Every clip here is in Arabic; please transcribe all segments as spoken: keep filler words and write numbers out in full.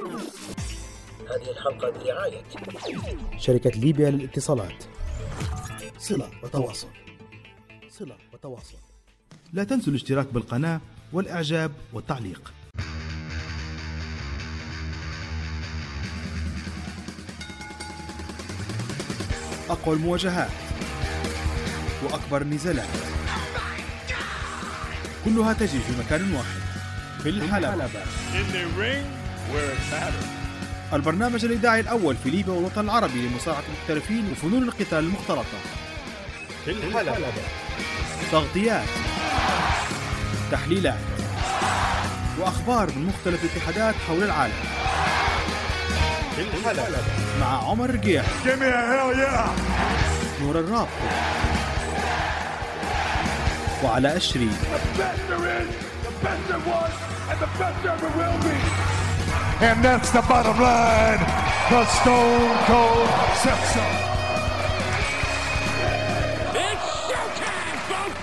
هذه الحلقة برعاية شركة ليبيا للاتصالات. صلة وتواصل. صلة وتواصل. لا تنسوا الاشتراك بالقناة والإعجاب والتعليق. أقوى المواجهات وأكبر النزالات كلها تجري في مكان واحد، في الحلبة. البرنامج الإذاعي الأول في ليبيا والوطن العربي لمصارعة المحترفين وفنون القتال المختلطة. في الحلبة تغطيات، تحليلات، وأخبار من مختلف الاتحادات حول العالم. في الحلبة مع عمر رقيح، نور الرابط، وعلى أشري. And that's the bottom line. The Stone Cold Sepsis. It's showtime, folks!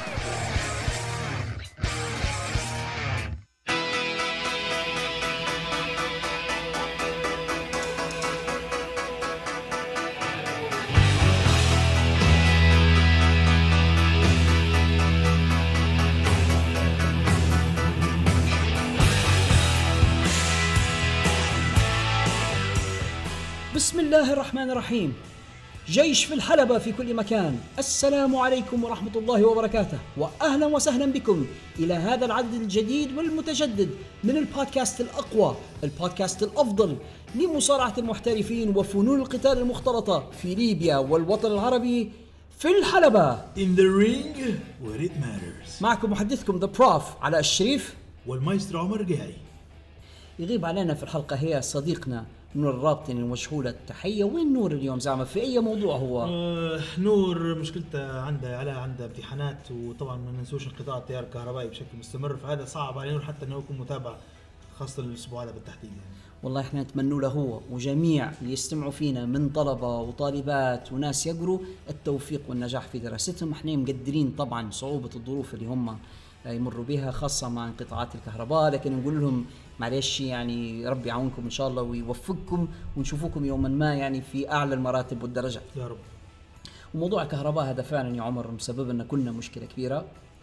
بسم الله الرحمن الرحيم. جيش في الحلبة في كل مكان، السلام عليكم ورحمة الله وبركاته، وأهلا وسهلا بكم إلى هذا العدد الجديد والمتجدد من البودكاست الأقوى، البودكاست الأفضل لمصارعة المحترفين وفنون القتال المختلطة في ليبيا والوطن العربي، في الحلبة. In the ring where it matters. معكم محدثكم The Prof علاء الشريف والمايسترو عمر رقيحي. يغيب علينا في الحلقة هي صديقنا نور الرابط، نوجه له التحية. وين نور اليوم زعما في أي موضوع هو؟ آه نور مشكلته عنده على عنده امتحانات، وطبعا ما ننسوش انقطاع التيار الكهربائي بشكل مستمر، فهذا صعب على نور حتى انه يكون متابع خاصة الأسبوع هذا بالتحديد يعني. والله احنا نتمنى له هو وجميع اللي يستمعوا فينا من طلبة وطالبات وناس يقروا التوفيق والنجاح في دراستهم. احنا مقدرين طبعا صعوبة الظروف اللي هم يمروا بها خاصة مع انقطاعات الكهرباء، لكن نقول لهم معلش يعني ربي يعاونكم إن شاء الله ويوفقكم ونشوفكم يوما ما يعني في أعلى المراتب والدرجات يا رب. وموضوع الكهرباء هذا فعلا يا عمر مسبب لنا كلنا مشكلة كبيرة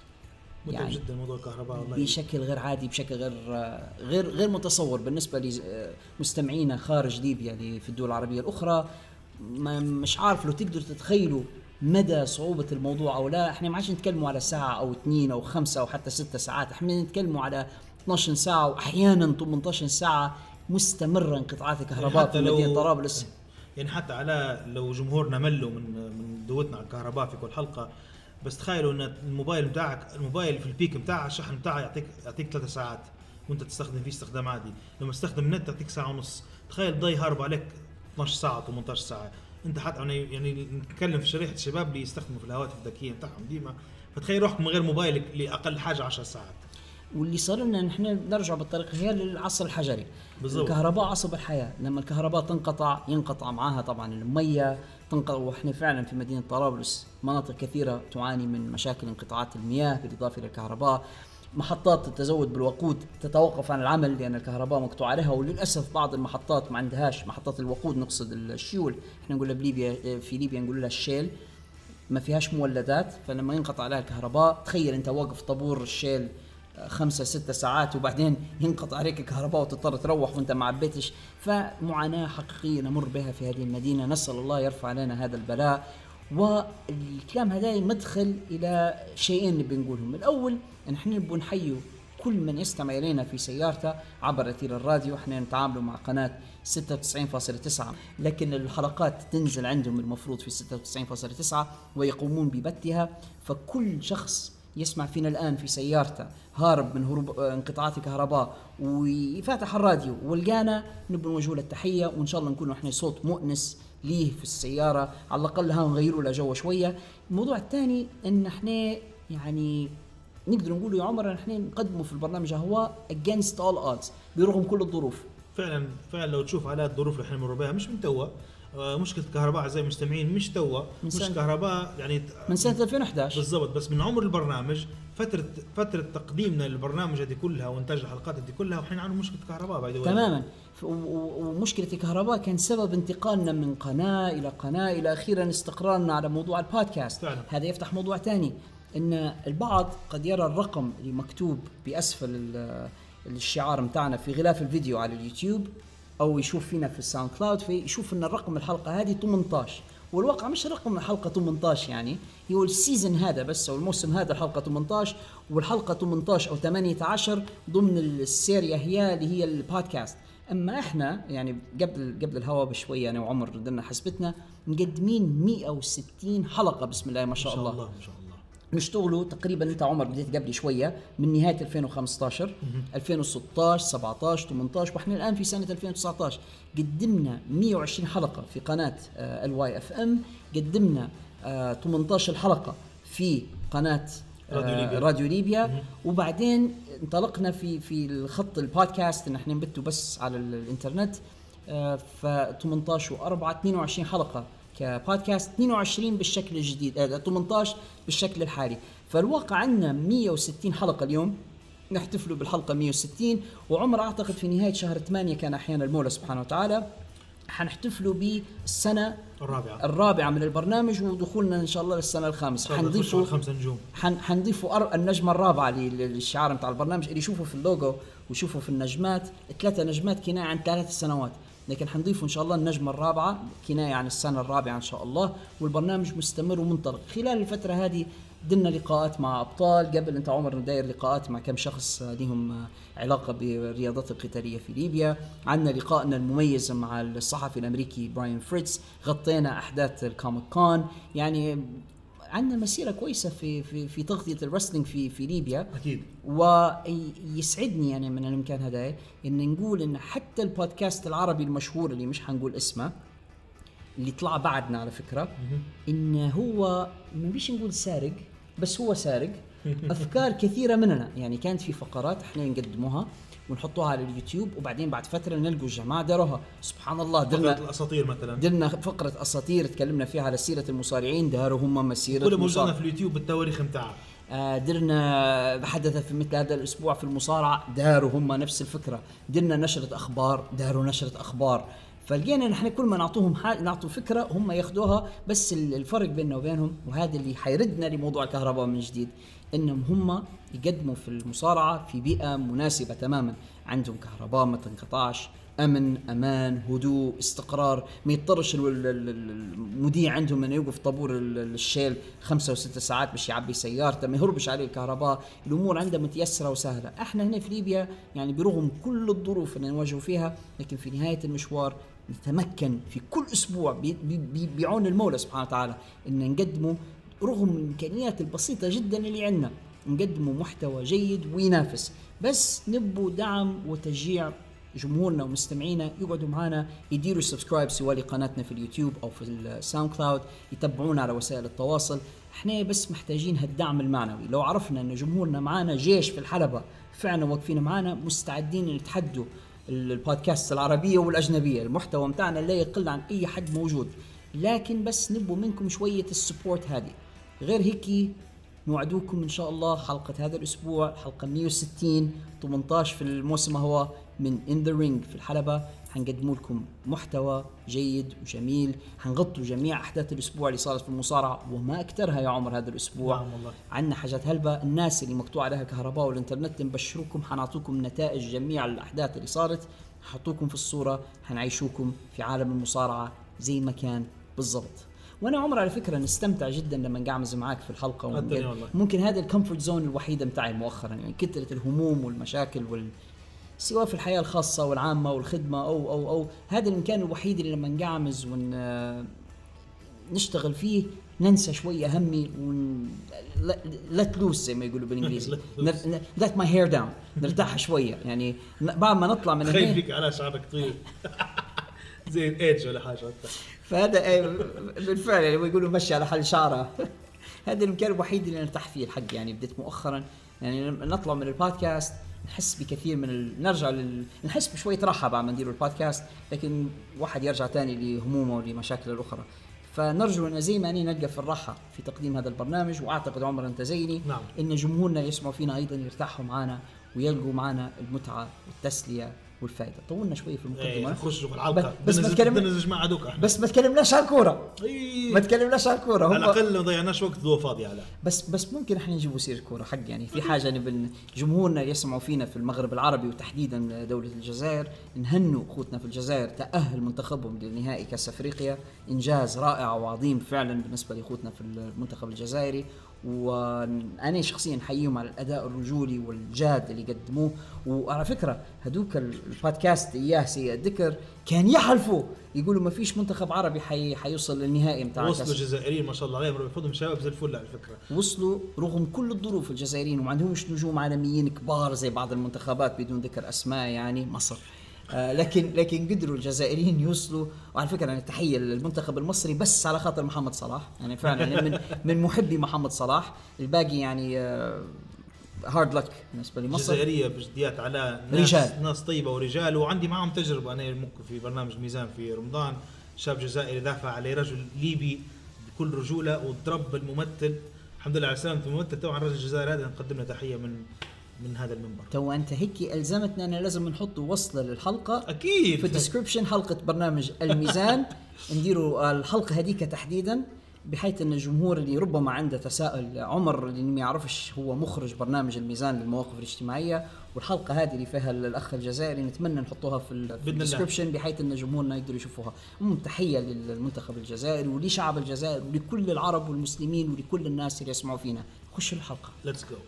متعب يعني جدا موضوع الكهرباء والله بشكل غير عادي، بشكل غير غير غير متصور بالنسبة لمستمعينا خارج ليبيا يعني في الدول العربية الأخرى. ما مش عارف لو تقدروا تتخيلوا مدى صعوبة الموضوع أو لا. احنا ما عادش نتكلموا على ساعة أو اثنين أو خمسة أو حتى ستة ساعات، احنا نتكلموا على اثناشر ساعة وأحيانا ثمانية عشر ساعة مستمرة انقطاعات الكهرباء يعني في مدينة طرابلس. يعني حتى على لو جمهورنا ملوا من من دوتنا على الكهرباء في كل حلقة، بس تخيلوا ان الموبايل بتاعك الموبايل في البيك بتاعه الشحن بتاعه يعطيك يعطيك ثلاث ساعات وانت تستخدم فيه استخدام عادي، لما تستخدم النت يعطيك ساعة ونص. تخيل ضي هرب عليك اثناشر ساعة ثمانية عشر ساعة. انت حتى يعني نتكلم في شريحة الشباب اللي يستخدموا في الهواتف الذكية بتاعهم ديما، فتخيل روحك من غير موبايلك لأقل حاجة عشر ساعات. واللي صار لنا نحن نرجع بالطريقة هي للعصر الحجري. بالضبط. الكهرباء عصب الحياة، لما الكهرباء تنقطع ينقطع معها طبعا المية تنقطع، واحنا فعلا في مدينة طرابلس مناطق كثيرة تعاني من مشاكل انقطاعات المياه بالإضافة إلى الكهرباء. محطات التزود بالوقود تتوقف عن العمل لأن الكهرباء مقطوع عليها، وللأسف بعض المحطات ما عندهاش محطات الوقود، نقصد الشيول، احنا نقولها بليبيا في ليبيا نقول لها الشيل، ما فيهاش مولدات. فلما ينقطع عليها الكهرباء تخيل انت واقف طابور الشيل خمسة ستة ساعات وبعدين ينقطع عليك الكهرباء وتضطر تروح وانت ما عبيتش. فمعاناة حقيقية نمر بها في هذه المدينة، نسأل الله يرفع علينا هذا البلاء. والكلام هذا مدخل إلى شيئين بنقولهم. الأول ان احنا نبغى نحيي كل من يستمع إلينا في سيارته عبر أثير الراديو. احنا نتعاملوا مع قناة ستة وتسعين فاصلة تسعة، لكن الحلقات تنزل عندهم المفروض في ستة وتسعين فاصلة تسعة ويقومون ببثها. فكل شخص يسمع فينا الآن في سيارته هارب من هروب انقطاعات الكهرباء ويفتح الراديو والقانا، نبغى نوجه له التحية، وإن شاء الله نكون احنا صوت مؤنس ليه في السيارة على الأقل، ها نغيروا له جو شوية. الموضوع الثاني إن احنا يعني نقدر نقول يا عمر ان احنا نقدمه في البرنامج هو against all odds برغم كل الظروف. فعلا فعلا لو تشوف على الظروف اللي احنا نمر بها مش من توا، مشكله الكهرباء زي المستمعين مش توا، مش كهرباء يعني من سنه ألفين وإحدى عشر بالضبط، بس من عمر البرنامج فتره فتره تقديمنا للبرنامج هذه كلها وانتاج الحلقات هذه كلها وحين عنده مشكله كهرباء بعد. تماما. ومشكلة الكهرباء كان سبب انتقالنا من قناة إلى قناة إلى أخيرا استقرارنا على موضوع البودكاست. فعلا. هذا يفتح موضوع تاني، إن البعض قد يرى الرقم اللي مكتوب بأسفل الشعار متاعنا في غلاف الفيديو على اليوتيوب أو يشوف فينا في الساوند كلاود، فيشوف إن الرقم الحلقة هذه ثمانية عشر، والواقع مش رقم الحلقة ثمانية عشر، يعني هو السيزن هذا بس أو الموسم هذا الحلقة ثمانية عشر، والحلقة ثمانية عشر أو ثمانية عشر ضمن السيريا هي اللي هي البودكاست. أما إحنا يعني قبل قبل الهوا بشوية أنا وعمر ردنا حسبتنا مقدمين مئة وستين حلقة بسم الله ما شاء الله. ما شاء الله نشتغلوا تقريبا. انت عمر بديت قبلي شويه من نهايه ألفين وخمسة عشر ألفين وستة عشر سبعة عشر ثمانية عشر واحنا الان في سنه ألفين وتسعة عشر. قدمنا مئة وعشرين حلقه في قناه الواي اف ام، قدمنا آه ثمانية عشر حلقه في قناه راديو ليبيا, راديو ليبيا. وبعدين انطلقنا في في الخط البودكاست ان احنا نبتوا بس على الانترنت. آه ف ثمانية عشر وأربعة اثنين وعشرين حلقه كبودكاست، اثنين وعشرين بالشكل الجديد، آه ثمانية عشر بالشكل الحالي. فالواقع عندنا مئة وستين حلقة اليوم، نحتفلوا بالحلقة مئة وستين. وعمر أعتقد في نهاية شهر ثمانية كان أحيانا المولى سبحانه وتعالى حنحتفلوا بالسنة الرابعة الرابعة من البرنامج ودخولنا إن شاء الله للسنة الخامسة. حنضيفوا خمسة نجوم، حن حنضيفوا النجمة الرابعة للشعار متاع البرنامج اللي يشوفوا في اللوجو ويشوفوا في النجمات ثلاثة نجمات كناية عن ثلاث سنوات، لكن حنضيفوا إن شاء الله النجمة الرابعة كناية عن السنة الرابعة إن شاء الله. والبرنامج مستمر ومنطلق. خلال الفترة هذه دنا لقاءات مع أبطال. قبل أنت عمر نداير لقاءات مع كم شخص لهم علاقة بالرياضات القتالية في ليبيا. عندنا لقاءنا المميز مع الصحفي الأمريكي براين فريتز، غطينا أحداث الكوميك كون. يعني عندنا مسيرة كويسة في في في تغطية الرسلينج في في ليبيا أكيد. ويسعدني يعني من المكان هذا إن نقول إن حتى البودكاست العربي المشهور اللي مش حنقول اسمه اللي طلع بعدنا على فكرة، إن هو ما بيش نقول سارق، بس هو سارق أفكار كثيرة مننا. يعني كانت في فقرات إحنا نقدموها ونحطوها على اليوتيوب، وبعدين بعد فترة نلقوا الجماعة داروها. سبحان الله، درنا الأساطير مثلا، درنا فقرة أساطير تكلمنا فيها على سيرة المصارعين، داروا هم مسيرة كل موجودة في اليوتيوب بالتواريخ متاعها. درنا حدث في مثل هذا الأسبوع في المصارعة، داروا هم نفس الفكرة. درنا نشرة أخبار، داروا نشرة أخبار. فلقينا نحن كل ما نعطوهم حال نعطوا فكرة هم ياخدوها. بس الفرق بيننا وبينهم، وهذا اللي حيردنا لموضوع الكهرباء من جديد، إنهم هم يقدموا في المصارعة في بيئة مناسبة تماما. عندهم كهرباء ما تنقطعش، أمن، أمان، هدوء، استقرار. ما يضطرش المذيع عندهم أن يوقف طابور الشيل خمسة وستة ساعات باش يعبي سيارته، ما يهربش عليه الكهرباء. الأمور عندها متيسرة وسهلة. احنا هنا في ليبيا يعني برغم كل الظروف اللي نواجهوا فيها، لكن في نهاية المشوار نتمكن في كل أسبوع بي بي بعون المولى سبحانه وتعالى إن نقدموا رغم الإمكانيات البسيطة جدا اللي عندنا، نقدموا محتوى جيد وينافس. بس نبوا دعم وتشجيع جمهورنا ومستمعينا يقعدوا معنا، يديروا سبسكرايب سواء لقناتنا في اليوتيوب أو في الساوند كلاود، يتابعونا على وسائل التواصل. احنا بس محتاجين هالدعم المعنوي. لو عرفنا أن جمهورنا معنا جيش في الحلبة فعلا واقفين معنا، مستعدين نتحدوا البودكاست العربية والأجنبية. المحتوى متاعنا لا يقل عن أي حد موجود، لكن بس نبوا منكم شوية السبورت هذه. غير هيك نوعدوكم إن شاء الله حلقة هذا الأسبوع، حلقة مئة وستين ثمانية عشر في الموسم هو من In The Ring في الحلبة. حنقدموا لكم محتوى جيد وجميل، حنغطوا جميع أحداث الأسبوع اللي صارت في المصارعة وما أكثرها يا عمر هذا الأسبوع. نعم والله. عندنا حاجات هلبة. الناس اللي مقطوع عليها كهرباء والإنترنت نبشروكم، حنعطوكم نتائج جميع الأحداث اللي صارت، حطوكم في الصورة، حنعيشوكم في عالم المصارعة زي ما كان بالضبط. وانا عمر على فكره نستمتع جدا لما نقعمز معاك في الحلقه. ممكن هذا الكومفورت زون الوحيده متاعي مؤخرا، يعني كثره الهموم والمشاكل وال سواء في الحياه الخاصه والعامه والخدمه او او او هذا المكان الوحيد اللي لما نقعمز ون نشتغل فيه ننسى شويه همي ون let loose زي ما يقولوا بالانجليزي. let my hair down، نرتاح شويه. يعني بعد ما نطلع من هنا خايف على شعرك طويل زي الايدج ولا حاجه. فهذا بالفعل يعني يقولوا مشي على حل شعره. هذا المكان الوحيد اللي نرتاح فيه الحق. يعني بديت مؤخرا يعني نطلع من البودكاست نحس بكثير من ال... نرجع لل... نحس بشويه راحه بعد ما ندير البودكاست، لكن واحد يرجع تاني لهمومه ولمشاكل الاخرى. فنرجو ان زي ما اني نلقى في الراحه في تقديم هذا البرنامج، واعتقد عمر انت زيني. نعم. ان جمهورنا يسمعوا فينا ايضا يرتاحوا معنا ويلقوا معنا المتعه والتسليه والفائده. طولنا شوي في المقدمه ايه نخش في الحلقه بس ما تكلم بس ما تكلمناش عن الكوره ايه. ما تكلمناش عن الكوره. على الاقل ما ضيعناش وقت ذو فاضي على بس بس ممكن احنا نجيبوا سير الكوره حق يعني في حاجه نبل جمهورنا يسمعوا فينا في المغرب العربي وتحديدا دوله الجزائر. نهنوا اخوتنا في الجزائر تاهل منتخبهم لنهائي كاس افريقيا، انجاز رائع وعظيم فعلا بالنسبه لاخوتنا في المنتخب الجزائري. وانا شخصيا حييهم على الاداء الرجولي والجاد اللي قدموه. وعلى فكره هدوك البودكاست اياه سيء الذكر كان يحلفوا يقولوا ما فيش منتخب عربي حي حيوصل للنهائي متاع وصلوا الجزائريين ما شاء الله عليهم بيفوتهم شباب زي الفل على فكره. وصلوا رغم كل الظروف الجزائريين وما عندهمش نجوم عالميين كبار زي بعض المنتخبات بدون ذكر اسماء يعني مصر. آه لكن لكن قدروا الجزائريين يوصلوا. وعلى فكره انا تحيه للمنتخب المصري بس على خاطر محمد صلاح يعني فعلا يعني من من محبي محمد صلاح. الباقي يعني آه هارد لك بالنسبه لمصر. الجزائريه بجديات على ناس رجال. ناس طيبه ورجال وعندي معهم تجربه. انا ممكن في برنامج ميزان في رمضان شاب جزائري دافع عليه رجل ليبي بكل رجوله وضرب الممثل الحمد لله على سلامه الممثل. طبعا الرجل الجزائري هذا نقدم له تحيه من من هذا المنبر. تو انت هيك الزمتنا انا لازم نحط وصله للحلقه اكيد في الديسكريبشن حلقه برنامج الميزان. نديروا الحلقه هذيك تحديدا بحيث ان الجمهور اللي ربما عنده تساؤل عمر اللي ما يعرفش هو مخرج برنامج الميزان للمواقف الاجتماعيه والحلقه هذه اللي فيها الاخ الجزائري نتمنى نحطوها في الديسكريبشن بحيث ان جمهورنا يقدروا يشوفوها. المهم تحيه للمنتخب الجزائري ولشعب الجزائر ولكل العرب والمسلمين ولكل الناس اللي يسمعوا فينا. خش الحلقه ليتس جو.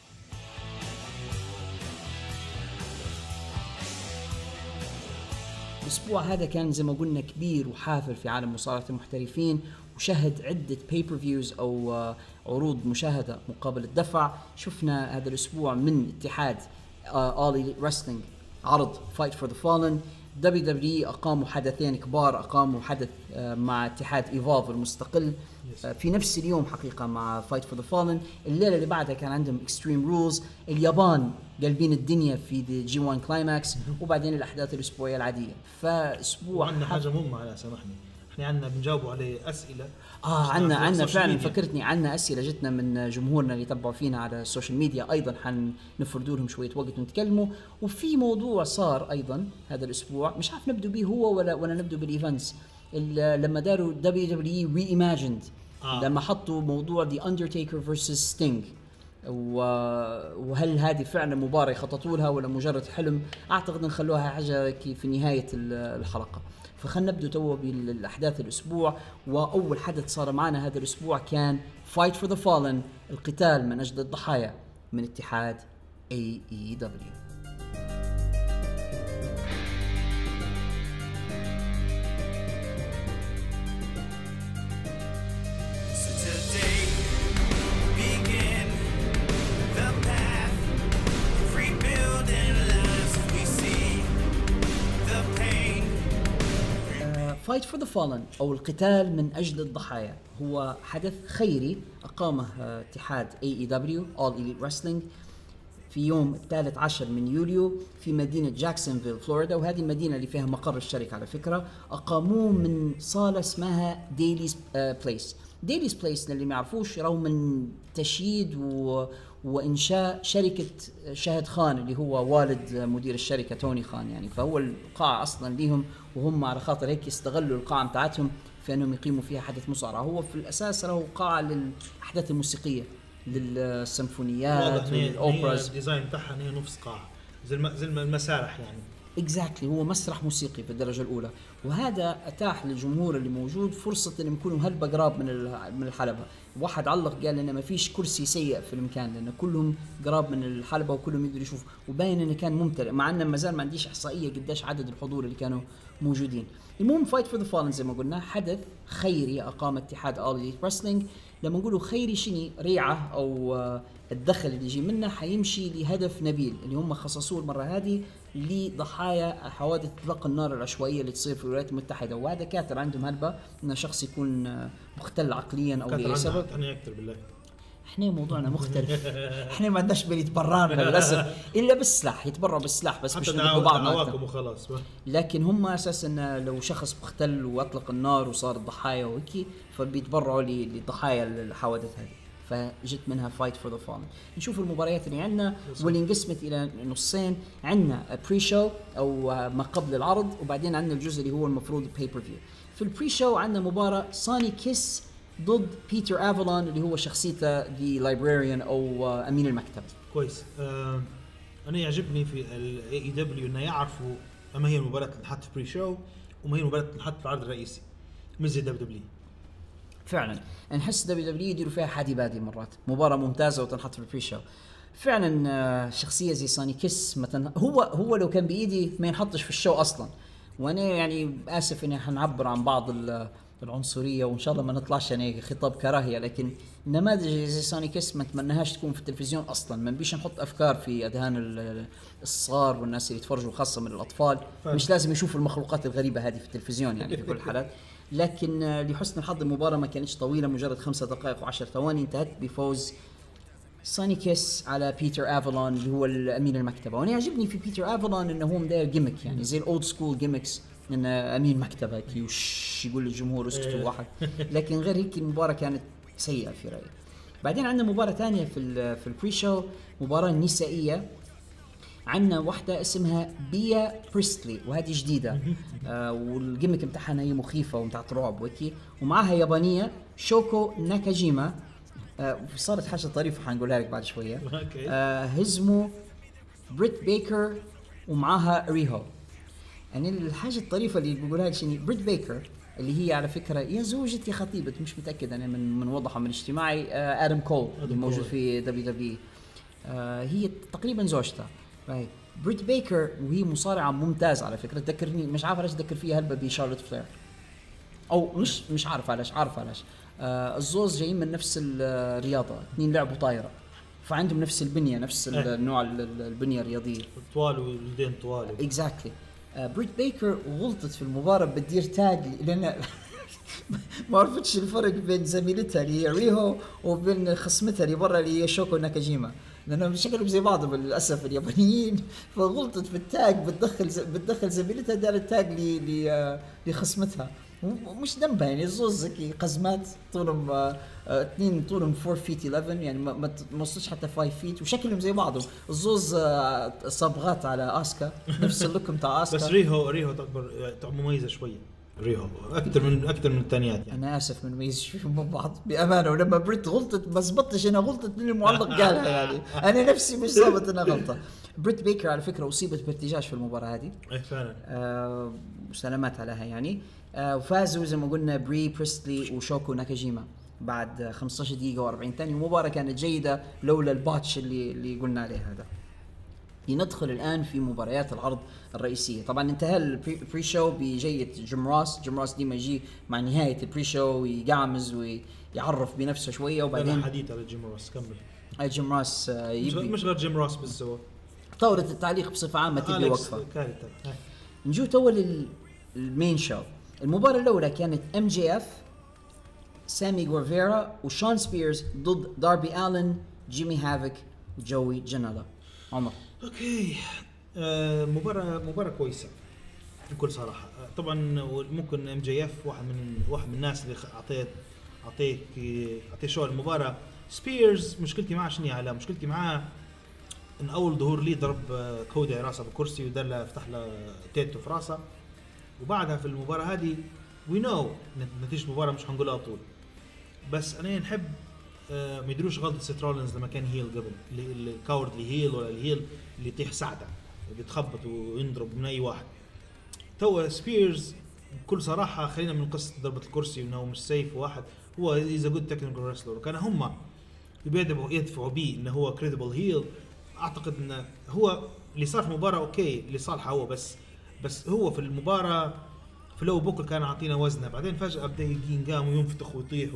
الأسبوع هذا كان زي ما قلنا كبير وحافل في عالم مصارعة المحترفين وشهد عدة بيبر فيوز أو عروض مشاهدة مقابل الدفع. شفنا هذا الأسبوع من اتحاد All Elite Wrestling عرض Fight for the Fallen. دبليو دبليو إي أقاموا حدثين كبار. أقاموا حدث مع اتحاد Evolve المستقل في نفس اليوم حقيقة مع Fight for the Fallen. الليلة اللي بعدها كان عندهم Extreme Rules. اليابان قلبين الدنيا في جي وان كلايماكس وبعدين الأحداث الأسبوعية العادية. فأسبوع عندنا حاجة مهمة على سامحني احنا عندنا بنجاوبوا عليه أسئلة. اه عندنا عندنا فعلا فكرتني عندنا أسئلة جتنا من جمهورنا اللي يتابعوا فينا على السوشيال ميديا. أيضا حنفردوا لهم شوية وقت ونتكلموا. وفي موضوع صار أيضا هذا الأسبوع مش عارف نبدو به هو ولا ولا نبدو بالإيفنتس لما داروا دبليو دبليو إي ريإيماجيند آه. لما حطوا موضوع The Undertaker versus Sting وهل هذه فعلا مباراة خططوا لها ولا مجرد حلم. أعتقد نخلوها حاجة في نهاية الحلقة. فخلنا نبدأ تو بالأحداث الأسبوع. وأول حدث صار معنا هذا الأسبوع كان Fight for the Fallen القتال من أجل الضحايا من اتحاد إيه إي دبليو. Fight for the Fallen أو القتال من أجل الضحايا هو حدث خيري أقامه اتحاد إيه إي دبليو All Elite Wrestling في يوم الثالث عشر من يوليو في مدينة جاكسونفيل فلوريدا. وهذه المدينة اللي فيها مقر الشركة على فكرة. أقاموه من صالة اسمها ديليز بليس. ديليز بليس اللي ما يعرفوش راهو من تشييد و... وإنشاء شركة شاهد خان اللي هو والد مدير الشركة توني خان يعني. فهو القاعة أصلا ليهم وهم على خاطر هيك استغلوا القاعة متاعتهم في أنهم يقيموا فيها حدث مصارعة. هو في الأساس راهو قاعة للأحداث الموسيقية للسيمفونيات والأوبراز. الديزاين بتاعها هي نفس قاعة زي زي المسارح يعني. اكزاكتلي هو مسرح موسيقي في الدرجه الاولى. وهذا اتاح للجمهور اللي موجود فرصه ان يكونوا هلبة قراب من من الحلبه. واحد علق قال ان ما فيش كرسي سيء في المكان لان كلهم قراب من الحلبه وكلهم يقدروا يشوفوا وباين انه كان ممتلئ مع ان ما زال ما عنديش احصائيه قديش عدد الحضور اللي كانوا موجودين. المهم فايت فور ذا فالن زي ما قلنا حدث خيري اقام اتحاد All Elite Wrestling. لما نقولوا خيري شني ريعه او الدخل اللي يجي منه حيمشي لهدف نبيل اللي هم خصصوه المره هذه لضحايا حوادث اطلاق النار العشوائيه اللي تصير في الولايات المتحده. وهذا كاتر عندهم هلبة ان شخص يكون مختل عقليا او لاي سبب. انا اكثر بالله احنا موضوعنا مختلف. احنا ما عندناش بل يتبرعنا للاسف الا بالسلاح يتبرعوا بالسلاح بس مش نضرب بعضنا وخلاص. لكن هم اساسا لو شخص مختل واطلق النار وصار ضحايا وهيك فبيتبرعوا لضحايا الحوادث هذه. فجت منها فايت فور ذا فالن. نشوف المباريات اللي عندنا واللي انقسمت الى نصين. عندنا بري شو او ما قبل العرض، وبعدين عندنا الجزء اللي هو المفروض البيبر فيو. في البري شو عندنا مباراه سوني كيس ضد بيتر افالون اللي هو شخصيته دي لايبراريان او امين المكتب. كويس. آه انا يعجبني في الاي اي دبليو انه يعرفوا ما هي المباراه اللي تنحط في بري شو وما هي المباراه اللي تنحط في العرض الرئيسي، مش زي دبليو دبليو. فعلا نحس دبليو دبليو يديروا فيها حادي بادي مرات، مباراه ممتازه وتنحط في البري شو. فعلا شخصيه زي سوني كيس مثلا هو هو لو كان بايدي ما ينحطش في الشو اصلا. وانا يعني اسف اني حنعبر عن بعض العنصريه وان شاء الله ما نطلعش يعني خطاب كراهيه، لكن نماذج زي سوني كيس ما اتمناهاش تكون في التلفزيون اصلا. ما نبيش نحط افكار في اذهان الصغار والناس اللي يتفرجوا خاصه من الاطفال. فهم. مش لازم يشوفوا المخلوقات الغريبه هذه في التلفزيون يعني في كل الحالات. لكن لحسن الحظ المباراه ما كانتش طويله، مجرد خمسة دقائق وعشر ثواني انتهت بفوز سوني كيس على بيتر افالون اللي هو الامين المكتبه. وانا يعجبني في بيتر افالون انه هو مداير جيمك يعني زي الاولد سكول جيمكس، ان امين مكتبه كي وش يقول للجمهور اسكتوا واحد. لكن غير هيك المباراه كانت سيئه في رايي. بعدين عندنا مباراه ثانيه في في البري شو، مباراه نسائيه. عندنا واحدة اسمها بيا بريستلي وهذه جديدة. آه والجيمك متاعها هي مخيفة ومتاعت رعب وكي، ومعها يابانية شوكو ناكاجيما. آه صارت حاجة طريفة حنقولها لك بعد شوية. آه هزموا بريت بيكر ومعها ريهو. يعني الحاجة الطريفة اللي بقولها لك شنو، بريت بيكر اللي هي على فكرة يا زوجة يا خطيبة مش متأكد أنا من من وضعها من الاجتماعي. آه آدم كول اللي موجود في دبليو دبليو. آه هي تقريبا زوجتها. باي بريت بيكر وهي مصارعة ممتازة على فكرة، تذكرني مش عارف ليش تذكر فيها هلبة بشارلوت فلير أو مش مش عارف علاش عارف علاش آه الزوز جايين من نفس الرياضة، اثنين لعبوا طايرة فعندهم نفس البنية نفس النوع البنية الرياضية طوال واليدين طوال. اكزاكتلي. آه بريت بيكر غلطت في المباراة بدير تاج لأن ما عرفتش الفرق بين زميلتها اللي هي ريهو وبين خصمتها اللي برا اللي هي شوكو ناكاجيما، لأنهم شكلهم زي بعض بالأسف اليابانيين. فغلطت في التاج بتدخل ز... بتدخل زميلتها دار التاج ل ل لخصمتها ومش ذنبها يعني. الزوز زكي قزمات طولهم آه... اثنين طولهم أربعة فيت إحدى عشر يعني ما ما توصلش حتى خمسة فيت وشكلهم زي بعضهم. الزوز آه... صبغات على اسكا نفس اللوك بتاع اسكا. بس ريهو ريهو تعتبر مميزة شوية. ريهو اكثر من اكثر من الثانيات يعني. انا اسف من ميز فيهم من بعض بامانه. ولما بريت غلطت ما زبطتش انا غلطت من المعلق قالها يعني انا نفسي مش ضابط انها غلطه. بريت بيكر على فكره اصيبت بارتجاج في المباراه هذه. اي فعلا. آه سلامات عليها يعني. آه وفازوا زي ما قلنا بري بريستلي وشوكو ناكاجيما بعد خمسة عشر دقيقه وأربعين ثانيه. المباراه كانت جيده لولا الباتش اللي اللي قلنا عليه هذا. ندخل الآن في مباريات العرض الرئيسية. طبعا انتهى البري شو بجية جيم روس. جيم روس ديما يجي مع نهاية البري شو يقعمز ويعرف بنفسه شوية وبعدين حديث على جيم روس. كمل. اي جيم روس يبي مش غير جيم روس بس هو طورة التعليق بصفة عامة تبي وقفة. نجو تول المين شو. المباراة الأولى كانت ام جي اف سامي غورفيرا وشون سبيرز ضد داربي آلن جيمي هافك وجوي جانيلا. عمر. اوكي. آه مباراة مباراة كويسة بكل صراحة. آه طبعا ممكن ام جي اف واحد من واحد من الناس اللي اعطيت اعطيك اعطيه شو المباراة. سبيرز مشكلتي معه شنو على مشكلتي معاه ان اول ظهور لي ضرب آه كودي راسه بالكرسي ودله فتح له تيتو في راسه. وبعدها في المباراة هذه وي نو نتيجة المباراة مش هنقولها طول، بس انا نحب آه ما يدروش غلطة سيت رولينز لما كان هيل قبل الكاورد اللي هيل ولا الهيل اللي يطيح ساعده بيتخبط وينضرب من اي واحد. تو سبيرز بكل صراحة خلينا من قصة ضربة الكرسي وانه مش سيف واحد. هو إذا قلت تكنيكال ريسلر وكان هم يبدأوا يدفعوا بيه انه هو كريديبل هيل. اعتقد انه هو اللي صار في المباراة اوكي اللي صالحه هو بس بس هو في المباراة في لو بوكر كان عاطينا وزنه بعدين فجأة بدأ ينقام وينفتخ ويطيح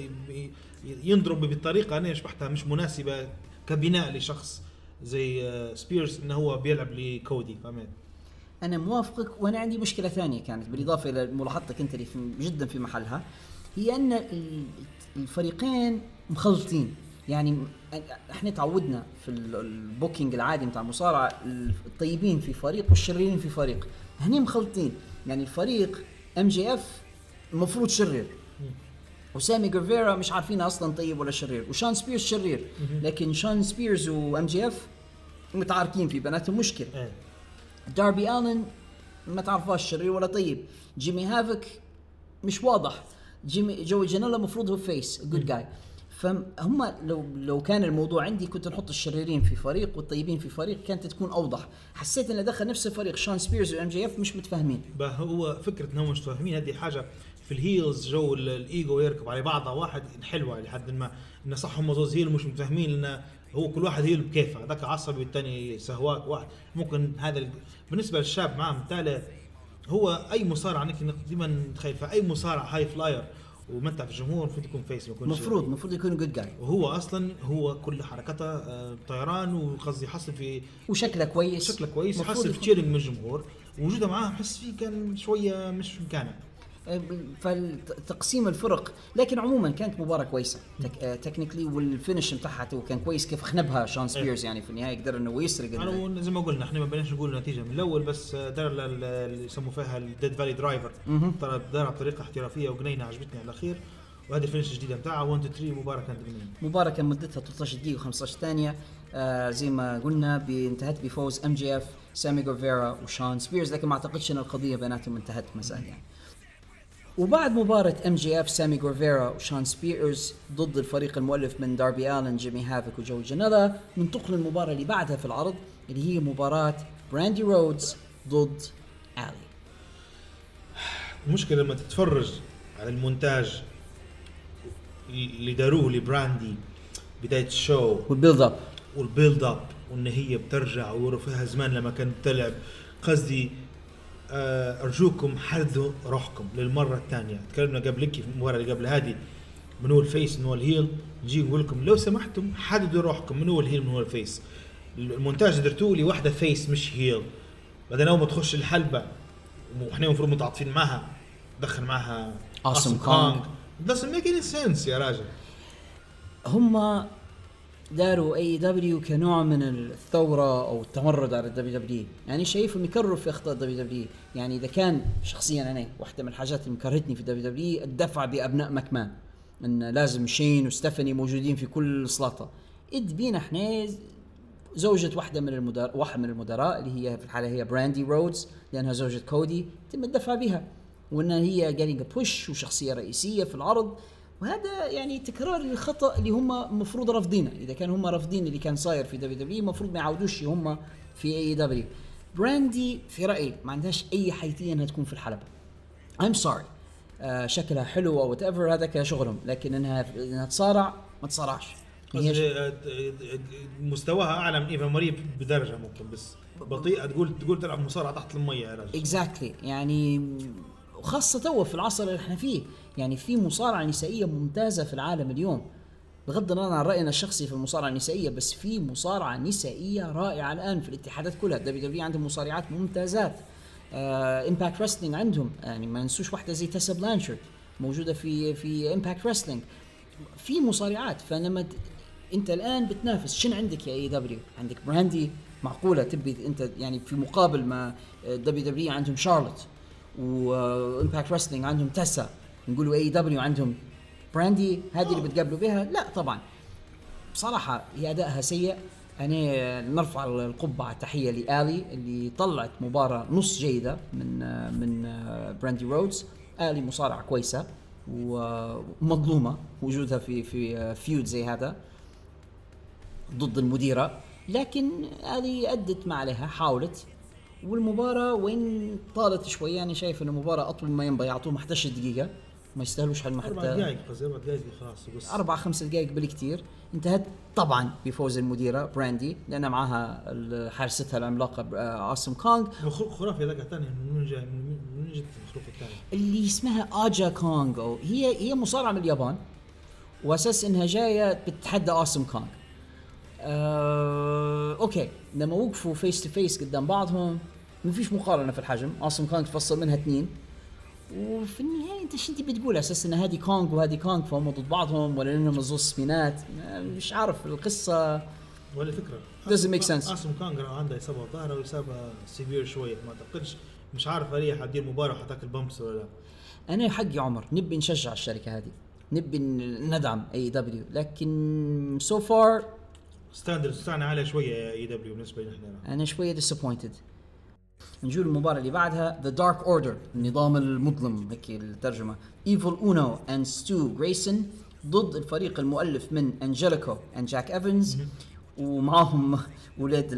وينضرب بطريقة أنا شبحتها مش مناسبة كبناء لشخص زي سبيرز إنه هو بيلعب لكودي. فهمت؟ أنا موافقك. وأنا عندي مشكلة ثانية كانت بالإضافة إلى ملاحظتك أنت اللي في جدا في محلها، هي أن الفريقين مخلطين. يعني احنا تعودنا في البوكينج العادي متاع المصارعة الطيبين في فريق والشريرين في فريق. هني مخلطين. يعني الفريق ام جي اف المفروض شرير وسامي جيفيرا مش عارفين اصلا طيب ولا شرير، وشان سبيرز شرير، لكن شان سبيرز وام جي اف متعاركين في بيناتهم مشكله. إيه. داربي آلن ما تعرفاش شرير ولا طيب. جيمي هافك مش واضح. جيمي جوي جانيلا مفروض هو فيس جود جاي. فهم لو لو كان الموضوع عندي كنت نحط الشريرين في فريق والطيبين في فريق، كانت تكون اوضح. حسيت ان دخل نفس الفريق شان سبيرز وام جي اف مش متفاهمين. هو فكره انهم مش فاهمين هذه حاجه في الهيلز، جو الايجو يركب على بعضها واحد حلوه لحد ما ان صح هم زوز هيل مش متفاهمين لان هو كل واحد هيل بكيفه، هذاك عصبي والثاني سهواك واحد. ممكن هذا ال... بالنسبه للشاب معهم تالي هو اي مصارع انك دائما نتخيل في اي مصارع هاي فلاير ومتع في الجمهور المفروض يكون فيس، ما يكونش مفروض المفروض يكون جود جاي. وهو اصلا هو كل حركته آه طيران وقصدي يحصل في وشكله كويس شكله كويس يحصل في تشيرنج من الجمهور. وجوده معاه حس فيه كان شويه مش في مكانه. فالتقسيم الفرق، لكن عموما كانت مباراة كويسة تك... تكنيكلي، والفينش بتاعها كان كويس كيف خنبها شان سبيرز. يعني في النهاية قدر انه يسرق. انا زي ما قلنا احنا ما بنش نقول النتيجة من الاول، بس دار اللي يسموا فيها الديد فالي درايفر ترى دارها بطريقة احترافية وجنينة عجبتني على الاخير. وهذه الفينش الجديدة بتاعها واحد اثنين ثلاثة. مباراة كانت جميلة. مباراة كان مدتها ثلاثة عشر دقيقة وخمسة عشر ثانية. آه زي ما قلنا انتهت بفوز ام جي اف سامي جيفيرا وشان سبيرز، لكن ما اعتقدش ان القضية بيناتهم انتهت مساء يعني. وبعد مباراة ام جي اف سامي جيفيرا وشان سبيرز ضد الفريق المؤلف من داربي آلن جيمي هافك وجوي جانيلا، ننتقل للمباراة اللي بعدها في العرض اللي هي مباراة براندي رودز ضد آلي. المشكلة لما تتفرج على المونتاج اللي داروه لبراندي بداية الشو والبيلد اب والبيلد اب وان هي بترجع وفيها زمان لما كانت تلعب، قصدي أرجوكم حذوا روحكم للمرة الثانية. تكلمنا قبل كي في المباراة اللي قبل هذه من هو الفيس من هو الهيل، نجي نقول لكم لو سمحتم حددوا روحكم من هو الهيل من هو الفيس. المونتاج درتوا لي واحدة فيس مش هيل، بعدين أول ما تخش الحلبة وإحنا المفروض متعاطفين معها دخل معها Awesome Kong. doesn't make any sense يا راجل. هم داروا اي دبليو كنوع من الثوره او التمرد على الدبليو دبليو. يعني شايفهم يكرروا في اخطاء الدبليو دبليو. يعني اذا كان شخصيا انا واحده من الحاجات اللي مكرهتني في الدبليو دبليو الدفع بابناء مكمان، ان لازم شين وستيفاني موجودين في كل سلطه. اد بينا احنا زوجة واحده من المدراء واحد من المدراء اللي هي في الحاله هي براندي رودز لانها زوجة كودي، تم الدفع بها وان هي جارينج بوش وشخصيه رئيسيه في العرض. وهذا يعني تكرار الخطأ اللي هم مفروض رافضينه. إذا كان هم رافضين اللي كان صاير في دبليو دبليو مفروض ما يعودوش هم في اي دبليو. براندي في رأيي ما عندهاش أي حيثية أنها تكون في الحلبة. I'm sorry. آه شكلها حلو أو whatever هذا كشغلهم، لكن إنها إنها تصارع ما تصارعش. مستواها أعلى من إيفا ماري بدرجة ممكن، بس بطيئة تقول تقول تلعب مصارعة تحت المية يا راجل. Exactly. يعني وخاصة تو في العصر اللي احنا فيه، يعني في مصارعة نسائية ممتازة في العالم اليوم، بغض النظر عن رأينا الشخصي في المصارعة النسائية، بس في مصارعة نسائية رائعة الآن في الاتحادات كلها. دبليو دبليو عندهم مصارعات ممتازات. امباكت ريسلينج عندهم يعني ما ننسوش واحدة زي تيسا بلانشارد موجودة في في امباكت ريسلينج. في مصارعات. فلما ت... انت الآن بتنافس شن عندك يا اي دبليو؟ عندك براندي معقولة تبي انت يعني في مقابل ما دبليو دبليو عندهم شارلوت وامباكت ريسلينج عندهم تيسا، نقولوا اي دبليو عندهم براندي، هذه اللي بتقابلوا بها؟ لا طبعا. بصراحة هي أدائها سيء. أنا نرفع القبعة تحية لآلي اللي طلعت مباراة نص جيدة من من براندي رودز. آلي مصارعة كويسة ومظلومة وجودها في في فيود زي هذا ضد المديرة، لكن آلي أدت ما عليها، حاولت. والمباراة وين طالت شوي، يعني شايف إن المباراة أطول ما ينبغي، يعطوهم إحدى عشر دقيقة ما يستاهلوش هالمحتى. أربع دقائق بس أربع دقائق خلاص بس أربع خمس دقائق بالكثير. انتهت طبعا بفوز المديرة براندي لأن معها حارستها العملاقة عاصم كونغ. خرافي ذاك الثاني من جاي من جت الخرافة الثانية اللي اسمها آجا كونغ، أو هي هي مصارعة من اليابان وأساس إنها جاية بتتحدى عاصم كونغ. أه... أوكي لما وقفوا فيس تو فيس قدام بعضهم ما فيش مقارنة في الحجم. عاصم كونغ تفصل منها اثنين، وفي النهاية انت شو انت بتقول اساس ان هذه كونغ وهذه كونغ فهم ضد بعضهم، ولا انهم زوج سفينات؟ مش عارف القصة ولا فكرة. doesn't make sense. عاصم كونغ عنده إصابة ظهره وإصابة سيفير شوية، ما أعتقدش مش عارف هل حدير مباراة حتاكل بامبس ولا لا. انا حقي عمر نبي نشجع الشركة هذه نبي ندعم اي دبليو، لكن سو فار ستاندرد ستانا على شويه اي دبليو بالنسبه لنا احنا. انا شويه ديسابوينتد. نجول المباراة اللي بعدها The Dark Order، النظام المظلم هيك الترجمة. Evil Uno and Stu Grayson ضد الفريق المؤلف من أنجيليكو and جاك إيفنز، ومعهم ولاد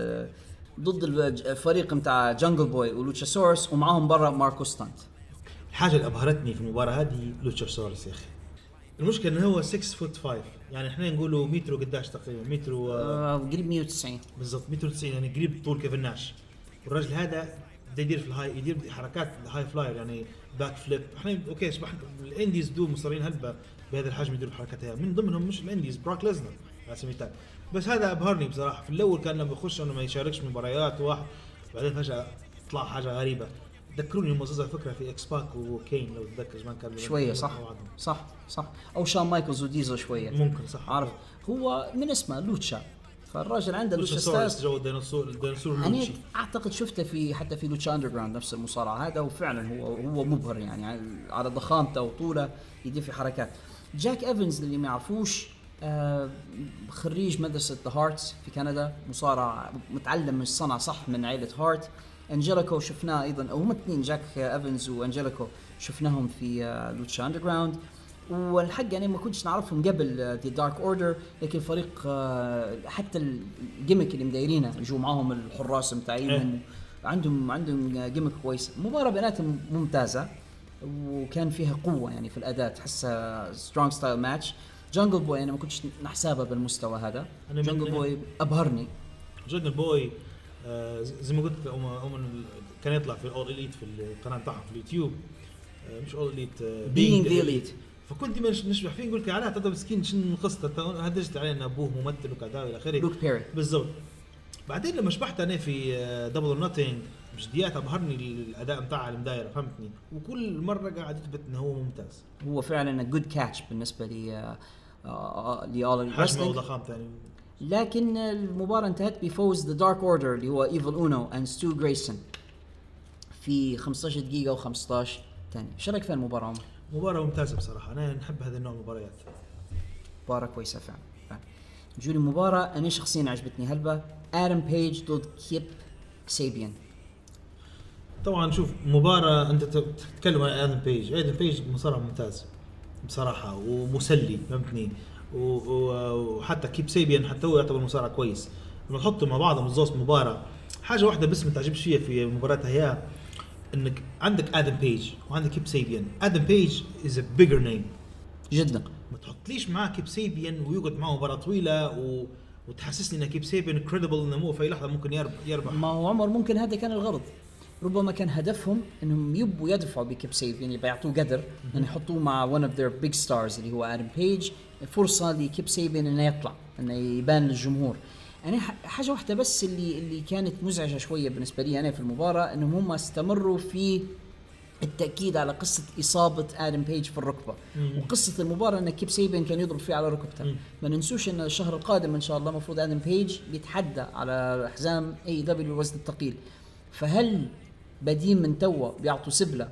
ضد الفريق متاع جانجل بوي ولوتشاسورس، ومعهم برا ماركو ستانت. الحاجة اللي أبهرتني في المباراة هذه لوتشاسورس يا أخي. المشكلة إنه هو ستة فوت خمسة، يعني إحنا نقوله مترو قداش تقريبا، مترو آه قريب مية وتسعين بالضبط، مترو تسعين، يعني قريب طول كيفن ناش. والرجل هذا بده يدير في الهاي، يدير حركات الهاي فلاير، يعني باك فليب. احنا اوكي صباح الانديز دو مصرين هلبة بهذا الحجم يديروا حركاتها، من ضمنهم مش الانديز براك ليزنر على سبيل المثال. بس هذا ابهرني بصراحه. في الاول كان لما يخش انه ما يشاركش مباريات واحد، بعدين فجاه طلع حاجه غريبه. ذكروني مصاصه فكره في اكس باك وكين لو تتذكر زمان كان شويه صح صح صح او شان مايكلز وديزو شويه ممكن صح. عارف هو من اسمه لوتشا، فالراجل عنده لوتشا ستايل جو الديناصور الديناصور أنا أعتقد شفته في حتى في لوتشا أندرغراوند نفس المصارعة هذا، وفعلا هو هو مبهر يعني على ضخامته وطوله يدير في حركات. جاك إيفنز اللي ما يعرفوش آه خريج مدرسة ذا هارتس في كندا، مصارع متعلم الصنع صح من عائلة هارت. أنجيليكو شفناه أيضا، أو هم اثنين جاك إيفنز وأنجيليكو شفناهم في آه لوتشا أندرغراوند. والحق يعني ما كنتش نعرفهم قبل دي دارك اوردر، لكن الفريق حتى الجيمك اللي مدايرينه جو معاهم الحراس متاعينهم، عندهم عندهم جيمك كويس. مباراة بيناتهم ممتازة وكان فيها قوة يعني في الأداء، تحسها سترونج ستايل ماتش. جانجل بوي أنا ما كنتش نحسابه بالمستوى هذا، جانجل بوي أبهرني. جانجل بوي آه زي ما قلت كان يطلع في الأول إليت في القناة بتاعهم في اليوتيوب، آه مش أول إليت بينج ذا إليت. فكنت مش نشبح فيه نقول لك على هذا مسكين شنو قصته، هدجت عليه ان ابوه ممثل وكذا الى اخره، لوك بيري بالضبط. بعدين لما شبحت انا في دبل اور نوتينج بجديات ابهرني الاداء بتاعه المدايره، فهمتني، وكل مره قاعد يثبت انه هو ممتاز. هو فعلا جود كاتش بالنسبه لي لي اول حجمه وضخامته يعني. لكن المباراه انتهت بفوز ذا دارك اوردر اللي هو ايفل اونو اند ستو جريسون في خمسة عشر دقيقه و15 ثانيه. شو رايك في المباراه؟ مباراة ممتازة بصراحة، أنا نحب هذا النوع من المباريات. مباراة كويسة فعلا. جولي مباراة أنا شخصيا عجبتني هلبة، آدم بيج ضد كيب سابيان. طبعا شوف مباراة أنت تتكلم عن آدم بيج، آدم بيج مصارع ممتاز بصراحة ومسلي، فهمتني، وحتى كيب سابيان حتى هو يعتبر مصارع كويس. لما تحطوا مع بعضهم الزوز مباراة، حاجة واحدة بس ما تعجبش فيها في مباراتها هي انك عندك ادم بيج وعندك كيب سابيان. ادم بيج از ا بيجر نيم جدا، ما تحطليش معاه كيب سابيان ويقعد معه مباراه طويله و... وتحسسني ان كيب سابيان كريديبل انه مو في لحظه ممكن يربح. ما هو عمر ممكن هذا كان الغرض، ربما كان هدفهم انهم يبوا يدفعوا بكيب سابيان، يعني بيعطوه قدر ان يحطوه مع one of their big stars اللي هو ادم بيج، فرصه لكيب سابيان انه يطلع انه يبان للجمهور. أنا حاجة واحدة بس اللي اللي كانت مزعجة شوية بالنسبة لي أنا في المباراة، إنهم هم استمروا في التأكيد على قصة إصابة آدم بيج في الركبة، وقصة المباراة إن كيب سابيان كان يضرب فيه على ركبته. ما ننسوش إن الشهر القادم إن شاء الله مفروض آدم بيج بيتحدى على حزام أي دبليو الوزن الثقيل، فهل بديم من توا بيعطوا سبلة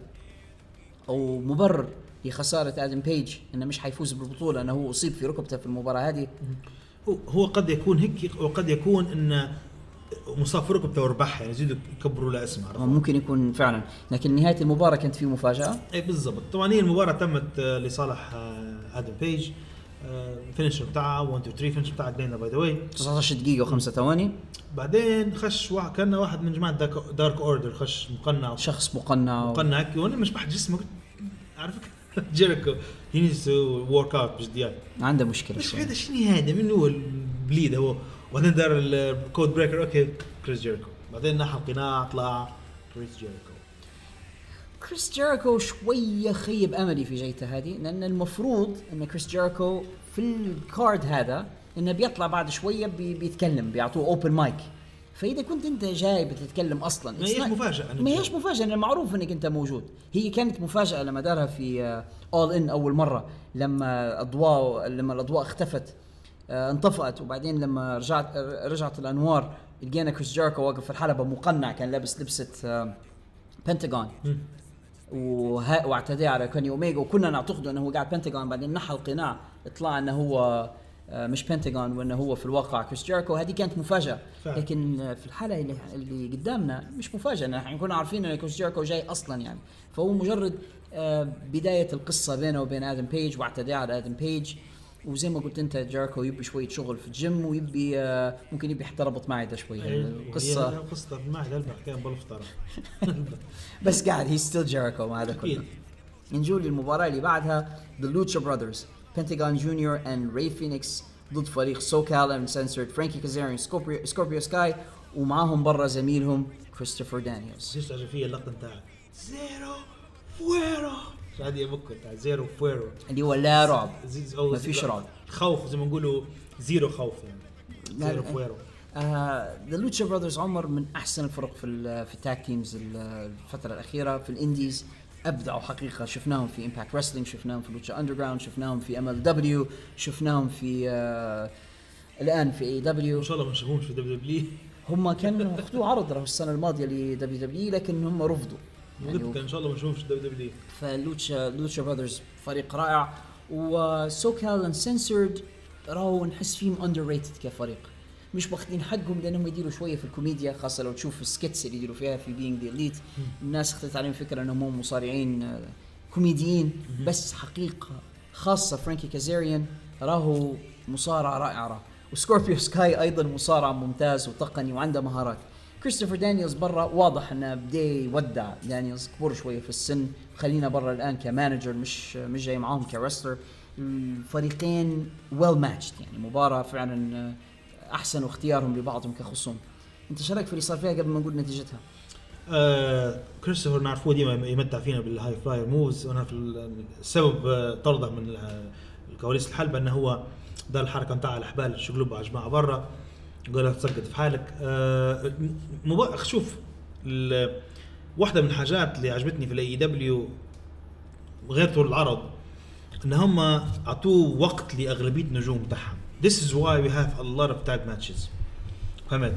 أو مبرر لخسارة آدم بيج إنه مش حيفوز بالبطولة أنه هو أصيب في ركبته في المباراة هذه؟ هو قد يكون هيك وقد يكون ان مصاب ركبته وربح، يعني يزيدوا يكبروا له اسمه، ممكن يكون فعلا. لكن نهايه المباراه كانت في مفاجاه. اي بالضبط. طبعا هي المباراه تمت لصالح ادم بيج، فينيشر بتاعه واحد اثنين ثلاثة، فينيشر بتاعه جلينا باي ذا واي تسعة عشر دقيقه وخمسة ثواني. بعدين خش واحد كان واحد من جماعه دارك اوردر، خش مقنع، شخص مقنع مقنع هيك، وانا مش بحد جسمه عارفك جيريكو ينزل ورك اوت بجديات، عنده مشكله. مش هذا شنو هذا من هو البليد هو، وبعدين دار الكود بريكر اوكي كريس جيريكو، بعدين نحى القناع طلع كريس جيريكو. كريس جيريكو شويه خيب املي في جيته هذه، لان المفروض ان كريس جيريكو في الكارد هذا انه بيطلع بعد شويه بي بيتكلم، بيعطوه اوبن مايك. فاذا كنت انت جاي بتتكلم اصلا ما هيش مفاجاه، ما هيش مفاجاه، لان معروف انك انت موجود. هي كانت مفاجاه لما دارها في اول ان اول مره، لما اضواء لما الاضواء اختفت انطفأت، وبعدين لما رجعت رجعت الانوار لقينا كريس جيريكو واقف في الحلبة مقنع، كان لابس لبسة بنتاغون. وه... واعتدى على كوني اوميجا، وكنا نعتقد انه هو قاعد بنتاغون، بعدين نحى القناع طلع انه هو مش بنتاغون وانه هو في الواقع كريس جيريكو. هذه كانت مفاجاه، لكن في الحاله اللي, اللي قدامنا مش مفاجاه، نحن كنا عارفين ان كريس جيريكو جاي اصلا يعني. فهو مجرد بدايه القصه بينه وبين ادم بيج واعتدى على ادم بيج. وزي ما قلت انت جيريكو يبي شويه شغل في الجيم، ويبي ممكن يبي حتى ربط معي ده شويه القصه قصه معي قلبها كان بالفطره بس قاعد هي ستيل جيريكو مع هذا كله. نجول للمباراه اللي بعدها The Lucha Brothers Pentagon Junior and Ray Phoenix ضد فريق SoCal Uncensored فرانكي كازاريان سكوربيو سكوربيو سكاي، ومعهم برا زميلهم كريستوفر دانييلز. ايش عجبني اللقطه نتاع زيرو فويرو، هذه بكره تاع زيرو فويرو اللي هو لا رعب، ما فيش رعب، خوف زي ما نقولوا زيرو خوف يعني زيرو فويرو. ذا لوتشا براذرز عمر من احسن الفرق في في التاك تيمز الفتره الاخيره في الانديز، ابدعوا حقيقه. شفناهم في امباكت رسلينج، شفناهم في لوتشا اندرجراوند، شفناهم في ام ال دبليو، شفناهم في آه الان في اي دبليو. ان شاء الله ما نشوفهمش في دبليو دبليو. هم كانوا اخذوا عرض له السنه الماضيه لدبليو دبليو لكن هم رفضوا يعني، كان ان شاء الله ما نشوفش دبليو دبليو. فلوتشا لوتشا براذرز فريق رائع، وسوكال انسنسورد راهو نحس فيهم اندر ريتد كفريق، مش واخدين حقهم لانهم يديروا شويه في الكوميديا، خاصه لو تشوف السكتس اللي يديروا فيها في بينج ذا اليت. الناس اخذت عليهم فكره انهم هم مصارعين كوميديين، بس حقيقه خاصه فرانكي كازاريان راهو مصارع رائع راه، وسكوربيو سكاي ايضا مصارع ممتاز وتقني وعنده مهارات. كريستوفر دانييلز برا واضح انه بدا يودع، دانييلز كبر شويه في السن، خلينا برا الان كمانجر مش مش جاي معاهم كرسلر. الفريقين ويل ماتشد يعني، مباراه فعلا احسن واختيارهم لبعضهم كخصوم. انت شارك في اللي صار فيها قبل ما نقول نتيجتها؟ آه كريستوفر نعرفه ديما يمتع فينا بالهاي فلاير موفز، وانا في السبب طرده من الكواليس الحلبه انه هو دار الحركه نتاع الحبال الشقلوب على جماعه برا، قالها تسقط في حالك. آه مب... شوف واحده من الحاجات اللي عجبتني في الاي دبليو غير طول العرض ان هم اعطوه وقت لاغلبيه النجوم تاعهم. This is why we have a lot of tag matches. فهمت؟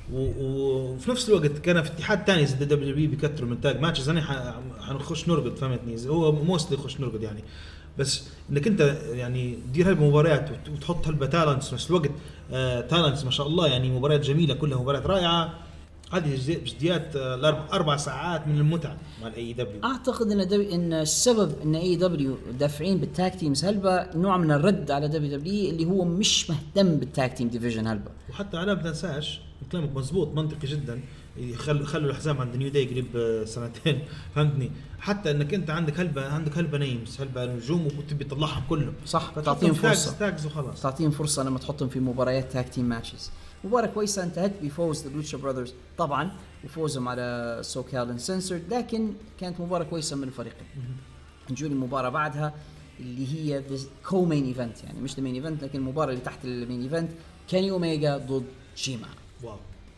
وفي نفس الوقت كان في اتحاد تاني زي دبليو بي بيكتروا من تاج ماتشز، انا حنخش نرقد فهمتني، هو موستلي يخش نرقد يعني، بس انك انت يعني دير هالمباريات وتحط هالبتالنس في نفس الوقت. آه تالنس ما شاء الله يعني، مباريات جميله كلها مباريات رائعه. هذه جديات اربع ساعات من المتعه مع الاي دبليو. اعتقد ان دبي ان السبب ان اي دبليو دافعين بالتاك تيمز هلبا نوع من الرد على دبليو دبليو اللي هو مش مهتم بالتاك تيم ديفيجن هلبا. وحتى على ما تنساش كلامك مزبوط منطقي جدا، يخلوا خلوا الحزام عند نيو داي قريب سنتين فهمتني. حتى انك انت عندك هلبا عندك هلبا نيمز هلبا نجوم وتبي تطلعهم كلهم صح، تعطيهم فرصه تاجز وخلاص، تعطيهم فرصه لما تحطهم في مباريات تاك تيم ماتشز. مباراة كويسة انتهت بفوز ذا لوتشا براذرز طبعا، وفوزهم على سوكال انسنسورد، لكن كانت مباراة كويسة من الفريقين. نجول المباراة بعدها اللي هي كو مين ايفنت يعني، مش المين ايفنت لكن المباراة اللي تحت المين ايفنت، كيني اوميجا ضد شيما. واو.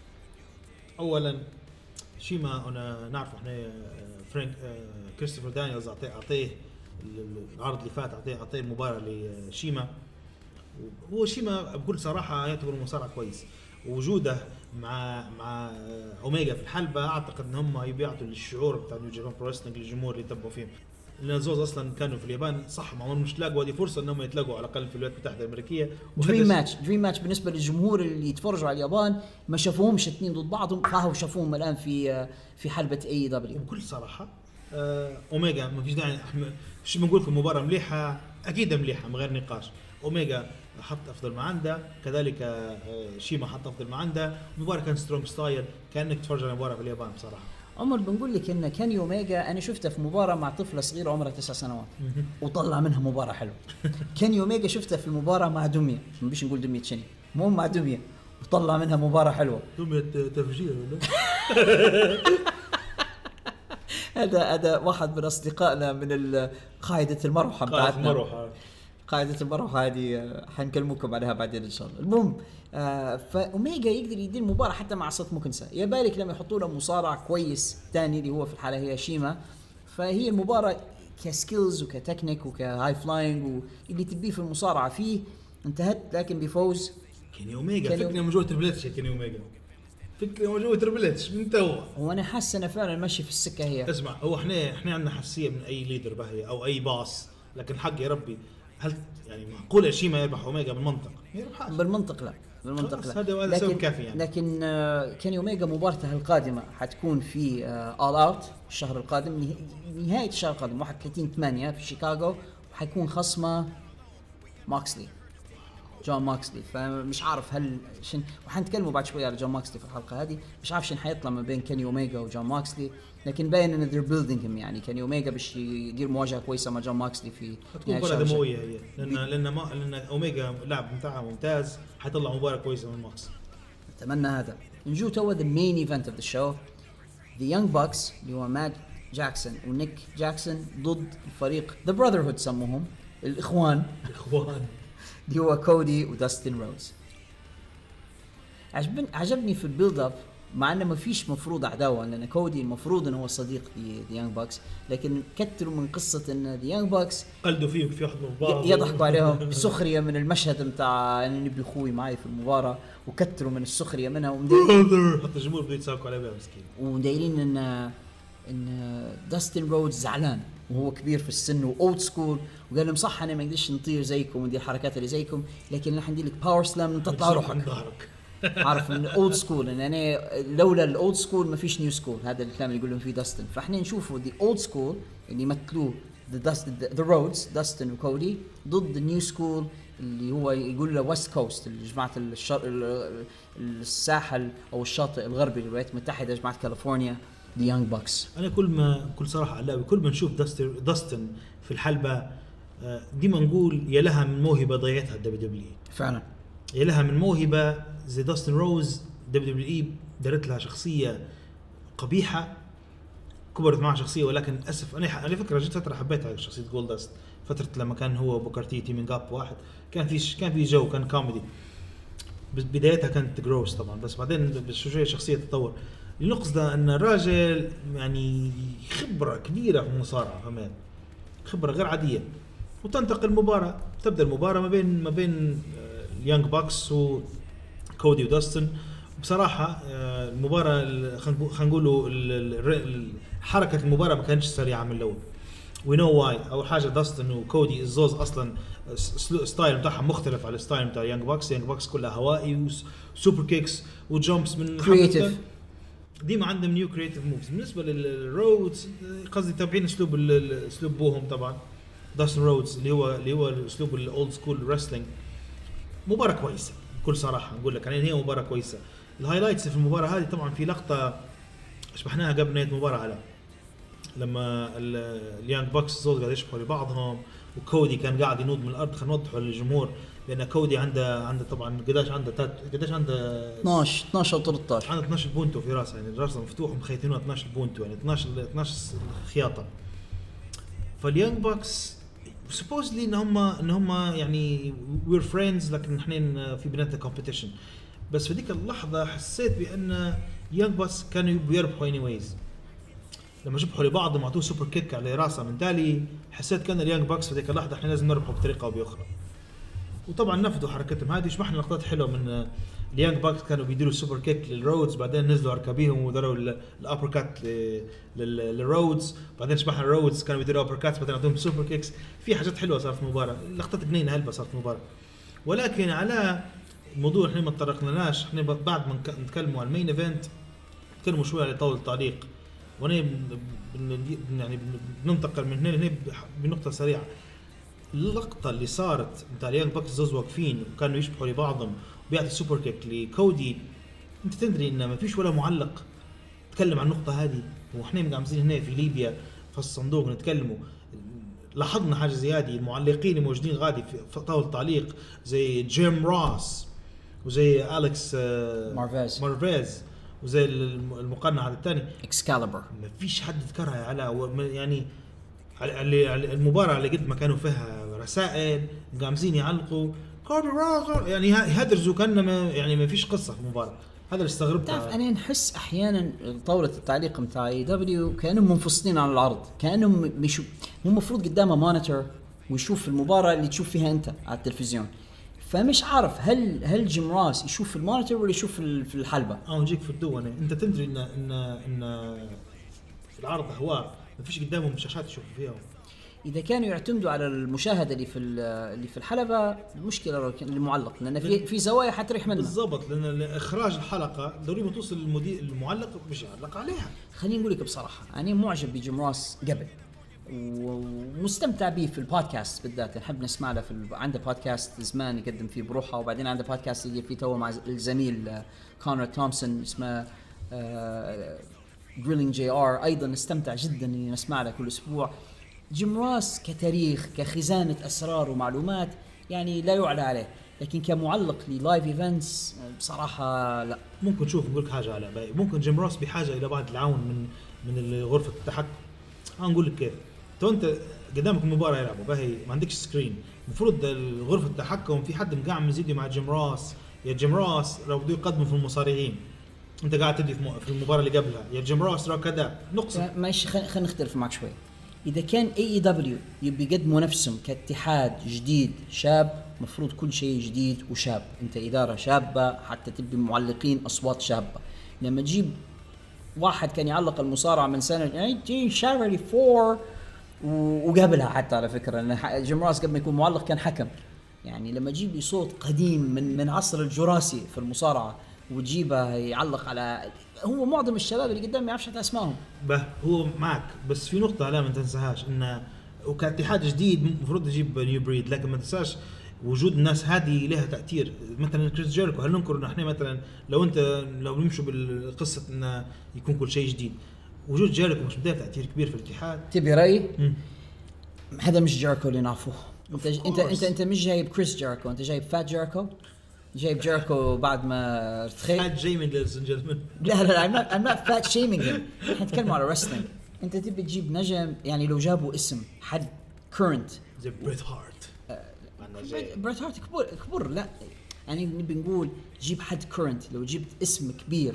اولا شيما انا نعرف احنا فرانك كريستوفر دانييلز اعطيه اعطيه العرض اللي فات اعطيه اعطيه المباراة لشيما، هو شيما بكل صراحة يعتبر مصارع كويس، ووجوده مع مع أوميجا في الحلبة أعتقد إن هم يبيعوا الشعور بتاع نيو جابان برو ريسلينج للجمهور اللي يتابعوا فيهم. لأن الزوز أصلاً كانوا في اليابان صح، ما هم مش لاقوا هذه فرصة إنهم يتلاقوا على الأقل في الولايات المتحدة الأمريكية. دريم ماتش دريم ماتش بالنسبة للجمهور اللي يتفرجوا على اليابان، ما شافوهمش اثنين ضد بعضهم، فهو شافوهم الآن في في حلبة اي دبليو. بكل صراحة أوميجا ما فيش داعي شو بنقول في مباراة مليحة، أكيد مليحة من غير نقاش. أوميجا حط أفضل ما عنده، كذلك شيما حط أفضل ما عنده. مباراة كان سترونج ستايل، كأنك تتفرج على مباراة في اليابان بصراحة. عمر بنقول لك إن كيني أوميجا أنا شفته في مباراة مع طفلة صغيرة عمرها تسع سنوات وطلع منها مباراة حلوة. كيني أوميجا شفته في المباراة مع دمية، ما بيش نقول دمية شني، مو مع دمية، وطلع منها مباراة حلوة. دمية تفجير ولا؟ هذا هذا واحد من أصدقائنا من قاعدة المروحة بتاعتنا. قاعدة المروحة هذه حنكلمكم عليها بعدين إن شاء الله. المهم آه فأوميجا يقدر يدير مباراة حتى مع صوت مكنسة، يا بالك لما يحطوا له مصارع كويس تاني اللي هو في الحالة هي شيما. فهي المباراة كسكيلز وكتكنيك وكهاي فلاينج واللي تبيه في المصارعة فيه انتهت، لكن بفوز كيني أوميجا. فكرة موجودة تربلتش كيني أوميجا، فكره موجوده تربل اتش من تو. وانا حاسس انه فعلا ماشي في السكه هي. اسمع هو احنا احنا عندنا حساسيه من اي ليدر بهي او اي باص، لكن حق يا ربي هل يعني معقول شيء ما يربح اوميجا بالمنطق؟ ما يربحش بالمنطق لا بالمنطق لا. هذا هذا سبب كافي يعني. لكن آه كيني اوميجا مبارته القادمه حتكون في آه اول اوت الشهر القادم، نه- نهايه الشهر القادم واحد وثلاثين ثمانية في شيكاغو، وحيكون خصمه ماكسلي جون ماكسلي. فمش عارف هل شن، وحنتكلموا بعد شوي على جون ماكسلي في الحلقه هذه، مش عارف شن حيطلع ما بين كيني اوميجا وجون ماكسلي، لكن باين ان they're building him يعني. كيني اوميجا باش يدير مواجهه كويسه مع جون ماكسلي في تكون مباراة دموية هي، لأن لأن ما لأن أوميجا لاعب متاعها ممتاز، حيطلع مباراة كويسة من ماكس. اتمنى هذا. نجو توا the main event of the show, the Young Bucks اللي هو مات جاكسون ونيك جاكسون ضد الفريق the Brotherhood سموهم الإخوان إخوان اللي هو كودي وداستن روز. عجبني عجبني في البيلد اب، مع انه ما فيش مفروض عداوه، لان كودي المفروض انه هو صديق the Young Bucks، لكن كتروا من قصه ان the Young Bucks قلدوا فيه في واحد من بعض يضحكوا عليهم بسخريه من المشهد متاع اني نبي اخوي معي في المباراه، وكتروا من السخريه منها ومدايرين حتى الجمهور بده يتساوقوا عليه بها مسكين. ومدايرين ان ان داستن رودز زعلان وهو كبير في السن واولد سكول، وقال لهم صح انا ما اقدرش نطير زيكم وندير حركات اللي زيكم، لكن راح ندير لك باور سلام تطلع روحك. عارف ان اولد سكول، ان انا لولا الاولد سكول ما فيش نيو سكول، هذا الكلام اللي يقولون فيه داستن. فاحنا نشوفوا دي اولد سكول اللي يمثلوه ذا ذا رودز داستن وكودي ضد النيو سكول اللي هو يقول له ويست كوست، جماعه الشرق الساحل او الشاطئ الغربي للولايات المتحده، جماعه كاليفورنيا دي يانج باكس. انا كل ما كل صراحه علاوي كل ما نشوف داستن داستن في الحلبه ديما نقول يا لها من موهبه ضيعتها الدبليو دبليو اي. فعلا يا لها من موهبه زي داستن روز، دبليو دبليو اي دارت لها شخصيه قبيحه، كبرت معها شخصيه، ولكن للاسف انا على فكره جت فتره حبيتها شخصيه جولدست، فتره لما كان هو بوكارتي تيمينج اب واحد، كان في كان في جو، كان كوميدي. بدايتها كانت جروس طبعا، بس بعدين شويه شخصيه تطور. النقص ده ان الراجل يعني خبره كبيره في المصارعه، فهمت؟ خبره غير عاديه. وتنتقل المباراه، تبدا المباراه ما بين ما بين اليانج باكس وكودي وداستن. بصراحه المباراه خلينا نقولوا حركه المباراه ما كانتش سريعه من الاول. وي نو واي. اول حاجه داستن وكودي الزوز اصلا ستايل بتاعهم مختلف على الستايل بتاع يانج باكس. يانج باكس كلها هوائي وسوبر كيكس وجامبس من كرييتيف، ديما عندهم نيو كرييتيف موفز. بالنسبه للرودز قصدي تابعين اسلوب اسلوب بوهم طبعا، داستن رودز اللي هو اللي هو اسلوب الاولد سكول ريسلينج. مباراه كويسه بكل صراحه نقول لك، يعني هي مباراه كويسه. الهايلايتس في المباراه هذه طبعا في لقطه شبحناها قبل نهايه المباراه، على لما اليانج باكس زود قاعد يشبحوا لبعضهم، وكودي كان قاعد ينوض من الارض. خلينا نوضحوا للجمهور لان كودي عنده عنده طبعا قداش عنده قداش عنده اثناشر اثناشر او ثلاثة عشر، عنده اثناشر بونتو في راسه، يعني راسه مفتوح ومخيطينه اثناشر بونتو، يعني اثناشر اثناشر خياطه. فاليانج باكس سبوزلي ان هم ان هم يعني وير فريندز، لكن احنا في بيناتنا كومبيتيشن. بس في ذيك اللحظه حسيت بان يانج باكس كانوا بيربحوا اني ويز. لما جبحوا لبعض ومعطوه سوبر كيك على راسه من تالي، حسيت كان اليانج باكس في ذيك اللحظه احنا لازم نربحوا بطريقه او باخرى. وطبعا نفذوا حركتهم هذه. شبحنا لقطات حلوه من اليانج باكس، كانوا بيديروا سوبر كيك للرودز، بعدين نزلوا اركبيهم وداروا الابر كات للرودز، بعدين شبحنا الرودز كانوا بيديروا ابر كات، بعدين عندهم سوبر كيكس. في حاجات حلوه صارت في المباراه، لقطات جنينه هلبة صارت في المباراه. ولكن على موضوع احنا ما تطرقناش، احنا بعد ما نتكلموا عن المين ايفنت نتكلموا شويه على طاوله التعليق. وانا يعني بننتقل من هنا لهنا بنقطه سريعه. اللقطه اللي صارت نتاع اليانج باكس زوز واقفين وكانوا يشبحوا لبعضهم وبيعطي سوبر كيك لكودي، انت تدري ان ما فيش ولا معلق تكلم عن النقطه هذه، واحنا مقامزين هنا في ليبيا في الصندوق نتكلموا. لاحظنا حاجه زياده، المعلقين الموجودين غادي في طاوله التعليق زي جيم راس وزي أليكس مارفيز مارفيز وزي المقنع هذا الثاني اكسكاليبر، ما فيش حد ذكرها على يعني على المباراة اللي قد ما كانوا فيها رسائل قامزين يعلقوا كودي راز، يعني هدرزوا كأنه ما يعني ما فيش قصة في المباراة. هذا اللي استغربت. تعرف أنا نحس أحيانا طاولة التعليق متاع اي دبليو كانوا منفصلين عن العرض، كانوا مش مو المفروض قدامه مونيتور ويشوف المباراة اللي تشوف فيها أنت على التلفزيون. فمش عارف هل هل جيم راس يشوف في المونيتور ولا يشوف في في الحلبه. اه نجيك في الدوانه. انت تدري ان ان ان في العرض هواء ما فيش قدامهم شاشات يشوفوا فيها. اذا كانوا يعتمدوا على المشاهده اللي في اللي في الحلبه مشكله المعلق، لان في في زوايا حتريح منها بالضبط، لان اخراج الحلقه ضروري توصل للمدير المعلق مش يعلق عليها. خليني اقول لك بصراحه انا معجب بجيم راس قبل ومستمتع به في البودكاست بالذات، نحب نسمع له في ال... عنده بودكاست زمان يقدم فيه بروحه، وبعدين عنده بودكاست اللي فيه تو مع الزميل كونر تومسون اسمه جريلينج جي ار، ايضا نستمتع جدا اني نسمع له كل اسبوع. جيم راس كتاريخ كخزانه اسرار ومعلومات يعني لا يعلى عليه، لكن كمعلق للايف ايفنتس بصراحه لا. ممكن تشوف نقول لك حاجه على باقي، ممكن جيم راس بحاجه الى بعض العون من من غرفه التحكم. هنقول لك كيف. تو انت قدامك المباراه يلعبوا باهي ما عندكش سكرين، المفروض غرفه التحكم في حد مقعد من فيديو مع جيم راس. يا جيم راس لو بده يقدموا في المصارعين انت قاعد تدي في المباراه اللي قبلها يا جيم راس راه كذا نقصد. ماشي خلينا نختلف معك شوي. اذا كان اي اي دبليو يبي يقدموا نفسهم كاتحاد جديد شاب، مفروض كل شيء جديد وشاب، انت اداره شابه حتى تبي معلقين اصوات شابه. لما تجيب واحد كان يعلق المصارعه من سنه ألف وتسعمية وأربعة وأربعين وقبلها حتى على فكره، لان جيم راس قبل ما يكون معلق كان حكم، يعني لما تجيب لي صوت قديم من من عصر الجراسي في المصارعه وتجيبه يعلق على، هو معظم الشباب اللي قدام ما يعرفش حتى اسمائهم. به هو معك، بس في نقطه لا ما تنساهاش، انه وكاتحاد جديد المفروض تجيب نيو بريد، لكن ما تنساش وجود الناس هذه لها تأثير. مثلا كريس جيريكو، هل ننكر ان احنا مثلا لو انت لو نمشوا بالقصه انه يكون كل شيء جديد، وجود جيريكو مش بده تأثير كبير في الاتحاد. تبي رأي؟ هذا مش جيريكو اللي نعرفه. انت انت انت انت مش جايب كريس جيريكو، انت جايب فات جيريكو، جايب جيريكو بعد ما ارتخي. فات شيمينج للسنجلمن. لا لا لا I'm not fat shaming him. احنا نتكلم على wrestling. انت تبي تجيب نجم، يعني لو جابوا اسم حد current زي بريت هارت. بريت هارت كبر كبر لا يعني نبي نقول جيب حد كورنت. لو جبت اسم كبير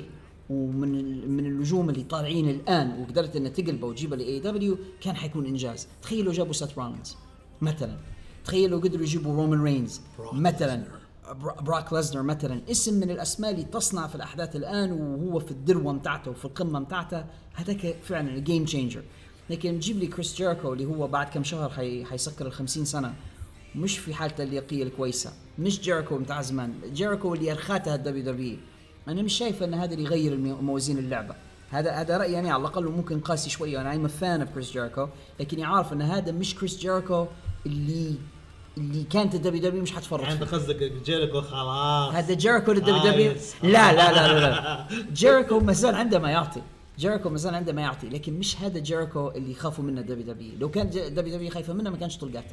ومن من النجوم اللي طالعين الان وقدرت ان تقلبه وتجيبه لاي دبليو كان حيكون انجاز. تخيل لو جابوا سيث رولينز مثلا، تخيل لو قدروا يجيبوا رومان رينز مثلا، براك ليزنر مثلا، اسم من الاسماء اللي تصنع في الاحداث الان وهو في الذروه متاعته وفي القمه متاعته، هذاك فعلا جيم تشينجر. لكن نجيب لي كريس جيريكو اللي هو بعد كم شهر حي حيسكر الخمسين سنه، مش في حالته اللياقيه الكويسه، مش جيريكو متاع زمان، جيريكو اللي ارخاتها الدبليو دبليو. انا مش شايف ان هذا اللي يغير موازين اللعبه. هذا هذا رايي يعني، على الاقل ممكن قاسي شويه، انا ايم فان اوف كريس جيريكو، لكن يعرف ان هذا مش كريس جيريكو اللي اللي كانت الدبليو دبليو مش حتفرج فيه. انت قصدك جيريكو خلاص، هذا جيريكو للدبليو دبليو. لا لا لا لا جيريكو مازال عنده ما يعطي، جيريكو مازال عنده ما يعطي، لكن مش هذا جيريكو اللي يخافوا منه الدبليو دبليو. لو كان الدبليو دبليو خايفه منه ما كانش طلقاته.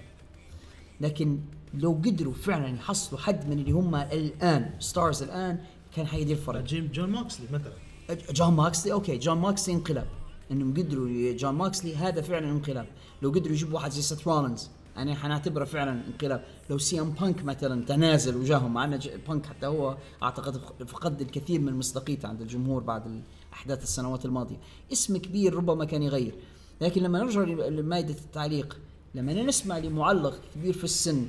لكن لو قدروا فعلا يحصلوا حد من اللي هم الان ستارز الان كان حيدير فرق. جيم جون ماكسلي مثلا، جون ماكسلي اوكي، جون ماكسلي انقلاب، انهم قدروا جون ماكسلي هذا فعلا انقلاب. لو قدروا يجيبوا واحد زي سيث رولينز يعني حنعتبره فعلا انقلاب. لو سي ام بانك مثلا تنازل وجاهم، مع ان بانك حتى هو اعتقد فقد الكثير من مصداقيته عند الجمهور بعد احداث السنوات الماضيه، اسم كبير ربما كان يغير. لكن لما نرجع لمائده التعليق، لما نسمع لمعلق كبير في السن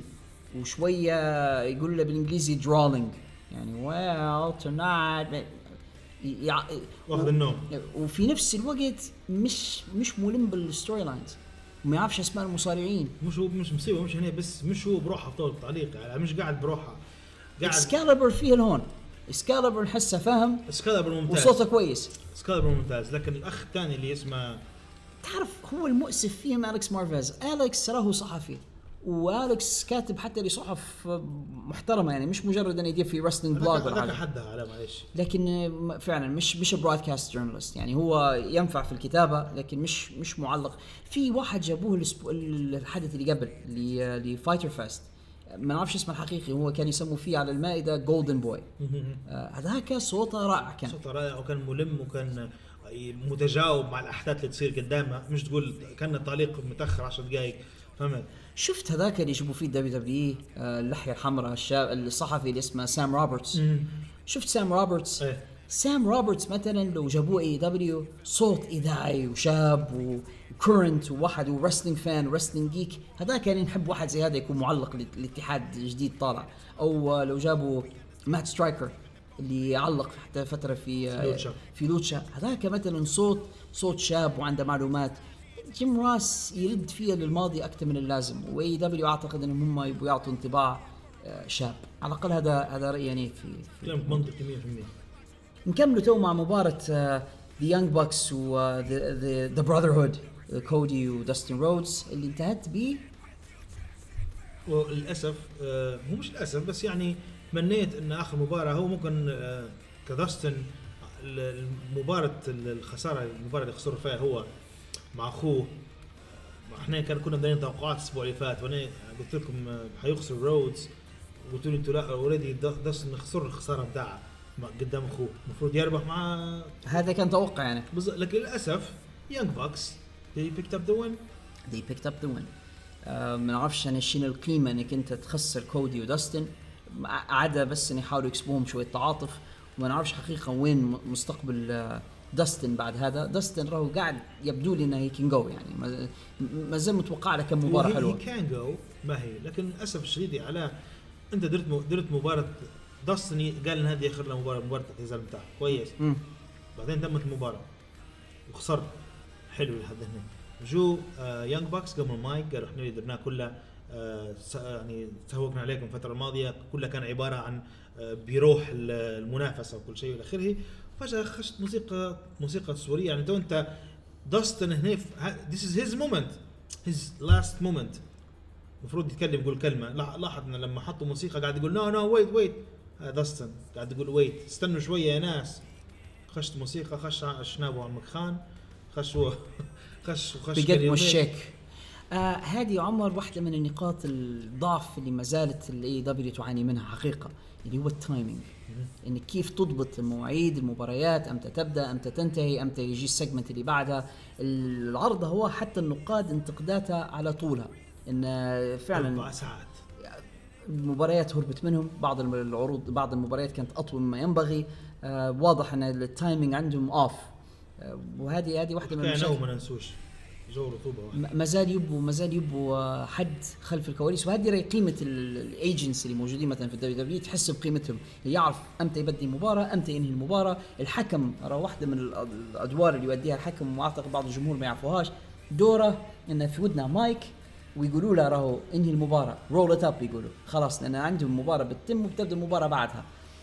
وشويه يقول له بالانجليزي درولينج يعني well tonight يع... واخذ النوم، وفي نفس الوقت مش مش ملم بالستوري لاينز وما يعرفش اسماء المصارعين. مش هو مش مصيبه مش هنا بس، مش هو بروحه في طول التعليق يعني، مش قاعد بروحه قاعد. اسكالبر فيه الهون، اسكالبر نحسه فاهم، اسكالبر ممتاز وصوته كويس، اسكالبر ممتاز. لكن الاخ الثاني اللي اسمه، تعرف هو المؤسف فيهم أليكس مارفيز. أليكس راه صحفي، وأليكس كاتب حتى لصحف محترمة يعني، مش مجرد أن يدير في رسلينج بلوج ولا حاجة. حدها على معلش، لكن فعلا مش مش برودكاست جورنالست يعني، هو ينفع في الكتابة لكن مش مش معلق. في واحد جابوه الحدث اللي قبل لفايتر فاست، ما نعرفش اسمه الحقيقي، هو كان يسموا فيه على المائدة جولدن بوي. هذاك آه صوته رائع، كان صوته رائع وكان ملم وكان متجاوب مع الأحداث اللي تصير قدامه، مش تقول كان تعليق متأخر عشر دقائق. فهمت؟ شفت هذاك اللي يجيبوا فيه دبليو دبليو اللحية الحمراء الشاب الصحفي اللي اسمه سام روبرتس. شفت سام روبرتس؟ ايه. سام روبرتس مثلا لو جابوه اي دبليو، صوت اذاعي وشاب كورنت وواحد ورستلينج فان ورستلينج جيك، هذا كان نحب واحد زي هذا يكون معلق للاتحاد الجديد طالع. او لو جابوا مات سترايكر اللي يعلق حتى فتره في لوتشا. في لوتشا، هذاك مثلا صوت صوت شاب وعنده معلومات. جيم راس يرد فيها للماضي اكثر من اللازم، واي دبليو اعتقد انهم هم يبغوا يعطوا انطباع شاب على الاقل. هذا هذا رايي يعني في, في كلامك منطقي مية بالمية. نكملوا تو مع مباراة ذا يانج بوكس و ذا ذا براذر هود كودي وداستن رودز اللي انتهت ب وللاسف آه هو مش للاسف بس يعني تمنيت ان اخر مباراه هو ممكن آه كداستن المباراه الخساره المباراه اللي خسر فيها هو مع اخوه. احنا كان كنا بدنا توقعات الاسبوع اللي فات وانا قلت لكم آه حيخسر رودز، قلت لي انتوا لا اوريدي داستن خسر الخساره بتاعه قدام اخوه، المفروض يربح مع هذا كان توقع يعني. لكن للاسف يانج بوكس they picked up the win they picked up the win. آه ما نعرفش انا شنو القيمه انك انت تخسر كودي وداستن، عدا بس ان يحاولوا يكسبوهم شويه تعاطف، وما نعرفش حقيقه وين مستقبل آه داستن بعد هذا. داستن راهو قاعد يبدو لي انه هي كان جو يعني، ما زال متوقع له كم مباراه حلوه. هي كان جو ما هي، لكن للاسف الشديد على انت درت درت مباراه داستني قال ان هذه اخر مباراه مباراه الاعتزال بتاعه كويس. م. بعدين تمت المباراه وخسر حلو لحد هنا. جو آه يانج باكس قبل المايك قالوا احنا اللي درناه كله آه يعني تهوكنا عليكم الفتره الماضيه كلها كان عباره عن آه بيروح المنافسه وكل شيء الى اخره. فجاه خشت موسيقى موسيقى تصويريه يعني تو انت داستن هنا this is his moment his last moment المفروض يتكلم يقول كلمه. لاحظنا لما حطوا موسيقى قاعد يقول نو نو ويت ويت داستن قاعد يقول ويت استنوا شويه يا ناس. خشت موسيقى خش شنابه على المكخان خش هو خش وخش بقدموا الشيك. آه هذه عمر واحدة من النقاط الضعف اللي ما زالت الاي دبليو تعاني منها حقيقة، اللي هو التايمينج. انك كيف تضبط المواعيد المباريات، امتى تبدا امتى تنتهي امتى يجي السيجمنت اللي بعدها. العرض هو حتى النقاد انتقداتها على طولها ان فعلا أربع ساعات المباريات هربت منهم. بعض العروض بعض المباريات كانت اطول مما ينبغي. آه واضح ان التايمينج عندهم اوف. آه وهذه هذه واحده من المشاكل. ما ننسوش جو رطوبه ما زال يبوا ما زال يبوا حد خلف الكواليس. وهذه رأي قيمه الايجنتس اللي موجودين مثلا في الدبليو دبليو، تحس بقيمتهم، يعرف امتى يبدي المباراه امتى ينهي المباراه. الحكم ترى واحده من الادوار اللي يؤديها الحكم، واعتقد بعض الجمهور ما يعرفوهاش، دوره انه في ودنا مايك ويقولوا له راهو انهي المباراه رول ات اب، يقولوا خلاص لان عندهم مباراه بتتم وبتبدا المباراه بعدها.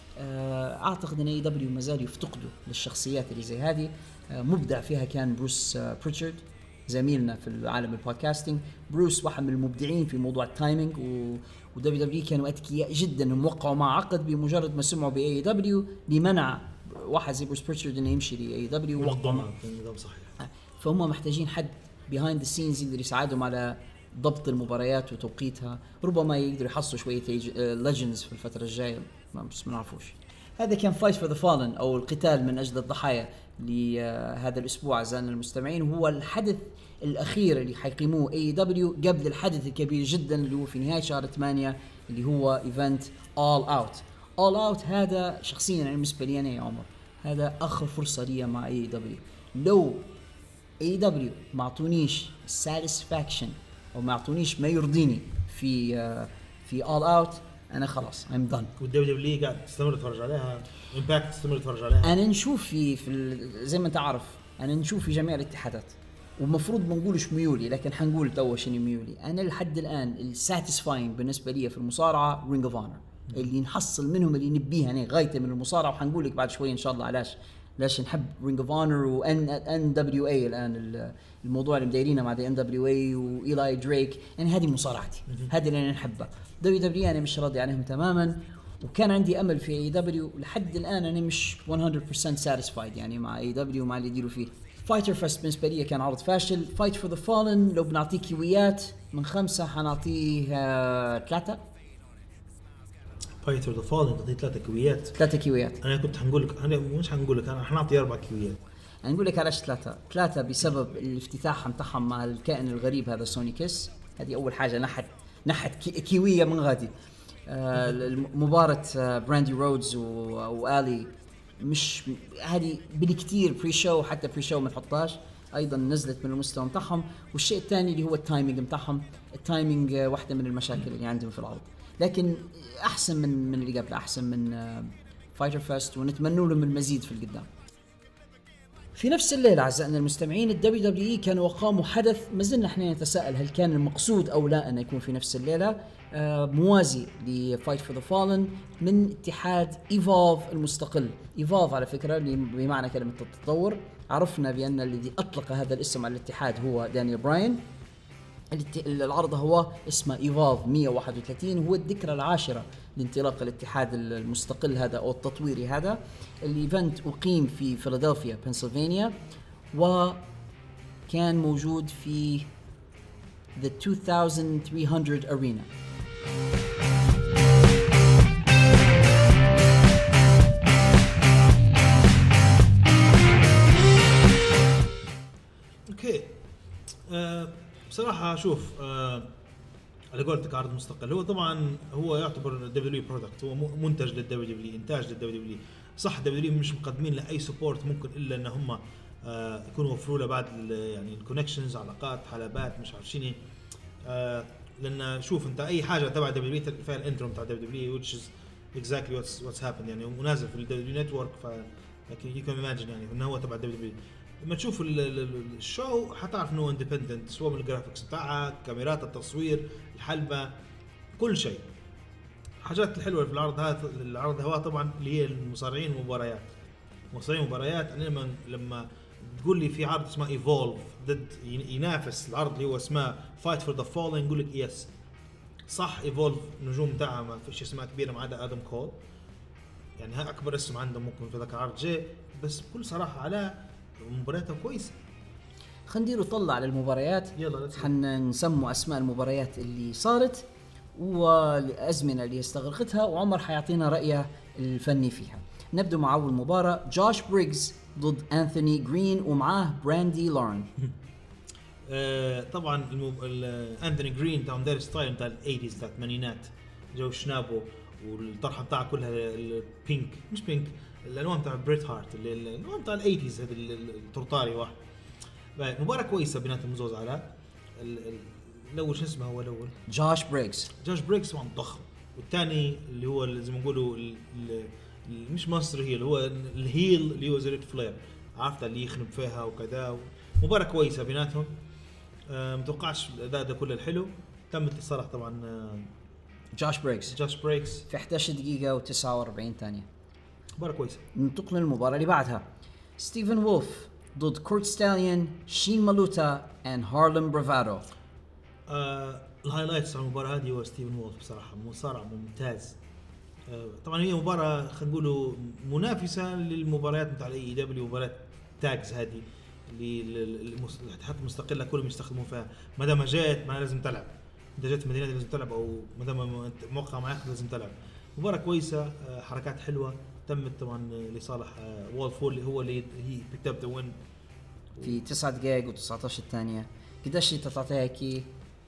اعتقد ان اي دبليو ما زال يفتقدوا للشخصيات اللي زي هذه. مبدع فيها كان بروس بريتشارد زميلنا في عالم البودكاستنج. بروس واحد من المبدعين في موضوع التايمينج، ودبليو دبليو كانوا اذكياء جدا انهم وقعوا مع عقد بمجرد ما سمعوا باي دبليو لمنع واحد زي بروس بريتشارد انه يمشي لاي دبليو. نظام صحيح. فهم محتاجين حد بيهايند ذا سينز يقدر يساعدهم على ضبط المباريات وتوقيتها. ربما يقدروا يحصلوا شويه ليجندز في الفتره الجايه بس ما نعرفوش. هذا كان فايت فور ذا فالن او القتال من اجل الضحايا لهذا الاسبوع اعزائنا المستمعين، وهو الحدث الاخير اللي حيقيموه اي دبليو قبل الحدث الكبير جدا اللي هو في نهايه شهر ثمانية اللي هو ايفنت اول اوت. اول اوت هذا شخصيا بالنسبه لي انا يا عمر هذا اخر فرصه لي مع اي دبليو. لو اي دبليو ما اعطونيش ساتسفاكشن او ما اعطونيش ما يرضيني في في اول اوت انا خلاص I'm done. والدبليو دبليو قاعد تستمر تتفرج عليها، امباكت تستمر تتفرج عليها. انا نشوف في, في زي ما انت عارف انا نشوف في جميع الاتحادات، ومفروض ما نقولش ميولي لكن حنقول تو شنو ميولي. انا لحد الان الساتيسفاين بالنسبه لي في المصارعه رينج اوف اونر، اللي نحصل منهم اللي نبيه يعني غايته من المصارعه. وحنقول لك بعد شوي ان شاء الله علاش ليش نحب رينج اوف اونر وان ان دبليو اي الان الموضوع اللي مدايرينه مع دي ان دبليو اي وايلاي دريك. يعني هذه مصارعتي، هذه اللي انا نحبها. دبليو دبليو انا مش راضي عليهم تماما، وكان عندي امل في اي دبليو. لحد الان انا مش مية بالمية ساتيسفايد يعني مع اي دبليو ومع اللي يديروا فيه. فايتر فيست بالنسبه لي كان عرض فاشل. فايت فور ذا فالن لو بنعطيه كيويات من خمسة حنعطيه ثلاثة. فايت فور ذا فالن نعطيه ثلاثة كيويات. ثلاثة كيويات. انا كنت حنقول لك انا مش حنقول لك انا حنعطي اربع كيويات. انا نقول لك علاش ثلاثة. ثلاثة بسبب الافتتاح متاعهم مع الكائن الغريب هذا سوني كيس. هذه اول حاجه نحت نحت كيويه من غادي. آه مباراة آه براندي رودز وآلي مش هذه بالكتير بري شو، حتى بري شو ما تحطهاش. ايضا نزلت من المستوى بتاعهم. والشيء الثاني اللي هو التايمينج بتاعهم، التايمينج واحده من المشاكل اللي عندهم في العرض، لكن احسن من من اللي قبل، احسن من فايتر فيست، ونتمنى لهم المزيد في القدام. في نفس الليلة أعزائنا المستمعين الدبليو دبليو إي كانوا وقاموا حدث ما زلنا احنا نتساءل هل كان المقصود أو لا أن يكون في نفس الليلة، آه موازي لفايت فور ذا فالن من اتحاد إيفولف المستقل. إيفولف على فكرة بمعنى كلمة التطور. عرفنا بأن الذي أطلق هذا الاسم على الاتحاد هو دانيال براين. العرض هو اسمه إيفولف مية وواحد وثلاثين، هو الذكرى العاشرة لانطلاق الاتحاد المستقل هذا أو التطويري هذا. الإيفنت أقيم في فيلادلفيا بنسلفانيا، وكان موجود في the two thousand three hundred Arena. اوكي أه بصراحة شوف أه على قولتك عرض مستقل، هو طبعا هو يعتبر دبليو برودكت، هو منتج للدبليو دبليو، انتاج للدبليو دبليو. صح دبليو مش مقدمين لاي سبورت ممكن الا ان هم آه يكونوا وفروا له بعد يعني الكونكشنز، علاقات، حلبات، مش عارف شنو. آه لان شوف انت اي حاجه تبع دبليو فيها الانترو بتاع دبليو دبليو which is exactly what's what's happened، يعني ونازل في الدبليو نتورك، ف you can imagine يعني انه هو تبع دبليو دبليو. لما تشوف الشو حتعرف انه اندبندنت، سواء من الجرافيكس بتاعها، كاميرات التصوير، الحلبة، كل شيء. حاجات الحلوه في العرض هذا العرض هو طبعا اللي هي المصارعين والمباريات. مصارعين ومباريات انا لما لما تقول لي في عرض اسمه ايفولف ضد ينافس العرض اللي هو اسمه فايت فور ذا فالن، نقول لك يس صح. ايفولف النجوم بتاعها ما فيش اسماء كبيره ما عدا ادم كول، يعني ها اكبر اسم عندهم ممكن في ذاك العرض جاي، بس بكل صراحه على مبارياتها كويسه. خلينا نديروا طلع على المباريات، يلا حنسموا اسماء المباريات اللي صارت والازمنه اللي استغرقتها، وعمر حيعطينا رايه الفني فيها. نبدأ مع أول مباراة، جوش بريغز ضد أنثوني جرين ومعاه براندي لورن. آه طبعا المب... أنثوني جرين تاع مدير ستايل تاع الثمانينات تاع الثمانينات، جو شنابو والطرحة بتاعه كلها البينك، مش بينك، الألوان تاع بريت هارت، الألوان تاع الثمانينات هذا الترطاري واحد. مباراة كويسة بيناتهم مزوز على الأول. شو اسمه هو الأول؟ جوش بريغز. جوش بريغز طبعا ضخم، والثاني اللي هو زي ما نقولوا مش مصري، هي اللي هو الهيل اللي هو زي فلير، عرفت اللي يخنب فيها وكذا. مباراة كويسة بيناتهم. أه متوقعش الأداء ده كله الحلو. تمت الصراحة طبعا أه جوش بريغز جوش بريغز في إحدى عشرة دقيقة وتسعة وأربعين ثانية. مباراة كويسة. ننتقل للمباراة اللي بعدها، ستيفن وولف ضد كورت ستاليون، شين مالوتا and هارلم برافادو. أه الهايلايتس على المباراة هذه هو ستيفن وولف بصراحة مصارع ممتاز. طبعا هي مباراة خلينا نقولوا منافسة للمباريات نتاع الاي دبليو، مباريات تاجز هذه اللي الاتحاد المستقلة كلهم يستخدمون فيها. ما دام جات ما لازم تلعب، انت جات مدينة لازم تلعب، او ما دام موقع معك لازم تلعب. مباراة كويسة، حركات حلوة تمت طبعا لصالح وولف، اللي هو اللي هي بيكت اب ذا وين في تسعة دقائق وتسعة عشر ثانية. قديش انت تعطيها كي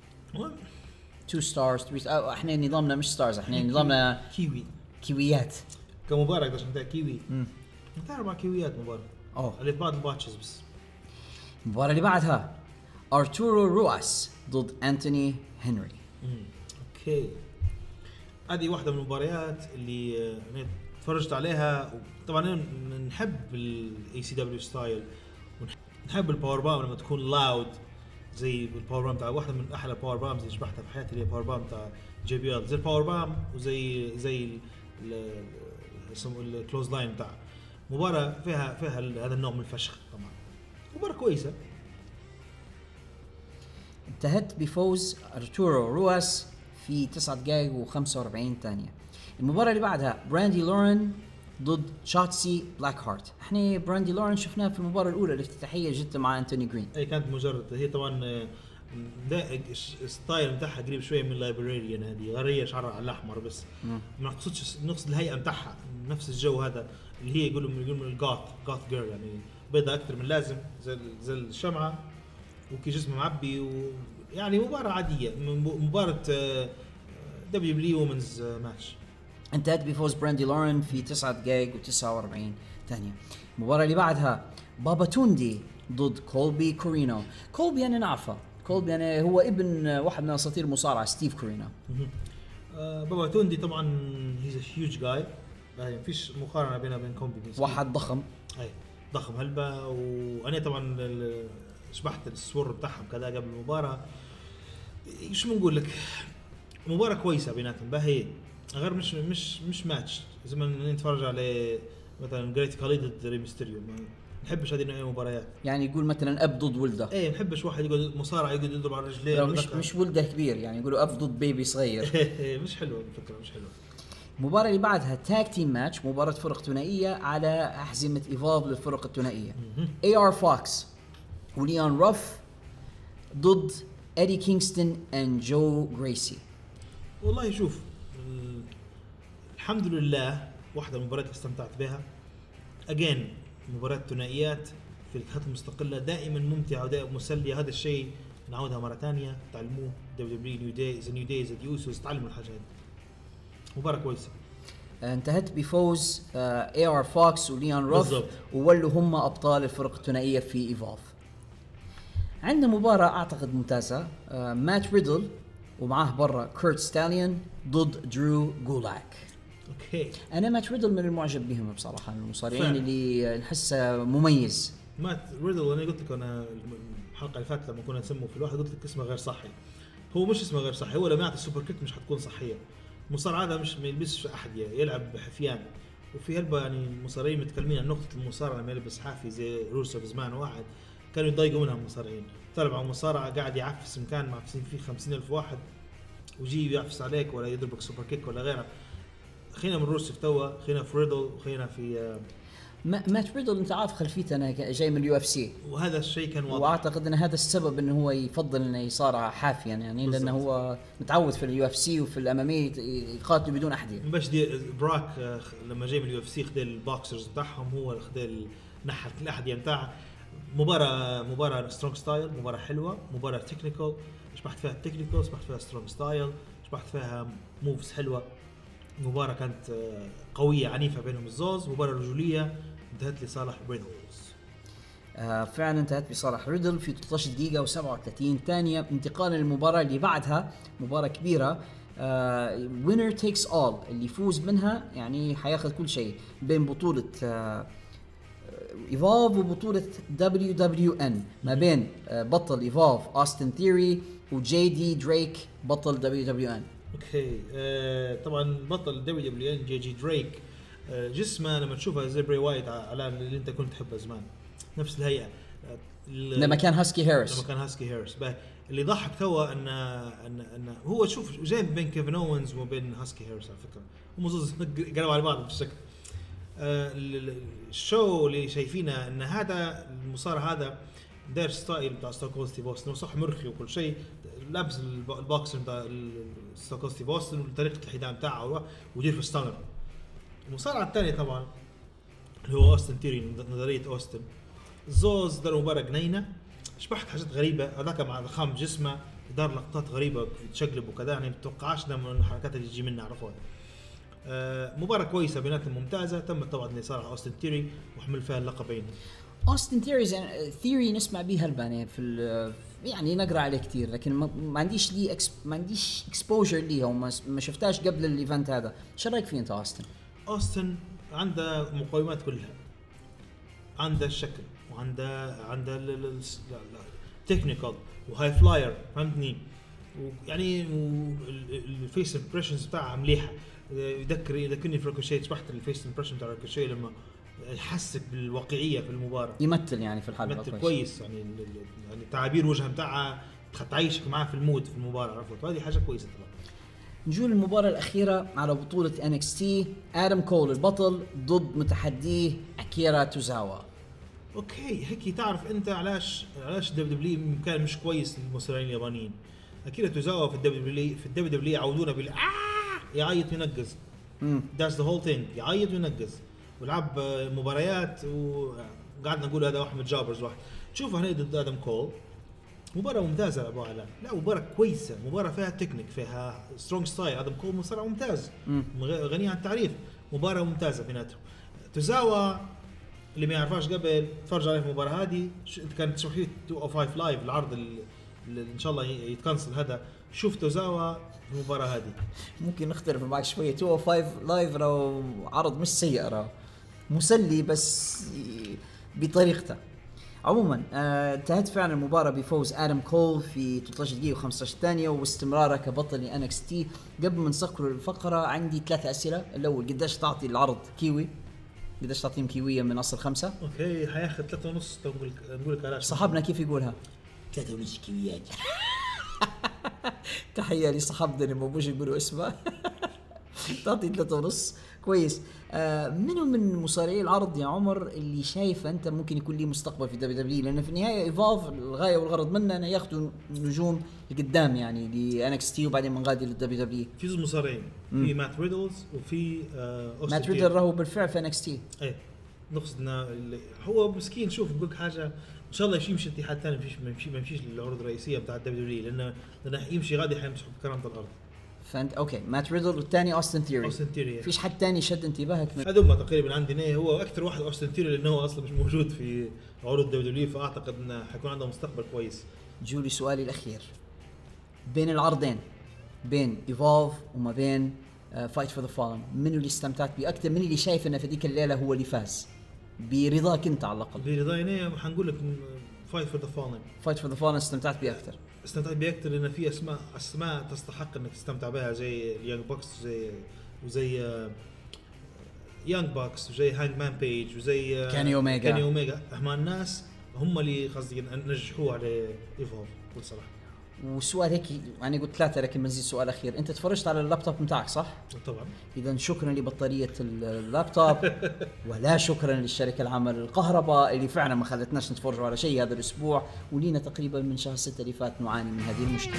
two stars three أو احنا نظامنا مش stars، احنا نظامنا كيوي كيويات كمباراة. قديش انت كيوي انت مع كيويات مباراة اوه اللي بعض الباتشز. بس المباراة اللي بعدها، ارتورو روس ضد انتوني هنري. اوكي هذه واحدة من المباريات اللي انا تفرجت عليها. طبعا نحب الاي سي دبليو ستايل، ونحب الباور بام لما تكون لاود زي الباور بام تاع واحدة من أحلى الباور بامز اللي شبحتها في حياتي، اللي هي باور بام تاع جي بي ال، زي الباور بام وزي زي اسمه الكلوز لاين بتاع. مباراة فيها فيها هذا النوع من الفشخ. طبعا مباراة كويسة انتهت بفوز ارتورو روس في تسعة دقائق وخمسة وأربعين ثانية. المباراة اللي بعدها، براندي لورن ضد شاتسي بلاك هارت. احنا براندي لورن شفناه في المباراة الأولى الافتتاحية جدا مع أنتوني جرين. اي كانت مجرد هي طبعا ستايل بتاعها قريب شوية من لايبراريان، هذه غرية شعرها على الأحمر، بس ما نقصدش نقصد الهيئة بتاعها نفس الجو هذا اللي هي يقولوا من يقولوا من الجاث جاث جيرل، يعني بيضة أكثر من لازم زي زي الشمعة وكي جسمه معبي، ويعني مباراة عادية، مباراة دبليو دبليو وومنز ماتش. انتهت بفوز براندي لورن في تسعة دقائق وتسعة وأربعين ثانية. المباراة اللي بعدها، بابا توندي ضد كولبي كورينو. كولبي أنا نعرفه، كولبي أنا هو ابن واحد من أساطير المصارعة ستيف كورينو. آه بابا توندي طبعا هيز هيوج جاي، يعني فيش مقارنة بينه وبين كولبي. واحد ضخم، أي ضخم هلبة. وأنا طبعا شبحت الصور بتاعهم كذا قبل المباراة. شو بنقول لك، مباراة كويسة بيناتهم باهي، غير مش مش مش ماتش زي ما نتفرج على مثلا جريت كالي ضد ري ميستيريو. ما نحبش هذه النوعية مباريات، يعني يقول مثلا اب ضد ولده. ايه نحبش واحد يقعد مصارع يقعد يضرب على رجليه، مش مش ولده كبير، يعني يقولوا اب ضد بيبي صغير. مش حلوة الفكرة، مش حلوة. المباراة اللي بعدها تاج تيم ماتش، مباراة فرق ثنائية على أحزمة إيفولف للفرق الثنائية. إيه آر Fox وليون روف ضد إيدي كينغستون and جو غريسي. والله شوف، الحمد لله واحدة من المباريات استمتعت بها. أجين مباراة ثنائيات في الكتات المستقلة دائما ممتعة ودائما مسلية. هذا الشيء نعودها مرة ثانية، تعلموه دبليو دبليو نيو داي زي نيو داي زي يوسوس، تعلموا الحاجة هذه. مباراة كويسة. انتهت بفوز إيه آر Fox وليون روف، وولوا هم أبطال الفرق الثنائية في إيفولف. عندنا مباراة أعتقد ممتازة، مات ريدل ومعاه برا كيرت ستاليون ضد درو جولاك. اوكي، انا مات ريدل من المعجب بهم بصراحه، المصارعين اللي نحسه مميز. مات ريدل انا قلت لك انا الحلقه اللي فاتت لما كنا نسمه في الواحد قلت لك اسمه غير صحي. هو مش اسمه غير صحي، هو لما يعطي السوبر كيك مش حتكون صحيه. المصارع هذا مش ما يلبسش احذيه، يلعب بحفيان. وفي هلبة يعني المصارعين متكلمين عن نقطه المصارع لما يلبس حافي زي روسو في زمان واحد كانوا يضايقوا منها المصارعين. طلع مع المصارعه قاعد يعفس مكان معفسين فيه خمسين ألف واحد ويجي يعفس عليك ولا يضربك سوبر كيك ولا غيره. خلينا من روسف توا، خلينا في ريدل، وخلينا في مات ريدل. انت عارف خلفيته انا جاي من اليو اف سي، وهذا الشيء كان واضح. واعتقد ان هذا السبب انه هو يفضل انه يصارع حافيا، يعني لانه هو متعود في اليو اف سي وفي الامامي يقاتل بدون احذيه. باش دي براك لما جاي من اليو اف سي خد البوكسرز بتاعهم، هو خد نحت الاحذيه بتاعه. مباراه مباراه سترونج ستايل، مباراه حلوه، مباراه تكنيكال، شبحت فيها التكنيكال، شبحت فيها سترونج ستايل، شبحت فيها موفز حلوه. مباراة كانت قوية عنيفة بينهم الزوز، مباراة رجولية انتهت لصالح ريدلز. آه فعلا انتهت بصالح ريدل في ثلاثة عشر دقيقة وسبعة وثلاثين ثانية. انتقالا للمباراة اللي بعدها، مباراة كبيرة، آه winner takes all، اللي يفوز منها يعني حياخذ كل شيء، بين بطولة آه ايفولف وبطولة دبليو دبليو ان، ما بين آه بطل ايفولف أوستن ثيوري وجي دي دريك بطل دبليو دبليو ان. اوكي، آه طبعا بطل دبليو دبليو ان جي جي دريك، آه جسمه لما تشوفها زي بري وايت على اللي انت كنت تحبه زمان، نفس الهيئه. آه لما كان هاسكي هيرس لما كان هاسكي هيرس اللي ضحك توا ان ان ان هو شوف جاي بين كيفن اونز وبين هاسكي هيرس على فكره، هم زوز قالوا على بعض بالشكل. آه الشو اللي شايفينه ان هذا المصارع هذا داير ستايل بتاع ستوكول ستيف اوستن، صح مرخي وكل شيء، لابس البوكسر بتاع ستوكول ستيف اوستن وطريقه الحزام بتاعه ودير في ستانر. المصارع الثاني طبعا اللي هو اوستن ثيوري، نظريه اوستن، زوز دار مباراه جنينه، شبحت حاجات غريبه. هذاك مع ضخام جسمه دار لقطات غريبه تشقلب وكذا، يعني متوقعاش من الحركات اللي تجي منها، عرفوها. آه مباراه كويسه بيناتهم ممتازه، تمت طبعا لصالح اوستن ثيوري وحمل فيها اللقبين. أوستن ثيوري ثيوري نسمع بيها البانية في يعني نقرأ عليه كتير، لكن ما عنديش لي اكس ما عنديش اكسبوجر ليه وما ما شفتاش قبل الايفنت هذا. شو رايك فيه انت أوستن؟ أوستن عنده مقومات كلها، عنده الشكل وعنده عنده التكنيكال وهاي فلاير، فهمتني؟ ويعني الفيس امبريشنز بتاعها مليحه، يذكر يذكرني في ريكوشيه. شبحت الفيس امبريشن بتاع ريكوشيه لما يحسك بالواقعيه في المباراه، يمثل يعني في الحلبه يمثل كويس، يعني يعني تعابير وجهه بتاعها تعيشك معاه في المود في المباراه، عرفت؟ هذه حاجه كويسه طبعا. نجول المباراه الاخيره على بطوله إن إكس تي، آدم كول البطل ضد متحديه أكيرا توزاوا. اوكي، هيك تعرف انت علاش علاش دبليو دبليو كان مش كويس للمصارعين اليابانيين. أكيرا توزاوا في الدبليو دبليو في الدبليو دبليو يعودونا بال آه يعيط وينقز، that's the whole thing، يعيط وينقز ولعب مباريات. وقعدنا نقول هذا واحد من جابرز واحد. شوف هنا ضد آدم كول مباراة ممتازة أبو علاء، لا مباراة كويسة، مباراة فيها تكنيك، فيها سترونج ستايل. آدم كول مصارع ممتاز غني عن التعريف، مباراة ممتازة بيناتهم. توزاوا اللي ما يعرفهاش قبل تفرج عليه في المباراه هذه، كانت تشوفيه مئتين وخمسة لايف العرض اللي ان شاء الله يتكنسل هذا، شفته زاوا في المباراه هذه. ممكن نختلف معك شويه. مئتين وخمسة لايف لو عرض مش سيء، راه مسلي بس بطريقته. عموما آه، انتهت فعلا المباراة بفوز آدم كول في ثلاثة عشر دقيقة و15 ثانية واستمراره كبطل ل إن إكس تي. قبل ما نسكر الفقرة عندي ثلاثة أسئلة. الأول، قديش تعطي العرض كيوي؟ قديش تعطيهم كيوية من أصل خمسة؟ اوكي حياخذ ثلاثة ونص. نقول نقول لك علاش صاحبنا كيف يقولها؟ ثلاثة ونص كيويات. تحية لصاحبنا اللي ما بوش يقولوا اسمه. تعطي ثلاثة ونص كويس. آه منو من مصارعي العرض يا عمر اللي شايف أنت ممكن يكون ليه مستقبل في دبليو دبليو؟ لأن في النهاية إيفولف الغاية والغرض منه أنه ياخذوا نجوم لقدام يعني ل إن إكس تي وبعدين منغادي للدبليو دبليو. في زوج مصارعين، في مات ريدلز وفي آه مات ريدل راهو بالفعل في إن إكس تي. ايه نقصدنا هو مسكين. شوف بقولك حاجه، ان شاء الله يمشي اتحاد ثاني، مفيش ما يمشي ما يمشيش للعروض الرئيسيه بتاع الدبليو دبليو، لانه لانه يمشي غادي حيمسح بكرامه الارض. فانت اوكي مات ريدل والثاني اوستن ثيوري. اوستن ثيوري فيش حد تاني شد انتباهك من هذول تقريبا عندي نيه هو اكثر واحد اوستن ثيوري، لانه هو اصلا مش موجود في عروض دبليو دبليو، فاعتقد انه حيكون عنده مستقبل كويس. جولي سؤالي الاخير، بين العرضين بين ايفولف وما بين فايت فور ذا فالن، من اللي استمتعت بيه اكثر؟ من اللي شايف انه في ذيك الليله هو اللي فاز برضاك انت على الاقل؟ برضاي انا حنقول لك فايت فور ذا فالن. فايت فور ذا فالن استمتعت بيه اكثر. استمتعت بيه اكثر لان في اسماء اسماء تستحق انك تستمتع بها، زي اليانج بوكس وزي وزي يانج بوكس وزي هانج مان بيج وزي كاني اوميجا. كاني اوميجا هم الناس هم اللي قصدي نجحوه على ايفولف بكل صراحه. وسؤال هيك يعني قلت ثلاثة لكن بنزيد سؤال أخير، أنت تفرجت على اللابتوب متاعك صح؟ طبعا. إذا شكرا لبطارية اللابتوب ولا شكرا للشركة العامة للكهرباء اللي فعلا ما خلتناش نتفرج على شيء هذا الأسبوع، ولينا تقريبا من شهر ستة اللي فات نعاني من هذه المشكلة.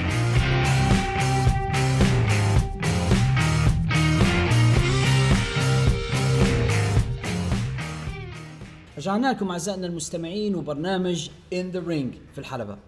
رجعنا لكم أعزائنا المستمعين وبرنامج In the Ring في الحلبة.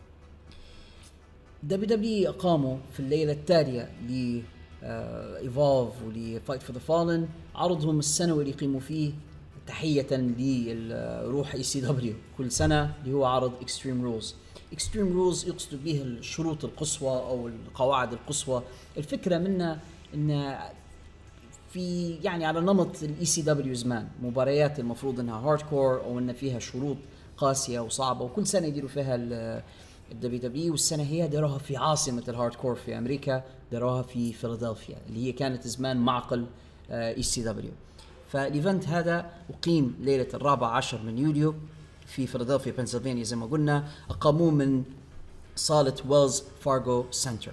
دبليو دبليو أقاموا في الليلة التالية ل إيفولف ول Fight for the Fallen عرضهم السنوي اللي يقيموا فيه تحية لروح إي سي دبليو كل سنة، اللي هو عرض Extreme Rules. Extreme Rules يقصد به الشروط القصوى أو القواعد القصوى. الفكرة منها إن في يعني على نمط الإي سي دبليو زمان مباريات المفروض إنها هاردكور أو إن فيها شروط قاسية وصعبة، وكل سنة يديروا فيها الدبليو دبليو، والسنة هي داروها في عاصمة الهاردكور في أمريكا، داروها في فيلادلفيا اللي هي كانت زمان معقل إي سي دبليو. فالإيفنت هذا أقيم ليلة الرابع عشر من يوليو في فيلادلفيا بنسلفانيا زي ما قلنا. أقاموه من صالة ويلز فارغو سنتر.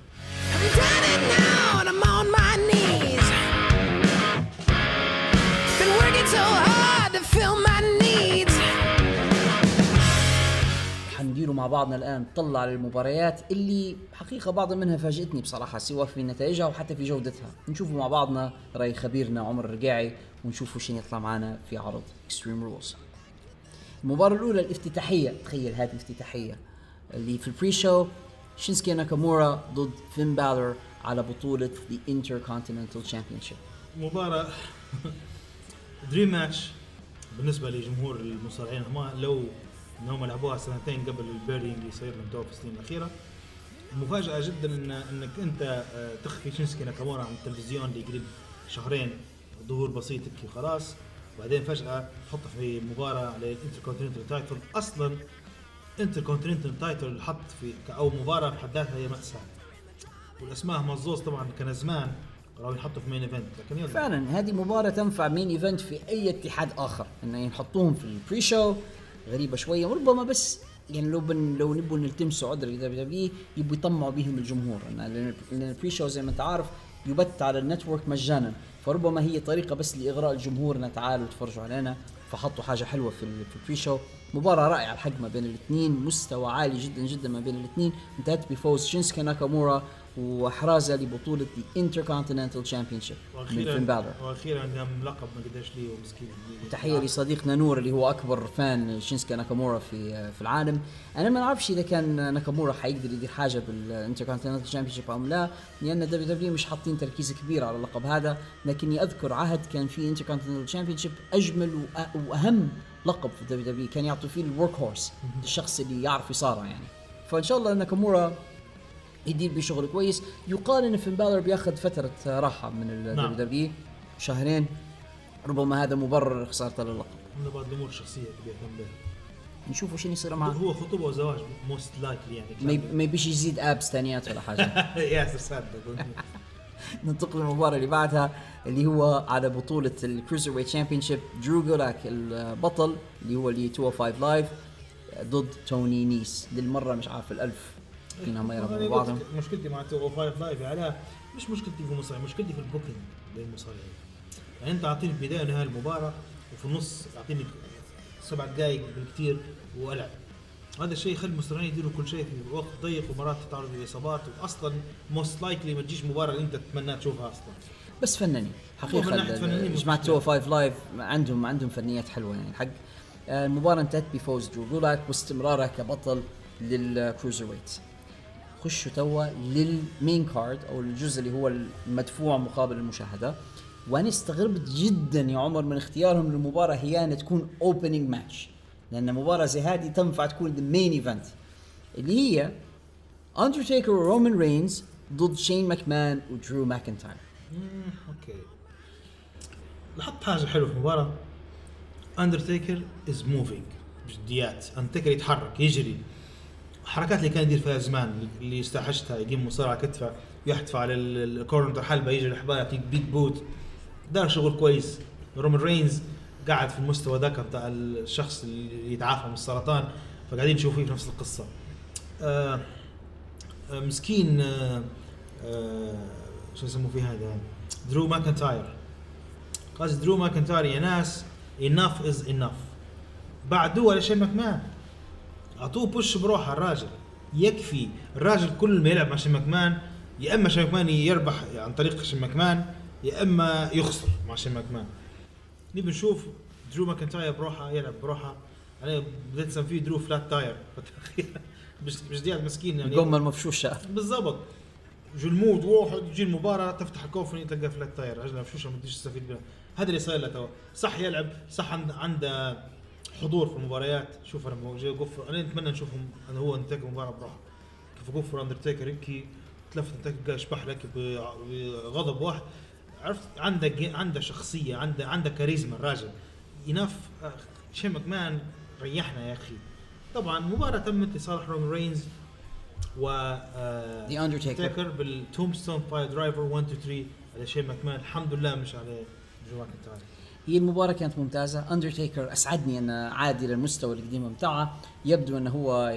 حنديروا مع بعضنا الآن طلع على المباريات اللي حقيقة بعض منها فاجئتني بصراحة، سواء في نتائجها وحتى في جودتها. نشوفوا مع بعضنا رأي خبيرنا عمر الرقاعي ونشوفوا شين يطلع معنا في عرض Extreme Rules. المباراة الأولى الافتتاحية، تخيل هذه الافتتاحية اللي في البري شو، شينسكي ناكامورا ضد فين بالور على بطولة The Intercontinental Championship. مباراة دريم ماتش بالنسبة لجمهور المصارعين، هم لو انهم لعبوها سنتين قبل البيرينج اللي صاير لهم تو في السنين الاخيره. مفاجاه جدا إن انك انت تخفي شينسكي ناكامورا عن التلفزيون لقريب شهرين، ظهور بسيط كي خلاص، وبعدين فجاه تحطه في مباراه على الانتركونتيننتال تايتل. اصلا انتركونتيننتال تايتل حط في او مباراه بحد ذاتها هي مأساة، والاسماء مزوز طبعا كان زمان راح يحطوا في مين ايفنت، لكن يلا فعلا هذه مباراه تنفع مين ايفنت في اي اتحاد اخر، انه يحطوهم في البري شو. غريبه شويه وربما بس يعني لو بن لو نبوا نلتمسوا عذر لدبليو دبليو يبوا يطمعوا بهم الجمهور، لان البري شو زي ما انت عارف يبث على النتورك مجانا، فربما هي طريقه بس لاغراء الجمهور ان تعالوا تفرجوا علينا، فحطوا حاجه حلوه في البري شو. مباراه رائعه الحق ما بين الاثنين، مستوى عالي جدا جدا ما بين الاثنين، انتهت بفوز شينسكي ناكامورا واحرازه لبطوله الانتركونتيننتال تشامبيونشيب من فين بالور. واخيرا قام لقب ما قداش ليه ومسكين. تحيه لصديقنا نور اللي هو اكبر فان شينسكي ناكامورا في في العالم. انا ما نعرفش اذا كان ناكامورا حيقدر يدير حاجه بالانتركونتيننتال تشامبيونشيب او لا، لان دبليو دبليو مش حاطين تركيز كبير على اللقب هذا، لكني اذكر عهد كان في انتركونتيننتال تشامبيونشيب اجمل واهم لقب في دبليو دبليو، كان يعطوا فيه الورك هورس، الشخص اللي يعرف يصارع يعني. فان شاء الله ناكامورا يدير بشغل كويس. يقال ان فين بالور بياخذ فتره راحه من الدبليو دبليو شهرين، ربما هذا مبرر خسارته للقب. من بعض الامور الشخصيه بيهتم بها، نشوفوا شنو يصير معه. هو خطوبه وزواج موست لايكلي يعني، ما يبيش يزيد ابس ثانيات ولا حاجه. يا سعد. ننتقل للمباراه اللي بعدها اللي هو على بطوله الكروزر ويت تشامبيونشيب. درو جولاك البطل اللي هو اللي مئتين وخمسة لايف ضد توني نيس للمره مش عارف الألف فينا ما يربوا بعضهم. مشكلتي مع مئتين وخمسة لايف على مش مشكلتي في المصارع، مشكلتي في البوكينج للمصارعين. يعني انت اعطيني بدايه ونهايه المباراه وفي النص اعطيني سبع دقائق بالكثير والعب. هذا الشيء يخلي المصارعين يديروا كل شيء في وقت ضيق ومرات تتعرض للاصابات، واصلا موست لايكلي ما تجيش مباراه اللي انت تتمنى تشوفها اصلا. بس فنانين حقيقه جماعه مئتين وخمسة لايف عندهم عندهم فنيات حلوه يعني. الحق المباراه انتهت بفوز درو جولاك واستمراره كبطل للكروزر ويت. خشوا توا للمين كارد او الجزء اللي هو المدفوع مقابل المشاهده، وانا استغربت جدا يا عمر من اختيارهم للمباراه هي ان تكون اوبننج ماتش، لان مباراه زي هذه تنفع تكون المين ايفنت اللي هي اندرتيكر ورومان رينز ضد شين ماكمان ودرو ماكنتاير. اوكي لاحظت حاجه حلوه في المباراه، اندرتيكر از موفينج بجديات، اندرتيكر يتحرك يجري، الحركات اللي كان يدير فيها زمان اللي استحشتها، يقيم مصارعه كتفه يحتفى على الكورنر حلبه يجري الحبال يعطيك بيج بوت، دار شغل كويس. رومان رينز قاعد في المستوى ذاك بتاع الشخص اللي يتعافى من السرطان، فقاعدين نشوف فيه في نفس القصه. آه آه مسكين آه آه شو يسموه في هذا درو ماكنتاير. قصد درو ماكنتاير يا ناس enough is enough. بعدوه على شين ماكمان اعطوه بوش بروحه الراجل، يكفي الراجل كل ما يلعب مع شين ماكمان يا اما شين ماكمان يربح عن طريق شين ماكمان يا اما يخسر مع شين ماكمان. نبي نشوف درو ماكنتاير بروحه يلعب بروحه. انا بديت اسمي فيه درو فلات تاير مش مش ديال مسكين يعني القمه المفشوشه بالضبط. جو المود واحد يجي المباراه تفتح الكوفري تلقى فلات تاير عجله مفشوشه ما تجيش تستفيد منها. هذا اللي صاير له تو. صح يلعب صح عنده حضور في المباريات. شوف انا موجود قفر انا نتمنى نشوفهم انا هو انتهى مباراه بروحه كيف قفر اندرتيكر يبكي تلفت انتهى يشبح لك بغضب واحد. عرفت عنده عنده شخصيه عنده عنده كاريزما الراجل ينف. شين ماكمان ريحنا يا اخي. طبعا مباراه تمت لصالح رومان رينز و ذا اندرتيكر بالتومستون باي درايفر واحد اثنين ثلاثة على شين ماكمان. الحمد لله مش على جو ماكنتاير. هي المباراة كانت ممتازة. أندرتيكر أسعدني أن عادي للمستوى القديم بتاعه. يبدو أنه هو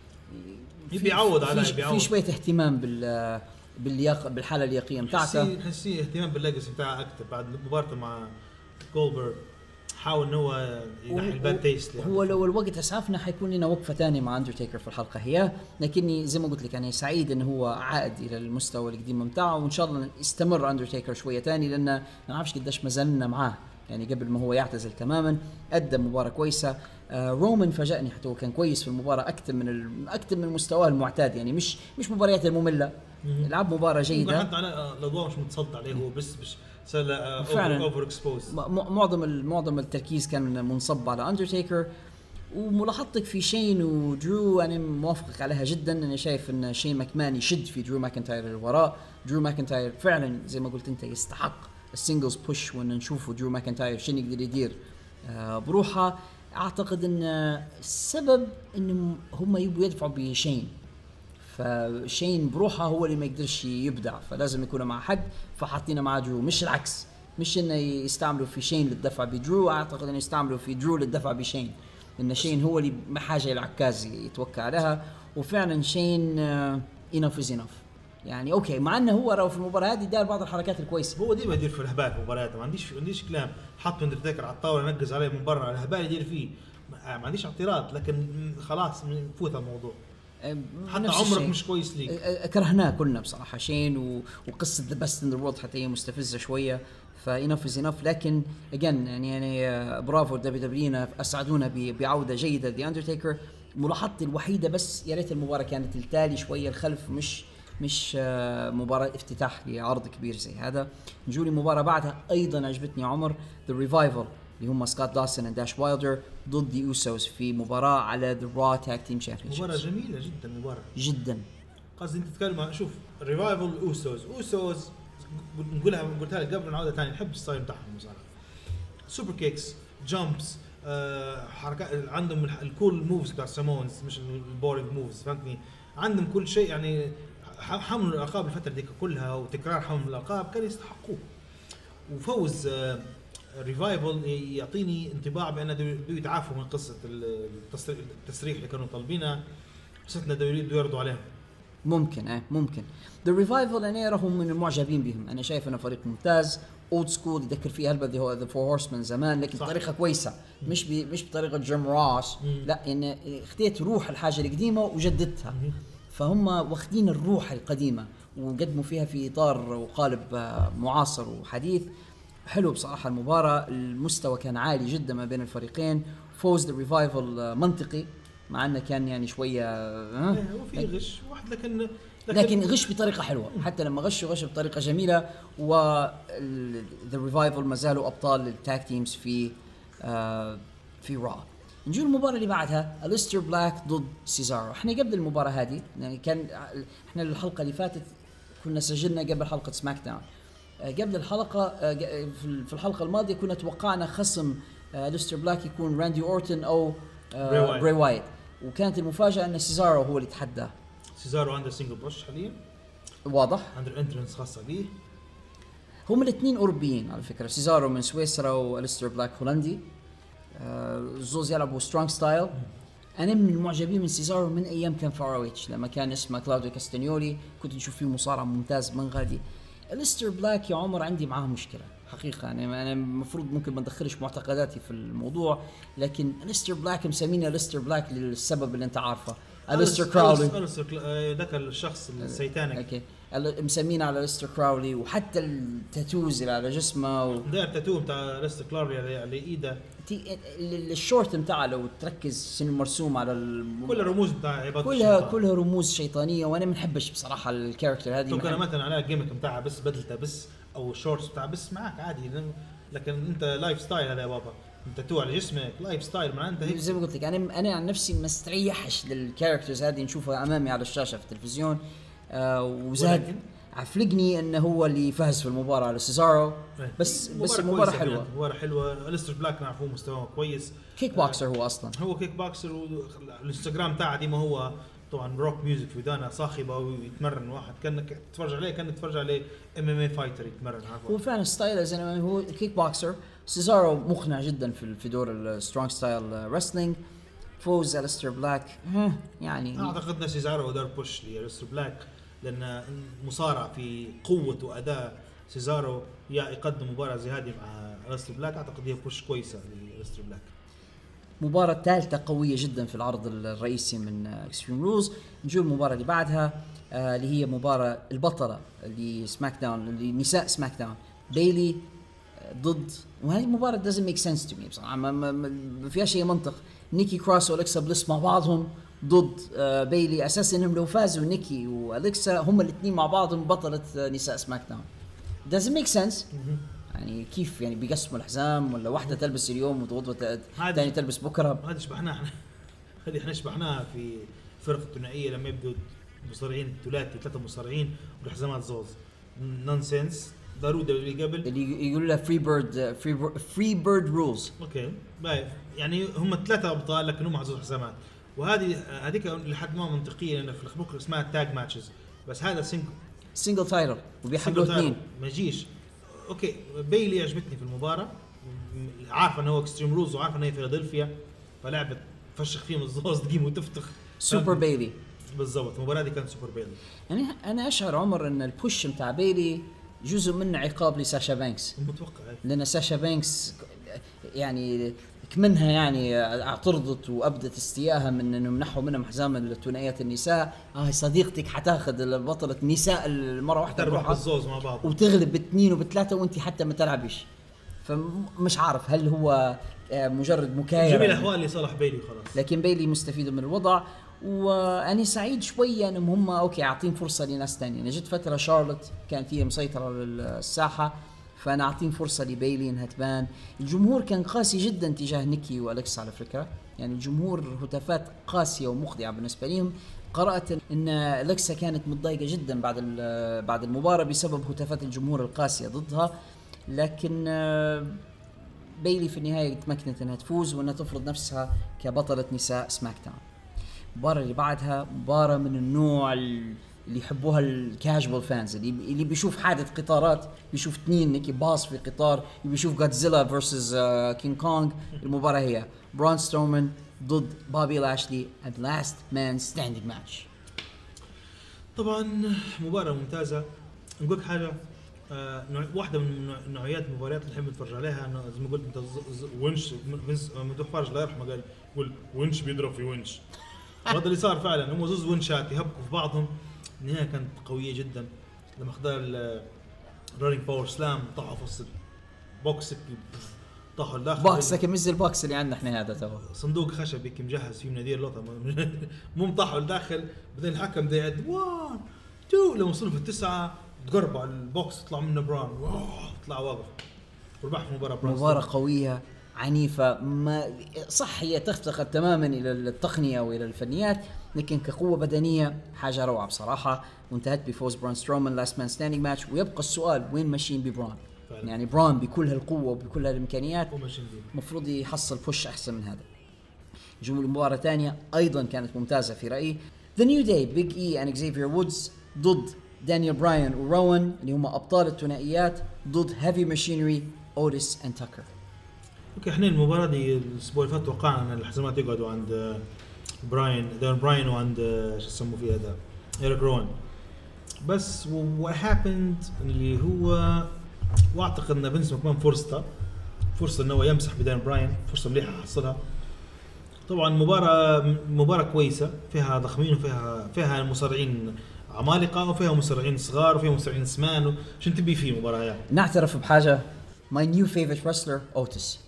بيعوض على في شوية اهتمام بال باللياقة بالحالة اللياقية بتاعته. حسي اهتمام بالليجاسي بتاعه أكثر بعد مباراته مع جولبرغ. حاول إنه هو ينحي الباد تيست. هو لو الوقت أسعفنا حيكون لنا وقفة تانية مع أندرتيكر في الحلقة هي. لكني زي ما قلت لك أنا سعيد إنه هو عائد إلى المستوى القديم بتاعه وإن شاء الله يستمر أندرتيكر شوية تاني لأن ما نعرفش قديش ما زلنا معاه يعني قبل ما هو يعتزل تماما. أدى مباراة كويسة. آه رومان فاجأني حتى هو كان كويس في المباراة أكثر من ال... أكثر من مستواه المعتاد يعني مش مش مباريات المملة. لعب مباراة جيدة. حتى على الأضواء مش متسلط عليه هو بس مش سلا أوفر إكسبوز. معظم معظم التركيز كان منصب على أندرتيكر. وملاحظتك في شين ودرو أنا موافق عليها جدا. أنا شايف إن شين ماكمان يشد في درو ماكنتاير الوراء. درو ماكنتاير فعلا زي ما قلت أنت يستحق السينجلز بوش وإن نشوفه درو ماكنتاير شين يقدر يدير آه بروحه. أعتقد إن السبب إن هم يبوا يدفعوا بشين فشين بروحه هو اللي ما يقدرش يبدع فلازم يكون مع حد فحاطينه مع درو مش العكس. مش إنه يستعملوا في شين للدفع بدرو. أعتقد إنه يستعملوا في درو للدفع بشين لأن شين هو اللي ما حاجة العكاز يتوكل عليها. وفعلا شين إنف إز إنف يعني أوكي مع أنه هو رأوا في المباراة هذه دار بعض الحركات الكويسة. هو ديما يدير في الهبال في مبارياته ما عنديش ما عنديش كلام. حط أندرتيكر على الطاولة نقز عليه من برا الهبال يدير فيه ما عنديش اعتراض لكن خلاص نفوت الموضوع. حتى نفس عمرك الشيء. مش كويس ليك. أه، كرهناه كلنا بصراحه شين و... وقصه ذا بيست ان ذا وورلد حتى هي مستفزه شويه، فإنف از إنف. لكن اجين يعني يعني آه، برافو دبليو دبليو اسعدونا ب... بعوده جيده ذا اندرتيكر. ملاحظتي الوحيده بس يا ريت المباراه كانت التالي شويه الخلف، مش مش آه، مباراه افتتاح لعرض كبير زي هذا. نجولي مباراه بعدها ايضا عجبتني عمر، ذا ريفايفل اللي هم سكوت داوسون وداش وايلدر ضد دي اوسوس في مباراه على ذا را تاج تيم تشامبيونشيب. مباراة جميلة جدا مباراة جدا. قصدي انت تتكلم شوف ريفايفل اوسوس اوسوس نقولها قلتها لك قبل نعودها ثاني، نحب الستايل بتاعهم صراحة. سوبر كيكس جامبس آه، حركات عندهم الكول موفز بتاع سامونز مش البورينج موفز فهمتني. عندهم كل شيء يعني حملوا الالقاب الفترة دي كلها وتكرار حمل الالقاب كان يستحقوه. وفوز آه ريفايفل يعطيني انطباع بأن يتعافوا من قصة التسريح اللي كانوا طالبينها، حسيتنا دوري يردوا عليهم. ممكن اه ممكن. ذا ريفايفل انا راهم من المعجبين بهم، انا شايف انه فريق ممتاز اولد سكول يذكر فيه هلبة ذا ذا فور هورسمان زمان، لكن بطريقه كويسه مش بي مش بطريقه جيم راس، لا ان اخذت روح الحاجه القديمه وجددتها. فهم واخدين الروح القديمه وقدموا فيها في اطار وقالب معاصر وحديث. حلو بصراحه المباراه، المستوى كان عالي جدا ما بين الفريقين. فوز ذا ريفايفل منطقي مع انه كان يعني شويه ها هو في غش واحد لكن لكن, لكن غش بطريقه حلوه، حتى لما غشوا غش بطريقه جميله. و ذا ريفايفل ما زالوا ابطال التاج تيمز في آه في را. نجي المباراه اللي بعدها أليستر بلاك ضد سيزارو. احنا قبل المباراه هذه يعني كان احنا الحلقه اللي فاتت كنا سجلنا قبل حلقه سماك داون، قبل الحلقه في الحلقه الماضيه كنا توقعنا خصم أليستر بلاك يكون راندي اورتن او بري وايت، وكانت المفاجاه ان سيزارو هو اللي تحدى. سيزارو عنده سينجل بوش حاليا واضح، عنده الانترنس خاصه به. هم الاثنين اوروبيين على فكره، سيزارو من سويسرا واليستر بلاك هولندي. الزوز يلعبوا سترونج ستايل. انا من المعجبين من سيزارو من ايام كان فارويتش لما كان اسمه كلاوديو كاستانيولي، كنت نشوف فيه مصارع ممتاز من غادي. اليستر بلاك يا عمر عندي معاه مشكله حقيقه، يعني انا المفروض ممكن ما ادخلش معتقداتي في الموضوع، لكن اليستر بلاك مسمينه اليستر بلاك للسبب اللي انت عارفه. اليستر كراولي ذاك الشخص السيتاني اوكي مسمينه على اليستر كراولي، وحتى التاتوز اللي على جسمه و... ده التاتو بتاع اليستر كراولي على ايده، الشورت بتاعه لو تركز سن مرسوم على الم... كل الرموز بتاع كلها كلها رموز شيطانيه، وانا ما بنحبش بصراحه الكاركتر هذه. لو كان مثلا على الجيمك بتاعها بس بدلته بس او الشورتس بتاع بس معك عادي، لكن انت لايف ستايل هذا يا بابا، انت تو على جسمك لايف ستايل معناته هيك. زي ما قلت لك انا انا عن نفسي ما استريحش للكاركترز هذه نشوفها امامي على الشاشه في التلفزيون. آه وزاد عفلقني انه هو اللي فاز في المباراه على سيزارو، بس بس المباراه حلوه يعني مباراه حلوه. اليستر بلاك نعرفه مستواه كويس، كيك بوكسر هو اصلا هو كيك بوكسر، والانستغرام تاعه ديما هو طبعا روك ميوزك في ودانا صاخبه ويتمرن واحد كانك تتفرج عليه كانك تتفرج عليه ام ام اي فايتر يتمرن. عارفه هو فعلا ستايل زي ما هو كيك بوكسر. سيزارو مقنع جدا في في دور السترونج ستايل رسلينج. فوز أليستر بلاك يعني اعتقد ان سيزارو دار بوش لأليستر بلاك، لان مصارع في قوه واداء سيزارو يا يقدم مباراه زي هذه مع أليستر بلاك، اعتقد هي بوش كويسه لأليستر بلاك. مباراة ثالثة قوية جدا في العرض الرئيسي من اكستريم رولز. نجول المباراة اللي بعدها آه اللي هي مباراة البطلة اللي سماك داون اللي نساء سماك داون بايلي آه ضد، وهذه المباراة doesn't make sense to me بصراحة، ما, ما, ما فيها شيء منطق. نيكي كروس والكسا بليس مع بعضهم ضد آه بايلي، اساسا انهم لو فازوا نيكي والكسا هم الاثنين مع بعضهم بطلة آه نساء سماك داون. doesn't make sense. يعني كيف يعني بيقسموا الحزام ولا واحدة تلبس اليوم وتغض ثاني تلبس بكرة؟ هذا شبحناه احنا هذه احنا شبحناها في فرق الثنائية لما يبدوا مصارعين ثلاثي ثلاثة مصارعين والحزامات زوز نونسنس ضروري اللي قبل اللي يقولوا لها فري بيرد فري بيرد رولز. اوكي باي يعني هم ثلاثة ابطال لكن هم عزوز حزامات، وهذه هذيك لحد ما منطقية لأن في الخبوك اسمها تاج ماتشز، بس هذا سينجل سينجل تايتل وبيحملوا اثنين ما يجيش. اوكي بايلي عجبتني في المباراه، عارفه انه هو اكستريم رولز وعارفه انه هي فيلادلفيا فلعبت فشخ فيهم الزوز دقيم وتفتخ سوبر بايلي بالضبط. المباراه دي كانت سوبر بايلي. يعني انا اشعر عمر ان البوش متاع بايلي جزء منه عقاب لساشا بانكس متوقع، لان ساشا بانكس يعني منها يعني اعترضت وابدت استياءها من انه منحوا منهم حزام الثنائيات النساء. اه صديقتك حتاخذ البطله نساء المره واحده تربح بالزوز مع بعض وتغلب باثنين وبثلاثه وانت حتى ما تلعبش. فمش عارف هل هو مجرد مكايرة جميل احوال لصالح بيلي خلاص. لكن بيلي مستفيد من الوضع، وأنا سعيد شوية انهم هم اوكي عاطين فرصة لناس تانية. انا جت فترة شارلوت كانت هي مسيطرة على الساحة، فانا اعطين فرصة لبيلي انها تبان. الجمهور كان قاسي جدا تجاه نيكي والكس على فكرة، يعني الجمهور هتافات قاسية ومخضعة بالنسبة لهم. قرأت ان الكسا كانت متضايقة جدا بعد بعد المباراة بسبب هتافات الجمهور القاسية ضدها، لكن بيلي في النهاية تمكنت انها تفوز وانها تفرض نفسها كبطلة نساء سماك داون. المباراة اللي بعدها مباراة من النوع اللي يحبوها الكاجوال فانز، اللي اللي بيشوف حادث قطارات، بيشوف اثنين نيكي باص في قطار، بيشوف جودزيلا فيرسز كينج كونغ. المباراة هي برون سترومان ضد بوبي لاشلي and last man standing match. طبعا مباراة ممتازة. نقول حاجة آه، واحدة من نوعيات المباريات اللي نحب نتفرج عليها، انه زي ما قلت انت ونش ممدوح فارج الله يرحمه قال يقول ونش بيضرب في ونش. هذا اللي صار فعلا، هم زوز ونشات يهبكوا في بعضهم. النهاية كانت قوية جدا لما خدها الرولينج باور سلام طاحوا في وسط بوكس، طاحوا الداخل بوكس كم مثل البوكس اللي عندنا احنا هذا تو صندوق خشبي كم مجهز فيه مناديل لطة مو طاحوا الداخل. بعدين الحكم يعد واحد اثنين لما وصلوا في التسعة تقربوا على البوكس طلع منه بران طلع واقف وربح مباراة بران. مباراة قوية عنيفة، ما صح هي تفتقر تماما إلى التقنية وإلى الفنيات، لكن كقوة بدنية حاجة روعة بصراحة. وانتهت بفوز برون سترومان لاست مان ستاندينج ماتش. ويبقى السؤال وين ماشيين ببرون؟ فعلا. يعني برون بكل هالقوة وبكل هالإمكانيات مفروض يحصل بوش أحسن من هذا. جمهور المباراة تانية أيضا كانت ممتازة في رأيي. The New Day Big E and Xavier Woods ضد دانيال براين وروان اللي هم أبطال الثنائيات ضد هيفي ماشينري أوتيس and تاكر. اوكي احنا المباراة دي الاسبوع اللي فات توقعنا ان الحزامات يقعدوا عند براين دان براين وعند شو يسموه فيه هذا إيريك روان، بس what happened اللي هو واعتقد ان بنس كمان فرصته فرصة انه يمسح بدان براين، فرصة مليحة حصلها. طبعا مباراة مباراة كويسة فيها ضخمين وفيها فيها مصارعين عمالقة وفيها مصارعين صغار وفيها مصارعين سمان، شو تبي فيه مباراة يعني. نعترف بحاجة، my new favorite wrestler أوتيس.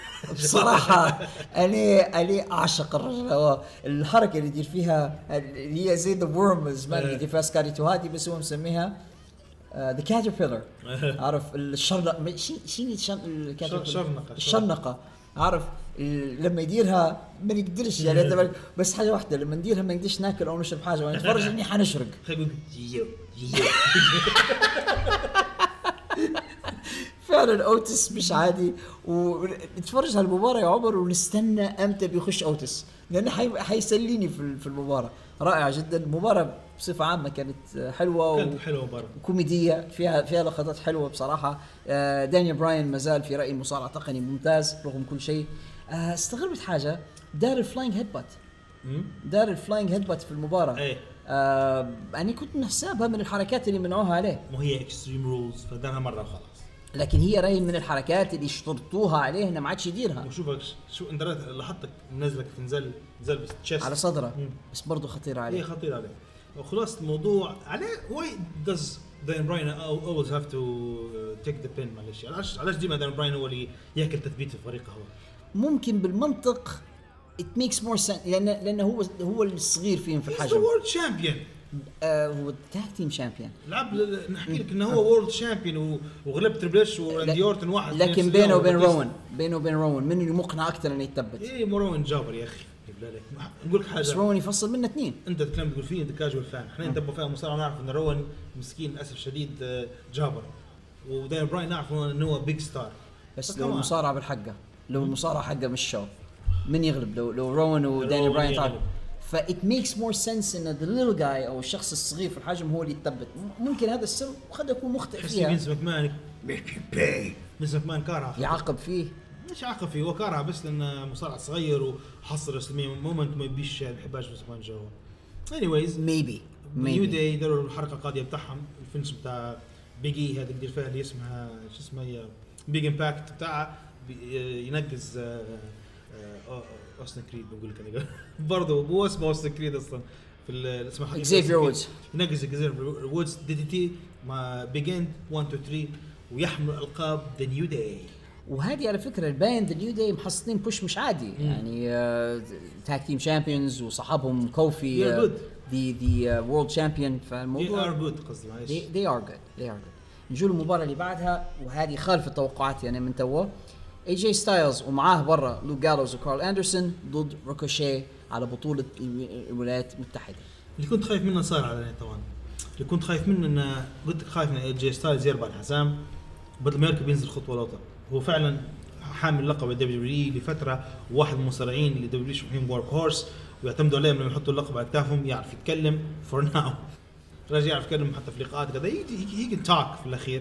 بصراحة أنا أنا أعشق الرجل. هو الحركة اللي يدير فيها اللي هي زي the worm زمان اللي يدير فيها سكاري توهاتي، بس هو مسميها the caterpillar. عارف الشرنقة شيء شيء الشرنقة الشرنقة عارف لما يديرها ما نقدرش يعني. بس حاجة واحدة لما نديرها ما نقدرش ناكل أو نشرب حاجة ونتفرج إني حنشرق. فعلا أوتيس مش عادي. ونتفرج على المباراة يا عمر ونستنى أمتى بيخش أوتيس، لأنه حي... حيسليني في في المباراة. رائعة جدا المباراة بصفة عامة، كانت حلوة كانت حلوة مباراة وكوميدية، فيها فيها لقطات حلوة بصراحة. دانيال براين مازال في رأيي مصارع تقني ممتاز رغم كل شيء. استغربت حاجة، دار الفلاينج هيدبات دار الفلاينج هيدبات في المباراة. ايه آه يعني كنت نحسابها من الحركات اللي منعوها عليه، وهي اكستريم رولز فدارها مرة وخلاص، لكن هي راهي من الحركات اللي اشترطوها عليه انه ما عادش يديرها. وشوفك شو انت لاحظتك نزلك تنزل نزل بس على صدره مم. بس برضه خطير عليه. هي خطير عليه. وخلاص الموضوع عليه why does دان براين always have to take the pin معلش علاش علاش ديما دان براين هو اللي ياكل تثبيت الفريق؟ هو ممكن بالمنطق it makes more sense لأن لأنه هو هو الصغير فيهم في الحجم. he's the world champion. آه هو تاك تيم شامبيون. لعب نحكي لك انه هو وورلد شامبيون وغلب تريبل اتش وراندي اورتن واحد، لكن بينه وبين روان بينه وبين روان من اللي مقنع اكثر انه يتثبت؟ ايه روان جابر يا اخي. نقول لك حاجه، روان يفصل منه اثنين. انت تكلم تقول فيه انت كاجوال فان، احنا نتبع فيها مصارعه نعرف ان روان مسكين للاسف شديد جابر، وداين براين نعرف انه هو بيج ستار. بس لو المصارعه بالحقه لو المصارعه حقه مش شو من يغلب؟ لو لو روان وداني براين طالع، فإت ميكس مور سنس إن the little guy أو الشخص الصغير في الحجم هو اللي يتثبت. ممكن هذا السر وقد يكون مخطئ فيها. بس مكمان بس مكمان كارها يعاقب فيه، مش يعاقب فيه وكارها بس لأن مصارع صغير وحصل رسميا مومنت ما يبيش بحباش بس مكمان جو. anyways maybe نيو داي داروا الحركة القادمة بتاعهم الفينش بتاع بيجي هذا اللي فيها اللي اسمها شو اسمها هي بيج امباكت بتاعه ينقز اوستن كريد بقول لك انا برضه هو اسمه اوستن كريد اصلا في اسمه حقيقي اكزيفير وودز نقص اكزيفير وودز دي دي تي مع بيجن واحد اثنين ثلاثة ويحمل القاب ذا نيو داي. وهذه على فكره الباين ذا نيو داي محصلين بوش مش عادي مم. يعني تاك تيم شامبيونز وصاحبهم كوفي ذا ذا وورلد شامبيون فالموضوع they are good قصدي معلش they, they are good they are good. نجول المباراه اللي بعدها وهذه خالف التوقعات يعني من تو اي جي ستايلز ومعاه برا لوك جالوز وكارل اندرسون ضد روكوشي على بطوله الولايات المتحده. اللي كنت خايف منه صار على طبعا اللي كنت خايف منه انه قلت خايف ان اي جي ستايلز يربح الحزام بدل ما يركب ينزل خطوه لوطه. هو فعلا حامل لقب الدبليو دبليو اي لفتره وواحد من المصارعين اللي دبليو دبليو ورك هورس ويعتمدوا عليهم لما يحطوا اللقب على كتافهم يعرف يتكلم فور ناو رجع يعرف يتكلم حتى في لقاءات كذا هي كان توك في الاخير.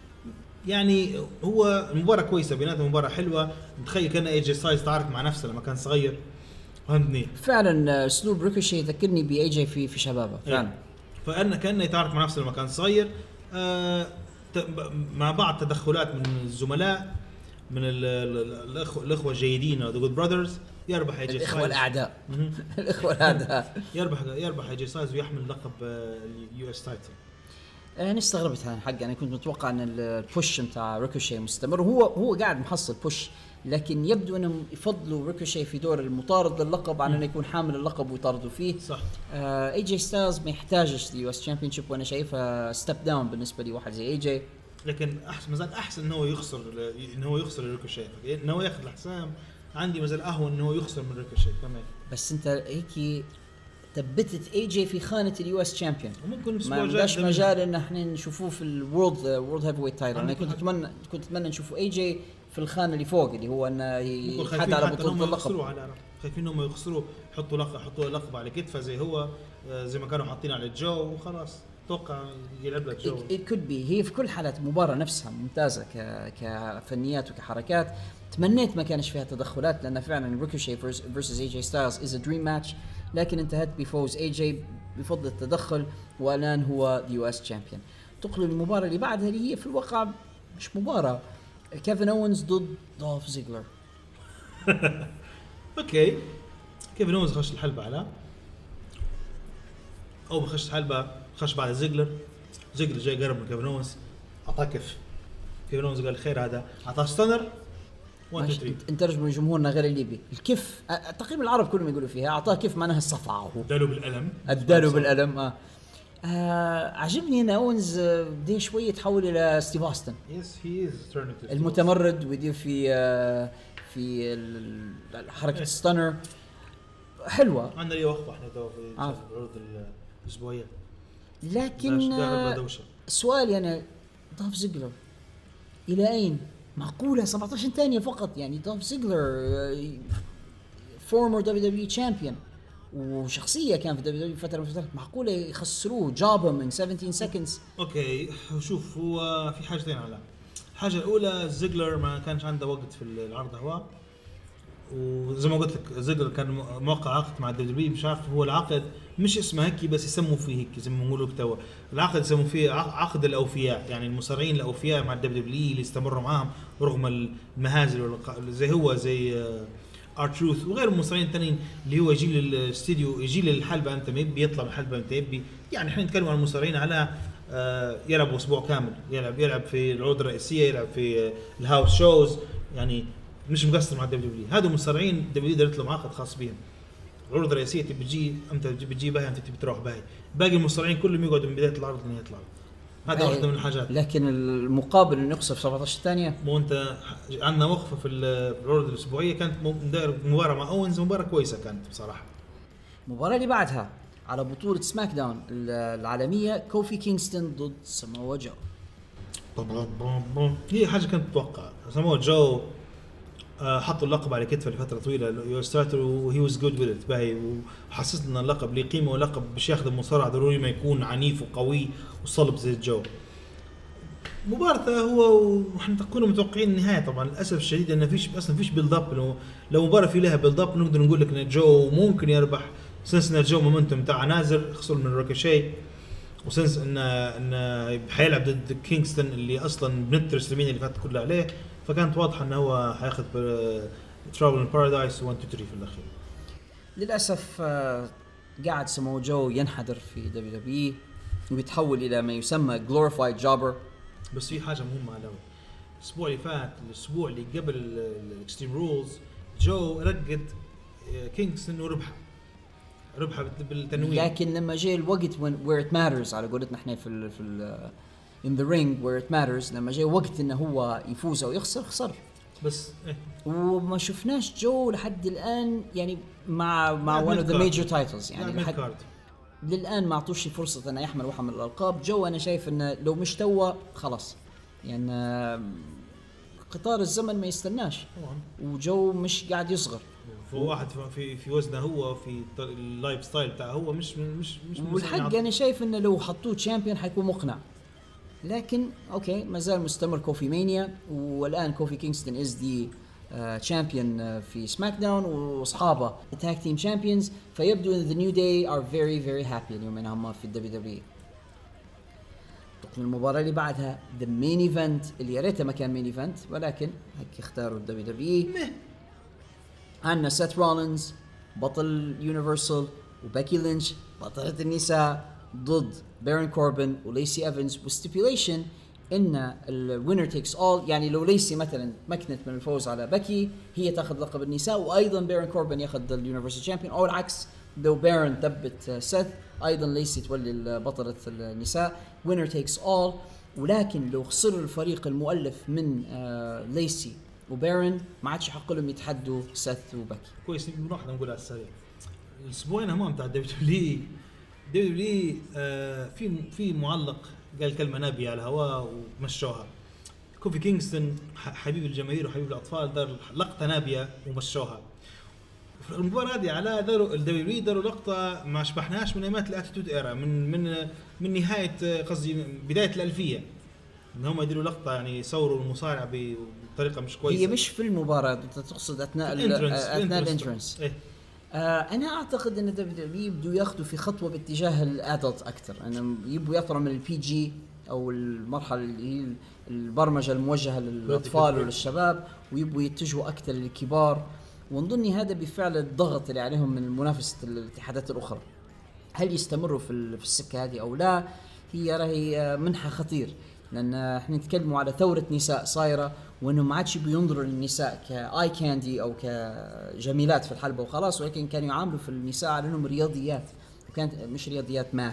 يعني هو مباراه كويسه بيناتهم مباراه حلوه. تخيل كان اي جي ستايلز تعارك مع نفسه لما كان صغير فهمتني فعلا اسلوب ريكوشي ذكرني باي جي في في شبابه فعلا فانه كانه يتعارك مع نفسه لما كان صغير آه مع بعض تدخلات من الزملاء من الاخوه الاخوه الجيدين ذا جود براذرز يربح اي جي الاخوه الاعداء الاخوه الاعداء يربح يربح اي جي ستايلز ويحمل لقب اليو اس تايتل. انا استغربت هذا حق انا كنت متوقع ان البوش نتاع ريكوشي مستمر هو هو قاعد محصل بوش لكن يبدو انهم يفضلوا ريكوشي في دور المطارد للقب عن انه يكون حامل اللقب ويطاردوا فيه صح. آه اي جي ستايلز ما يحتاجش اليو اس تشامبيونشيب وانا شايفها ستيب داون بالنسبه لي واحد زي اي جي لكن احسن مازال احسن انه هو يخسر انه هو يخسر ريكوشي انه هو ياخذ الحسام عندي مازال اهون انه هو يخسر من ريكوشي كمان. بس انت هيك ثبتت اي جي في خانه اليو اس تشامبيون ممكن ما عندناش مجال ان احنا نشوفوه في الورلد وورلد هيفي ويت تايتل. انا كنت اتمنى كنت اتمنى نشوفه اي جي في الخانه اللي فوق اللي هو انه يحد على بطوله اللقب. خايفين انهم يخسروا يحطوا لقب يحطوا لقب على كتفه زي هو زي ما كانوا حاطين على جو وخلاص توقع يلعب لك جو. it could be هي في كل حالات المباراه نفسها ممتازه ك كفنيات وكحركات. تمنيت ما كانش فيها تدخلات لان فعلا ريكوشي versus اي جي ستايلز is a dream match لكن انتهت بفوز اي جي بفضل التدخل والان هو اليو اس تشامبيون. تقلب المباراه اللي بعدها اللي هي في الواقع مش مباراه كيفن اوينز ضد دولف زيجلر. اوكي كيفن اوينز خش الحلبة على او بخش الحلبة خش بعد زيجلر. زيجلر جاي قرب من كيفن اوينز اعطاه كف كيفن اوينز قال خير هذا اعطاه ستانر انترجم من جمهورنا غير الليبي الكف تقريبا العرب كلهم يقولوا فيها اعطاه كيف معناها الصفعه هو اداله بالقلم اداله بالقلم اه, آه عجبني ان اونز دي شويه تحول الى ستيف اوستن يس هي از المتمرد ويدير في آه في حركه ستانر حلوه عندنا ليه وقفه احنا تو في العروض الاسبوعيه لكن آه سؤالي انا دولف زيجلر الى اين معقوله سبعة عشر ثانيه فقط يعني دولف زيجلر فورمر دبليو دبليو تشامبيون وشخصيه كان في دبليو دبليو فتره من فترات معقوله يخسروه جابه من سبعتاشر سكندز. اوكي شوف هو في حاجتين على الحاجه الاولى زيجلر ما كانش عنده وقت في العرض هو وزي ما قلت لك زيجلر كان موقع عقد مع دبليو دبليو مش عارف هو العقد مش اسمه هيك بس يسموا فيه هيك زي ما بنقولوا كتوا العقد يسموا فيه عقد الاوفياء يعني المصارعين الاوفياء مع الدبليو دبليو اللي استمروا معاهم رغم المهازل زي هو زي ارتروث وغير المصارعين الثانيين اللي هو يجي للاستديو يجي للحلبه انت ما بيطلع من الحلبه انت يبي يعني احنا نتكلم عن المصارعين على يلعبوا اسبوع كامل يلعب يلعب في العروض الرئيسيه يلعب في الهاوس شوز يعني مش مقصر مع الدبليو دبليو هذول مصارعين دبليو دبليو لهم عقد خاص بهم العروض الرئيسيه تبي تجي انت بتجي بها انت تبي تروح بها باقي المصارعين كلهم يقعدوا من بدايه العرض لين يطلعوا هذا واحده من الحاجات لكن المقابل انه يخسر سبعة عشر ثانيه مو انت عندنا وقفه في العروض الاسبوعيه كانت مباراه مع اوينز مباراه كويسه كانت بصراحه. المباراه اللي بعدها على بطوله سماك داون العالميه كوفي كينغستون ضد ساموا جو. هي حاجه كانت متوقعه ساموا جو حطوا اللقب على كتفه لفتره طويله يو ستارتر وهي واز جود وذ ات باهي وحسسنا اللقب ليه قيمه ولقب باش ياخذ المصارع ضروري ما يكون عنيف وقوي وصلب زي الجو. مباراه هو واحنا كنا متوقعين النهايه طبعا للاسف الشديد انه فيش اصلا فيش بيلد اب لو مباراه في لها بيلد اب نقدر نقول لك ان جو ممكن يربح سنس ان جو مومنتوم تاع نازل خسر من روكيشي وسنس ان ان حيلعب ضد كينغستون اللي اصلا بنت رسلمين اللي فاتت كلها عليه فكانت واضحه انه هو حياخذ ترافل بارادايس واحد اثنين ثلاثة في الاخير. للاسف آه، قاعد سمو جو ينحدر في دبليو دبليو ويتحول الى ما يسمى glorified jobber. بس في حاجه مهمه على الاسبوع اللي فات الاسبوع اللي قبل الاكستريم رولز جو رقد كينغستون وربح ربح بالتنويع. لكن لما جاء الوقت when where it matters على قولتنا احنا في ال في ال in the ring where it matters لما جاء وقت انه هو يفوز او يخسر خسر. بس إيه. وما شفناش جو لحد الان يعني مع مع one of the major titles يعني لحد للان ما اعطوش فرصه انه يحمل واحد من الالقاب. جو انا شايف انه لو مش توا خلاص يعني قطار الزمن ما يستناش وجو مش قاعد يصغر. هو واحد في في وزنه هو في اللايف ستايل بتاعه هو مش مش مش والحق انا شايف انه لو حطوه تشامبيون حيكون مقنع. لكن اوكي ما زال مستمر كوفي مانيا والان كوفي كينغستون از دي تشامبيون في سماك داون واصحابه التاج تيم تشامبيونز. فيبدو ان ذا نيو داي ار فيري فيري هابي اليوم انهم في الدبليو دبليو. المباراة اللي بعدها ذا مين ايفنت اللي يا ريته ما كان مين ايفنت ولكن هيك اختاروا الدبليو دبليو. عندنا سيث رولينز بطل يونيفرسال وباكي لينش بطلة النساء ضد بارون كوربن وليسي ايفنز وستيبيوليشن ان الوينر تيكس اول. يعني لو ليسي مثلا مكنت من الفوز على باكي هي تاخذ لقب النساء وايضا بارون كوربن ياخذ اليونيفرسال تشامبيون او العكس لو بارون ثبت سيث ايضا ليسي تولي بطلة النساء وينر تيكس اول. ولكن لو خسروا الفريق المؤلف من آه ليسي وبارون ما عادش يحق لهم يتحدوا سيث وباكي. كويس بنروح نقول على السريع الاسبوعين هم بتاع دبليو دبليو دبليو آه في في معلق قال كلمه نابيه على الهواء ومشوها. كوفي كينغستون حبيب الجماهير وحبيب الاطفال دار لقطه نابيه ومشوها. المباراة هذه على داروا الدبليو داروا لقطة ما شبحناش من ايامات الاتيتود ايرا من من من نهاية قصدي بداية الألفية ان هم يديروا لقطة يعني يصوروا المصارع بطريقة مش كويسة. هي مش في المباراة انت تقصد اثناء اثناء الانترنس. إيه؟ آه انا اعتقد ان الدبليو يبدوا ياخذوا في خطوة باتجاه الادلت اكثر ان يبوا يطلعوا من البي جي او المرحلة اللي هي البرمجة الموجهة للاطفال وللشباب ويبوا يتجهوا اكثر للكبار. ونظني هذا بفعل الضغط اللي عليهم من منافسة الاتحادات الأخرى. هل يستمروا في في السكة هذه أو لا؟ هي راهي منحى خطير لأن احنا نتكلموا على ثورة نساء صايرة وإنه ما عادش بينظروا للنساء كآي كاندي أو كجميلات في الحلبة وخلاص ولكن كانوا يعاملوا في النساء على إنهم رياضيات وكانت مش رياضيات ماث.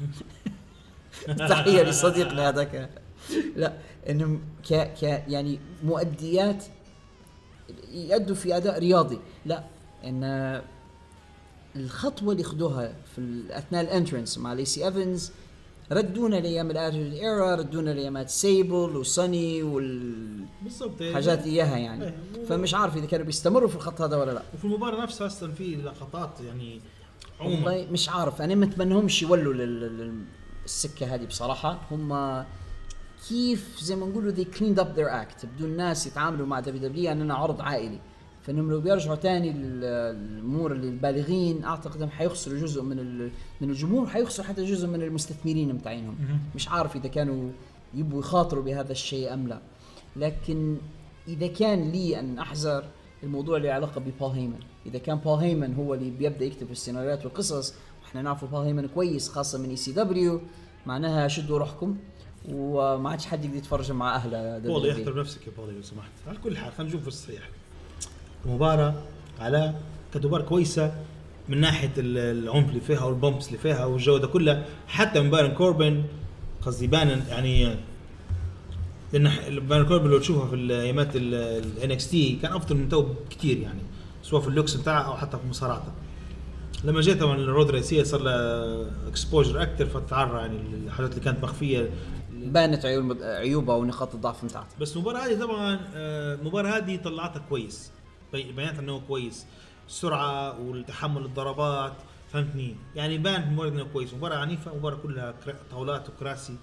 تحية لصديقنا هذاك. لا إنهم ك ك يعني مؤديات يأدوا في أداء رياضي. لا إن الخطوة اللي خدوها في أثناء الانترنس مع ليسي إيفنز ردونا لأيام الاتيتود إيرا ردونا لأيامات سيبل وسوني والحاجات إياها يعني. فمش عارف إذا كانوا بيستمروا في الخط هذا ولا لا. وفي المباراة نفسها أصلا في لقطات يعني عموما مش عارف أنا متمنهمش يولوا للسكة هذه بصراحة. هم كيف زي ما نقولوا they cleaned up their act بدون الناس يتعاملوا مع دبليو دبليو أننا عرض عائلي. فإنهم لو بيرجعوا تاني للأمور البالغين أعتقد حيخسروا جزء من من الجمهور حيخسروا حتى جزء من المستثمرين متاعينهم. مش عارف إذا كانوا يبوا يخاطروا بهذا الشيء أم لا. لكن إذا كان لي أن أحذر الموضوع اللي علاقة ببول هيمن. إذا كان بول هيمن هو اللي بيبدأ يكتب السيناريوهات والقصص وإحنا نعرف بول هيمن كويس خاصة من إي سي دبليو معناها شدوا روحكم وما عادش حد يقدر يتفرج مع أهله. والله يحترم نفسك يا بولي لو سمحت. على كل حال خلينا نشوف الصحيح. المباراة على كدوبار كويسة من ناحية العنف اللي فيها والبومبس اللي فيها والجودة كلها حتى من بارون كوربن قصدي بان يعني لأن بارون كوربن لو تشوفها في الأيامات ال إن إكس تي كان أفضل من تو كتير يعني سواء في اللوكس بتاعه أو حتى في مصارعته. لما جاء طبعا الرود رئيسية صار له اكسبوجر أكتر فتعرى يعني الحاجات اللي كانت مخفية بانت عيوب عيوبها ونقاط الضعف بتاعته. بس المباراة هذه طبعا المباراة هذه طلعتها كويس بيانات انه كويس السرعه والتحمل الضربات فهمتني يعني بان مباراه انه كويس. مباراه عنيفه مباراه كلها طاولات وكراسي.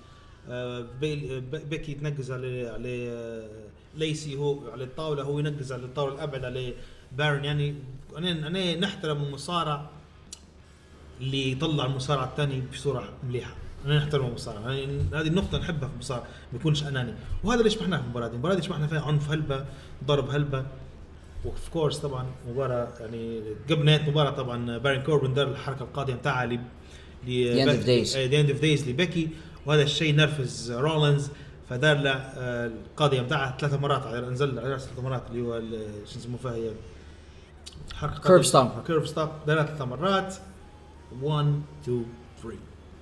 بيكي يتنقز على على ليسي هو على الطاوله هو ينقز على الطاوله الابعد على بارن. يعني انا انا نحترم المصارع اللي يطلع المصارع الثاني بصوره مليحه. انا نحترم المصارع يعني هذه النقطه نحبها في المصارع ما يكونش اناني وهذا اللي شفناه في المباراه دي. المباراه دي شفنا فيها عنف هلبه ضرب هلبه وف كورس طبعا مباراه يعني قبل نهايه المباراه طبعا بارين كوربن دار الحركه القاضيه بتاعها ل The end of days. the end of days لبيكي, وهذا الشيء نرفز رولينز, فدار له القاضيه بتاعها ثلاث مرات على نزل على ثلاث مرات اللي هو شو اسمه فيها هي حركه كيرف ستوب كيرف ستوب دار ثلاث مرات واحد اثنين ثلاثة.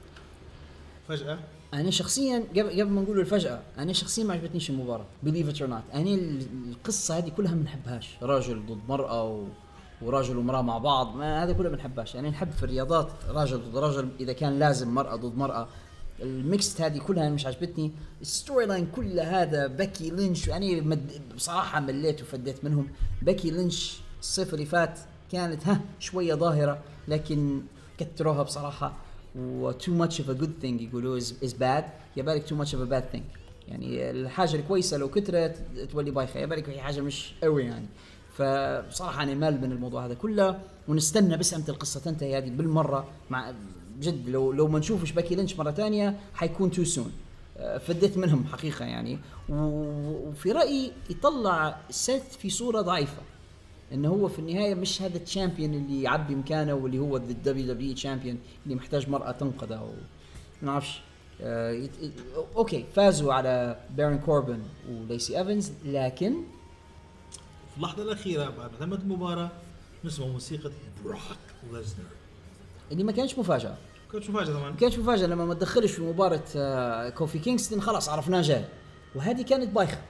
فجاه انا شخصيا قبل قبل ما نقول الفجأة انا شخصيا ما عجبتنيش المباراة believe it or not. انا القصة هذه كلها ما نحبهاش, راجل ضد مرأة و... وراجل ومرأة مع بعض, ما هذا كله ما نحبهاش. يعني نحب في الرياضات راجل ضد راجل اذا كان لازم, مرأة ضد مرأة. الميكست هذه كلها مش عجبتني. الستوري لاين كلها هذا بيكي لينش, يعني مد... بصراحة مليت وفديت منهم. بيكي لينش الصيف اللي فات كانت ها شوية ظاهرة, لكن كتروها بصراحة. و too much of a good thing يقولوا is, is bad, يبالك too much of a bad thing. يعني الحاجة الكويسة لو كترت تولي بايخة, يبالك هي حاجة مش قوي يعني. فبصراحة أنا مال من الموضوع هذا كله, ونستنى بس أمتى القصة تنتهي هذه بالمرة. مع بجد لو لو ما نشوفش باكي لينش مرة تانية حيكون too soon. فديت منهم حقيقة يعني. وفي رأيي يطلع سيث في صورة ضعيفة, انه هو في النهايه مش هذا الشامبيون اللي يعبي مكانه, واللي هو الدبليو دبليو شامبيون اللي محتاج مرأة تنقذه. ما نعرفش. آه يت... اوكي فازوا على بارين كوربن وليسي ايفنز, لكن في اللحظه الاخيره بعد ما تمت المباراه نسمع موسيقى بروك ليزنر اللي ما كانش مفاجاه. كانت مفاجاه طبعا, ما كانش مفاجاه لما ما تدخلش في مباراه آه كوفي كينغستون, خلاص عرفناه جاي. وهذه كانت بايخه,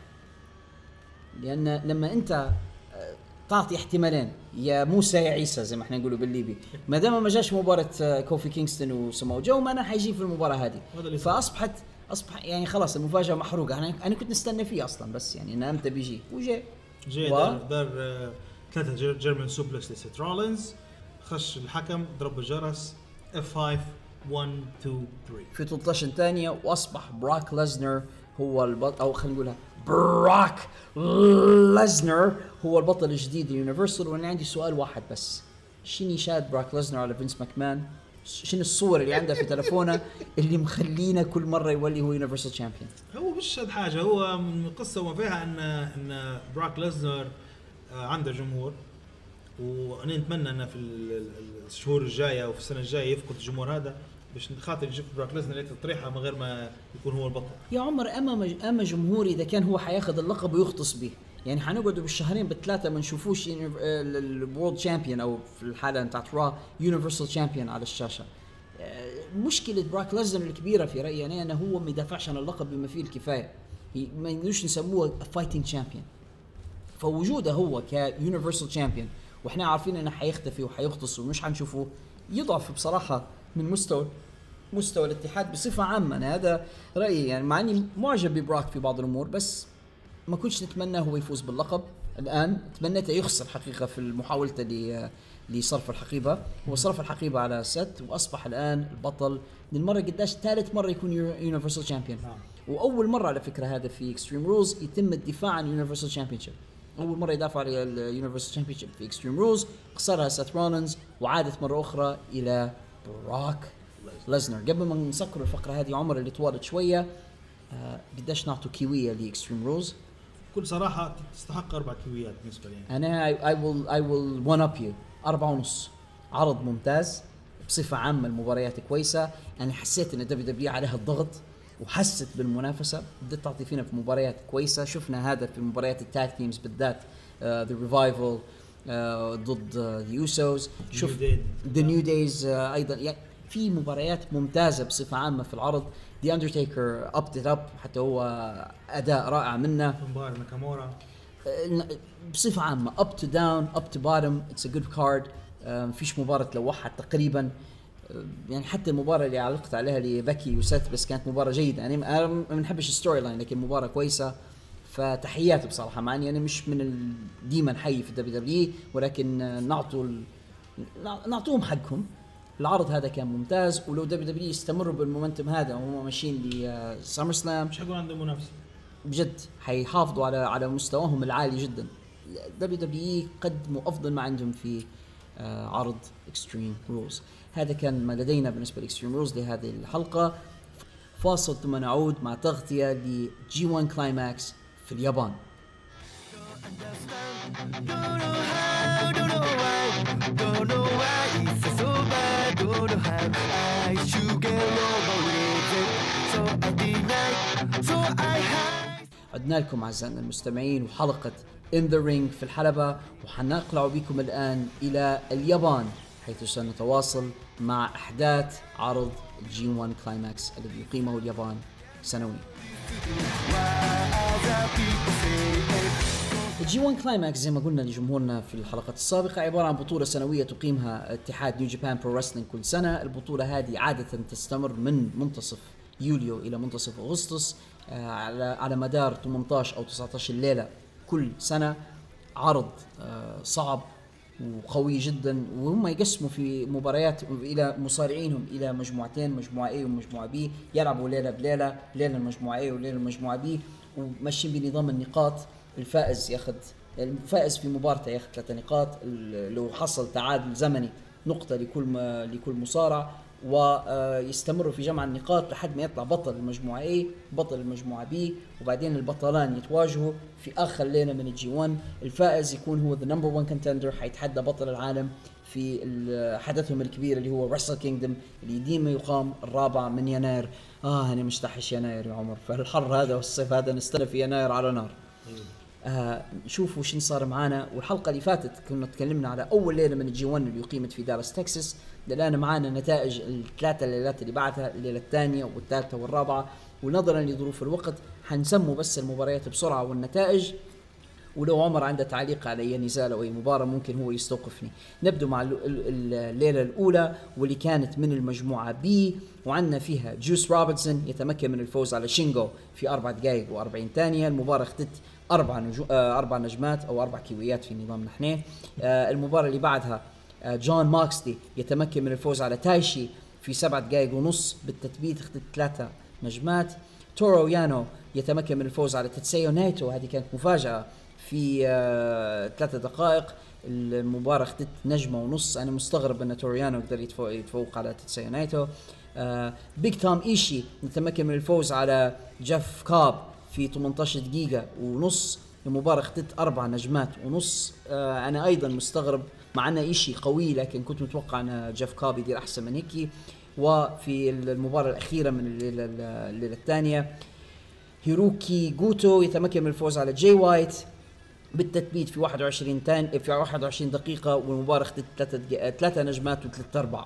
لان لما انت تعطي احتمالين يا موسى يا عيسى زي ما احنا نقولوا بالليبي, ما دام ما جاش مباراه كوفي كينغستون وسمو جو, ما انا حيجي في المباراه هذه. فاصبحت اصبح يعني خلاص المفاجاه محروقه. انا انا كنت نستنى فيه اصلا, بس يعني انا امتى بيجي وجاء جاي دار, دار ثلاثه جيرمان سوبلكس لسيت رولينز, خش الحكم ضرب الجرس اف خمسة واحد اثنين ثلاثة في ثلاثة عشر ثانيه, واصبح بروك ليزنر هو البطل, او خلينا نقولها بروك ليزنر هو البطل الجديد ليونيفرسال. وانا عندي سؤال واحد بس, شنو شاد بروك ليزنر على فينس ماكمان؟ شنو الصور اللي عنده في تلفونه اللي مخلينا كل مره يولي هو يونيفرسال شامبيون؟ هو مش شاد حاجه, هو من القصه وما فيها ان ان بروك ليزنر عنده جمهور, وانا نتمنى ان في الشهور الجايه او في السنه الجايه يفقد الجمهور هذا باش خاطر يجيب بروك ليزنر يطرحها من غير ما يكون هو البطل. يا عمر اما اما جمهور اذا كان هو حياخذ اللقب ويغطس به, يعني حنقعدوا بالشهرين بالثلاثه ما نشوفوش الورلد شامبيون او في الحاله بتاعت را يونيفرسال شامبيون على الشاشه. مشكله بروك ليزنر الكبيره في رايي انا انه هو ما يدافعش عن اللقب بما فيه الكفايه, ما يقدروش نسموه فايتنج شامبيون. فوجوده هو كيونيفرسال شامبيون واحنا عارفين انه حيختفي وحيغطس ومش حنشوفه, يضعف بصراحه من مستوى مستوى الاتحاد بصفه عامه. أنا هذا رايي يعني, مع اني معجب ببروك في بعض الامور, بس ما كنتش نتمنى هو يفوز باللقب. الان تمنيته يخسر حقيقه في محاولته ل لصرف الحقيبه. هو صرف الحقيبه على ست, واصبح الان البطل للمره قداش ثالث مره يكون يونيفرسال شامبيون. واول مره على فكره هذا في اكستريم رولز يتم الدفاع عن يونيفرسال شامبيونشيب. اول مره يدافع عن اليونيفرسال شامبيونشيب في اكستريم رولز, خسرها سيث رولينز وعادت مره اخرى الى بروك ليزنر. قبل ما نسكر الفقره هذه عمر اللي طولت شويه, آه قداش نعطوا كيويه لاكستريم رولز؟ بكل صراحه تستحق اربع كيويات بالنسبه لي. انا اي ويل اي ويل ون اب يو أربعة ونص. عرض ممتاز بصفه عامه, المباريات كويسه. انا حسيت ان دبليو دبليو عليها الضغط وحست بالمنافسه, بدت تعطي فينا في مباريات كويسه. شفنا هذا في مباريات التاج تيمز بالذات, ذا ريفايفل ضد ذا يوسوس, شوف ذا نيو دايز ايضا. يعني في مباريات ممتازه بصفه عامه في العرض. The Undertaker upped it up, حتى هو أداء رائع منه. مباراة ناكامورا بصفة عامة up to down up to bottom it's a good card. فيش مباراة تلوحها تقريبا, يعني حتى المباراة اللي علقت عليها لبكي وسيث بس كانت مباراة جيدة. يعني أنا ما بنحبش الستوري لاين, لكن مباراة كويسة. فتحياتي بصراحة, مع اني انا مش من ديما حي في الدبليو دبليو, ولكن نعطوا ال... نعطوهم حقهم. العرض هذا كان ممتاز, ولو دبليو دبليو يستمروا بالمومنتم هذا وهم ماشيين لسامر سلام مش حيكون عندهم منافسة بجد, حيحافظوا على على مستواهم العالي جدا. دبليو دبليو قدموا افضل ما عندهم في عرض اكستريم رولز. هذا كان ما لدينا بالنسبة لاكستريم رولز لهذه الحلقة. فاصل ثم نعود مع تغطية لجي وان كلايماكس في اليابان. عدنا لكم أعزائنا المستمعين وحلقة In the Ring في الحلبة، وحنقلع بكم الآن إلى اليابان حيث سنتواصل مع أحداث عرض جي وان كلايماكس الذي يقيمه اليابان سنويا. الجي وان كلايماكس زي ما قلنا لجمهورنا في الحلقة السابقة عبارة عن بطولة سنوية تقيمها اتحاد نيو جابان برو رسلينج كل سنة. البطولة هذه عادة تستمر من منتصف يوليو إلى منتصف أغسطس على على مدار ثمانية عشر أو تسعة عشر ليلة كل سنة. عرض صعب وقوي جدا، وهم يقسموا في مباريات إلى مصارعينهم إلى مجموعتين، مجموعة A ومجموعة B، يلعبوا ليلة بليلة، ليلة المجموعة A وليلة المجموعة B، وماشيين بنظام النقاط. الفائز ياخذ الفائز في مباراته ياخذ ثلاثة نقاط، لو حصل تعادل زمني نقطة لكل لكل مصارع، ويستمروا في جمع النقاط لحد ما يطلع بطل المجموعة A بطل المجموعة B، وبعدين البطلان يتواجهوا في آخر ليلة من الجي وان. الفائز يكون هو the number one contender، حيتحدى بطل العالم في حدثهم الكبير اللي هو Wrestle Kingdom اللي ديما يقام الرابع من يناير. آه أنا مشتحش يناير يا عمر، فالحر هذا والصيف هذا نستنى في يناير على نار. آه نشوفوا شين صار معانا. والحلقة اللي فاتت كنا تكلمنا على أول ليلة من الجي وان اللي يقيمت في دالاس تكساس. الآن معانا نتائج الثلاثة الليلات اللي بعدها، الليلة الثانية والثالثة والرابعة، ونظرا لظروف الوقت حنسموا بس المباريات بسرعة والنتائج، ولو عمر عنده تعليق على أي نزال أو أي مباراة ممكن هو يستوقفني. نبدأ مع الليلة الأولى واللي كانت من المجموعة بي، وعندنا فيها جوس روبرتسون يتمكن من الفوز على شينغو في أربع دقائق وأربعين ثانية. المباراة اختت أربع نجو... آه أربع نجمات أو أربع كيويات في نظام نحن. آه المباراة اللي بعدها آه جون ماكسلي يتمكن من الفوز على تايشي في سبع دقائق ونص بالتثبيت، اختت ثلاثة نجمات. تورو يانو يتمكن من الفوز على تتسيو نايتو، هذه كانت مفاجأة في آه ثلاثة دقائق. المباراة اختت نجمة ونص، أنا مستغرب أن توريانو يقدر يتفوق, يتفوق على تتسيو نايتو. آه بيج توم إيشي يتمكن من الفوز على جيف كاب في ثمانية عشر دقيقة ونص. المباراة اختت أربع نجمات ونص. آه أنا أيضا مستغرب، مع أن إيشي قوي لكن كنت متوقع أن جيف كاب يدير أحسن من هيك. وفي المباراة الأخيرة من الليلة, الليلة الثانية هيروكي جوتو يتمكن من الفوز على جاي وايت بالتثبيت في واحد وعشرين تان في واحد وعشرين دقيقة، والمباراة اختت ثلاثة ثلاثة نجمات وثلاثة أربعة.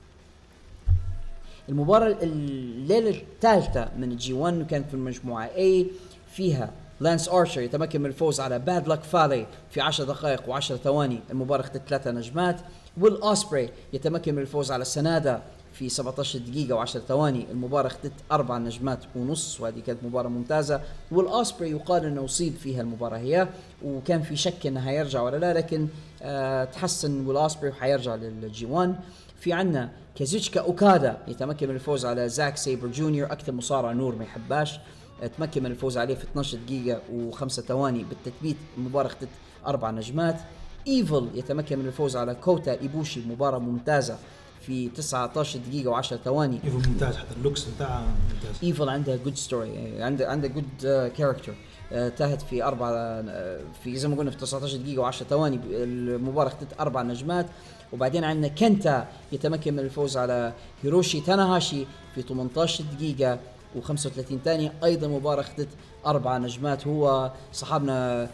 المباراة الليلة الثالثة من الجي وان كانت في المجموعة A، فيها لانس أرشر يتمكن من الفوز على باد لك فالي في عشر دقائق وعشر ثواني. المباراة اختت ثلاثة نجمات. ويل أوسبري يتمكن من الفوز على سنادا في سبعة عشر دقيقة وعشر ثواني. المباراة اختت أربع نجمات ونص، وهذه كانت مباراة ممتازة. والأوسبري يقال أنه أصيب فيها المباراة هي، وكان في شك أنه هيرجع ولا لا، لكن آه تحسن والأوسبري وحيرجع للجي وان. في عنا كازوتشكا أوكادا يتمكن من الفوز على زاك سيبر جونيور، أكثر مصارع نور ما يحباش، تمكن من الفوز عليه في اثنتي عشرة دقيقة وخمسة ثواني بالتثبيت. المباراة اختت أربع نجمات. إيفل يتمكن من الفوز على كوتا إيبوشي، مباراة ممتازة في تسعة عشر دقيقة وعشر ثواني. إيفل ممتاز، حتى اللوكس بتاعه ممتاز. إيفل عنده جود ستوري، عنده عنده جود كاركتر. انتهت في أربعة في زي ما قلنا في تسعة عشر دقيقة وعشر ثواني. المباراة اختت أربع نجمات. وبعدين عندنا كنتا يتمكن من الفوز على هيروشي تاناهاشي في ثمانية عشر دقيقة وخمسة وثلاثين ثانية. أيضا مباراة اختت أربع نجمات. هو صاحبنا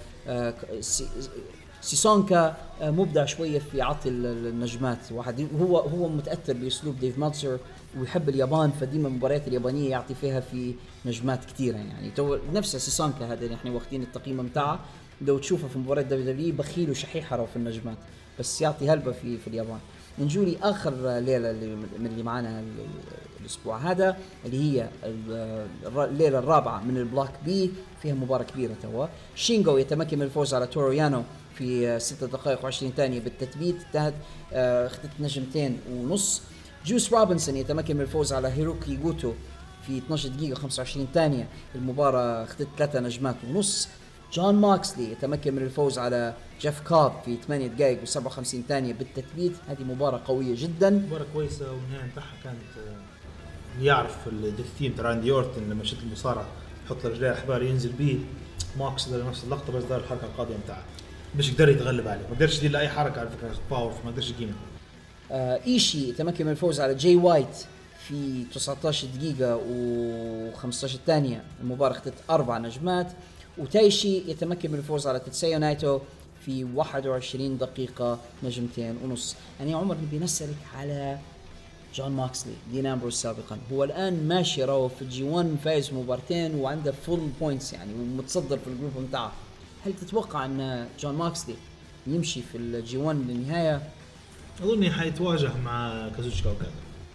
سيسونكا مبدع شوية في عطي النجمات. واحد هو هو متأثر بأسلوب ديف مالتسر ويحب اليابان، فديما المباريات اليابانية يعطي فيها في نجمات كثيرة. يعني تو نفس سيسونكا هذا اللي احنا واخدين التقييم متاعه، لو تشوفه في مباراة دبليو دبليو بخيل وشحيحة في النجمات، بس يعطي هلبة في في اليابان. نجولي آخر ليلة اللي من اللي معنا الأسبوع هذا اللي هي الليلة الرابعة من البلوك بي، فيها مباراة كبيرة توا. شينغو يتمكن من الفوز على تورو يانو في ستة دقائق وعشرين ثانية بالتثبيت، انتهت اختت نجمتين ونص. جوس روبنسون يتمكن من الفوز على هيروكي جوتو في اثنتي عشرة دقيقة وخمسة وعشرين ثانية. المباراة اختت ثلاثة نجمات ونص. جون ماكسلي يتمكن من الفوز على جيف كاب في ثمانية دقائق وسبعة وخمسين ثانية بالتثبيت، هذه مباراة قوية جدا، مباراة كويسة. والنهاية بتاعها كانت يعرف الثيم ترى راندي أورتن لما شد المصارع يحط رجليه احبار ينزل بيه، ماكس دار نفس اللقطه بس دار الحركه القاضيه بتاعه مش يقدر يتغلب عليه ما قدرش يدير له اي حركه على فكره باور ما قدرش يقيمه. آه ايشي يتمكن من الفوز على جاي وايت في تسعة عشر دقيقة و15 ثانية. المباراة اخذت أربع نجمات. وتايشي يتمكن من الفوز على تتسايو نايتو في واحد وعشرين دقيقة نجمتين ونص. يعني عمر نبي نسألك على جون ماكسلي دين أمبروز سابقا. هو الآن ماشي راهو في الجي واحد فايز مبارتين وعنده فول بوينتس يعني ومتصدر في الجروب متاعه. هل تتوقع أن جون ماكسلي يمشي في الجي واحد للنهاية؟ أظني حيتواجه مع كازوتشيكا وكذا.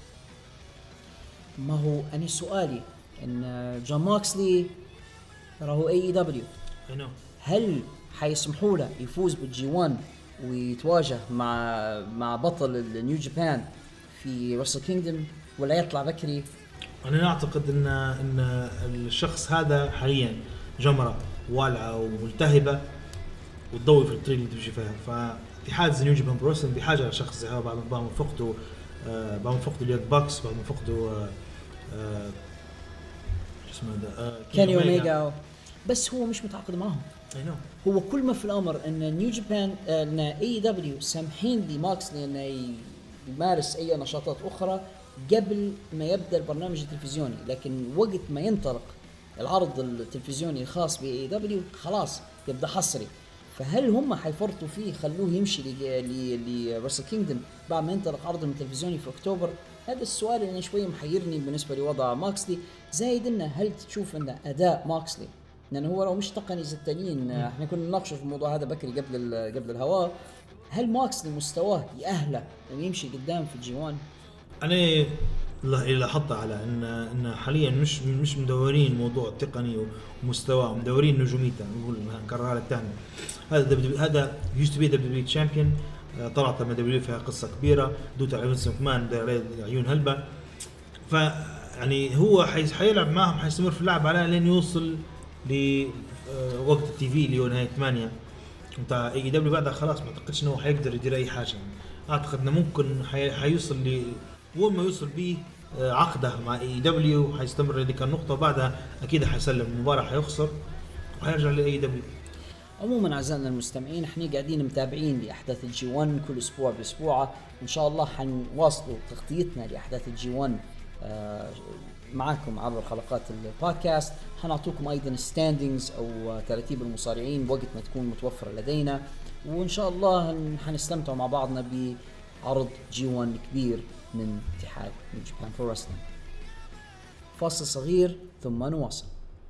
ما هو أنا سؤالي إن جون ماكسلي راهو اي دبليو هل حيسمحوا له يفوز بالجي واحد ويتواجه مع مع بطل النيو جابان في راسل كينجدم ولا يطلع بكري؟ أنا أعتقد إن إن الشخص هذا حاليا جمرة والعة وملتهبة وتضوي في الطريق اللي تمشي فيها. فاتحاد نيو جابان بروسن بحاجة لشخص زي هذا بعد ما فقدوا آه بعد ما فقدوا اليد باكس بعد ما فقدوا آه آه اسمه ده آه كيني أوميجا. بس هو مش متعاقد معهم. هو كل ما في الأمر إن نيو جابان إن اي دبليو سامحين لماكسلي إنه يمارس أي نشاطات أخرى قبل ما يبدأ البرنامج التلفزيوني. لكن وقت ما ينطلق العرض التلفزيوني الخاص باي دبليو خلاص يبدأ حصري. فهل هم حيفرطوا فيه خلوه يمشي لراسل كينجدم بعد ما ينطلق عرضه التلفزيوني في أكتوبر؟ هذا السؤال اللي شوي محيرني بالنسبة لوضع ماكسلي. زايد إنه هل تشوف إن أداء ماكسلي لأنه هو لو مش تقني زي التانيين احنا كنا نناقش في الموضوع هذا بكري قبل قبل الهواء. هل ماكسلي مستواه يأهله انه يمشي قدام في الجي واحد؟ انا اللي لاحظت على ان ان حاليا مش مش مدورين موضوع تقني ومستواه مدورين نجوميته. نقول نكررها لك ثاني هذا هذا يوست بي دبليو تشامبيون طلعت لما دبليو فيها قصه كبيره دوت على فينس ماكمان داير عليه عيون هلبة. ف يعني هو حيلعب معهم حيستمر في اللعب على لين يوصل لوقت التي في اللي هو نهاية ثمانية بتاع اي دبليو. بعدها خلاص ما اعتقدش انه حيقدر يدير اي حاجه. اعتقد انه ممكن حي... حيوصل ل اول ما يوصل به عقده مع اي دبليو حيستمر هذيك النقطه. بعدها اكيد حيسلم المباراه حيخسر وحيرجع لاي دبليو. عموما اعزائنا المستمعين احنا قاعدين متابعين لاحداث الجي واحد كل اسبوع باسبوعه. ان شاء الله حنواصلوا تغطيتنا لاحداث الجي واحد آه معكم عبر حلقات البودكاست. حنعطيكم ايضا ستاندينجز او ترتيب المصارعين وقت ما تكون متوفره لدينا. وان شاء الله حنستمتع مع بعضنا بعرض جي واحد كبير من اتحاد نيو جابان برو رسلينج. فاصل صغير ثم نواصل.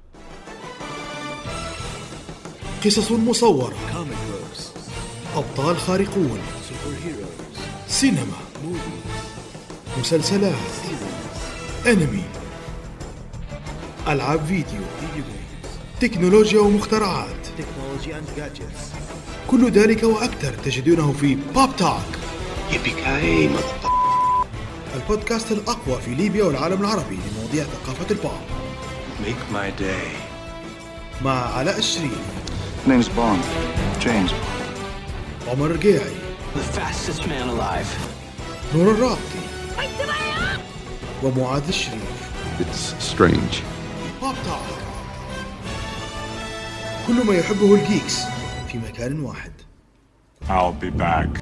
قصص مصورة، أبطال خارقون، سينما، مسلسلات، أنمي، ألعاب فيديو، تكنولوجيا ومخترعات، كل ذلك وأكثر تجدونه في بوب توك، البودكاست الأقوى في ليبيا والعالم العربي لمواضيع ثقافة البوب. Make my day. مع علاء الشريف. Name's Bond. James. عمر الرقيعي. The fastest man alive. نور الرابطي. ومعاذ الشريف. It's strange. بوب توك. كل ما يحبه الجيكس في مكان واحد. I'll be back.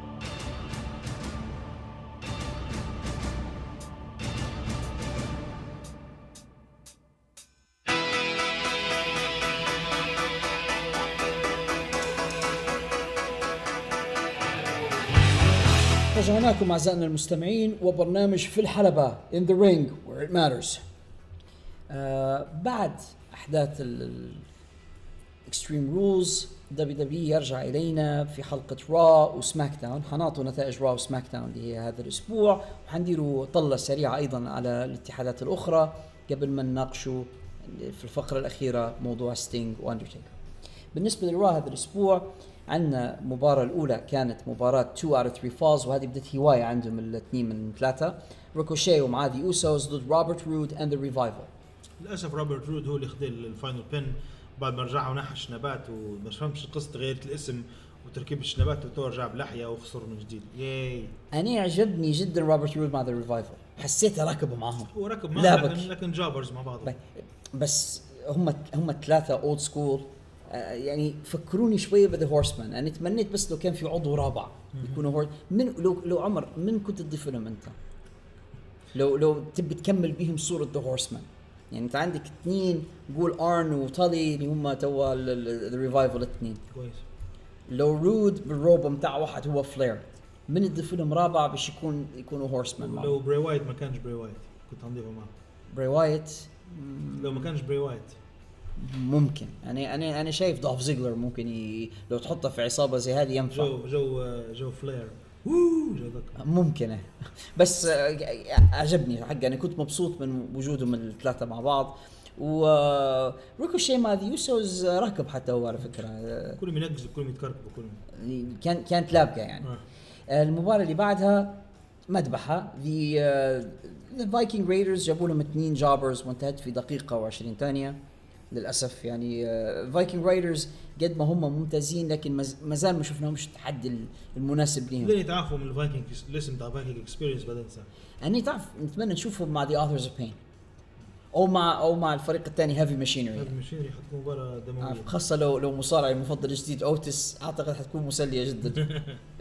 رجعناكم أعزائنا المستمعين وبرنامج في الحلبة In the Ring Where It Matters. آه بعد أحداث ال Extreme Rules دبليو دبليو يرجع إلينا في حلقة را وسماك داون. حنعطوا نتائج را وسماك داون اللي هي هذا الأسبوع وحنديروا طلة سريعة أيضا على الاتحادات الأخرى قبل ما نناقشوا في الفقرة الأخيرة موضوع ستينج وأندرتيكر. بالنسبة للرا هذا الأسبوع عندنا مباراة الأولى كانت مباراة two out of three falls وهذه بدت هواية عندهم الاثنين من ثلاثة. ريكوشي ومع دي أوسوس ضد روبرت رود and the Revival. للأسف روبرت رود هو اللي خذ الفاينل بين بعد ما رجع ونحش نبات وما فهمش قصة غيرت الاسم وتركيب الشنبات وتور رجع بلحية وخسر من جديد. ياي أنا عجبني جدا روبرت رود مع the Revival. حسيته ركبه معهم. هو ركب معهم لكن, لكن جابرز مع بعض. بس هم هم ثلاثة old school آه يعني فكروني شويه بذا هورسمان. انا تمنيت بس لو كان في عضو رابع يكونوا هور من لو لو عمر من كنت تضيف لهم انت لو لو تبي تكمل بهم صوره ذا هورسمان. يعني انت عندك اثنين قول ارن وتالي اللي هم توا الريفايفل الاثنين كويس. لو رود بالروب بتاع واحد هو فلير من تضيف لهم رابع باش يكون يكونوا هورسمان. لو بري وايت ما كانش بري وايت كنت هنضيفه معه. بري وايت لو ما كانش بري وايت ممكن. انا انا انا شايف دولف زيجلر ممكن ي... لو تحطه في عصابه زي هذه ينفع. جو جو جو فلير ممكن. بس عجبني حقا. انا كنت مبسوط من وجودهم الثلاثه مع بعض. وروكوشي مع ذا يوسوز راكب حتى هو على فكره كلهم ينقزوا كلهم يتكركبوا كلهم كان كانت لابقه يعني. آه. المباراه اللي بعدها مذبحه ذا الفايكنج رايدرز جابوا لهم اثنين جابرز وانتهت في دقيقه وعشرين ثانيه للاسف. يعني فايكنج uh, رايدرز قد ما هم ممتازين لكن ما زال ما شفناهمش التحدي المناسب لهم. لين يتعافوا من الفايكنج الاسم تاع فايكنج اكسبيرينس بعدين سنه. اني تعرف نتمنى نشوفهم مع ذا اوثرز اوف بين او مع او مع الفريق الثاني هيفي ماشينري. هيفي ماشينري حتكون مباراه دمويه خاصه لو لو مصارعي المفضل الجديد اوتس اعتقد حتكون مسليه جدا.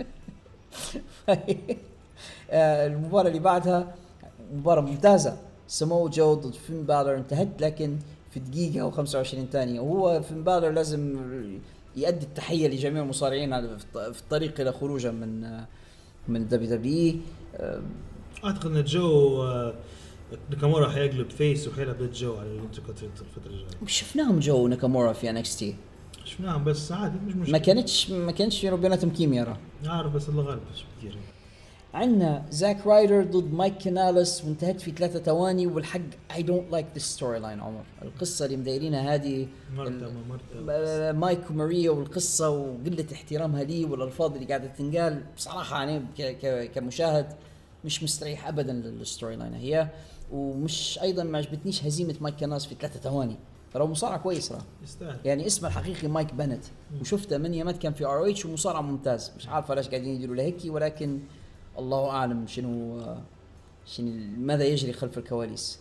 المباراه اللي بعدها مباراه ممتازه سمو جو ضد فين بالر انتهت لكن في دقيقة وخمسة وعشرين ثانية. وهو فين بالر لازم يؤدي التحية لجميع المصارعين في الطريق إلى خروجه من من دبليو دبليو إي. أعتقد أن جو ناكامورا حيقلب فيس وحيلعب ضد جو على الانتركونتيننتال الفترة الجاية. شفناهم جو ناكامورا في إن إكس تي. شفناهم بس عادي مش مشكلة. ما كانتش ما كانش بيناتهم كيمياء. عارف بس الله غالب مش كثير. عندنا زاك رايدر ضد مايك كاناليس وانتهت في ثلاثة ثواني. والحق I don't like this storyline عمر. القصة اللي مدايرينها هذه مايك وماريا والقصة وقلة احترامها لي والألفاظ اللي قاعدة تنقال بصراحة يعني كمشاهد مش مستريح أبدا للستوري لاين هي. ومش أيضا ما عجبتنيش هزيمة مايك كاناليس في ثلاثة ثواني. ترى مصارع كويس راه يعني اسمه الحقيقي مايك بنت وشفته من يمت كان في ار اتش ومصارع ممتاز. مش عارف ليش قاعدين يديروا له هيك ولكن الله أعلم شنو شنو ماذا يجري خلف الكواليس.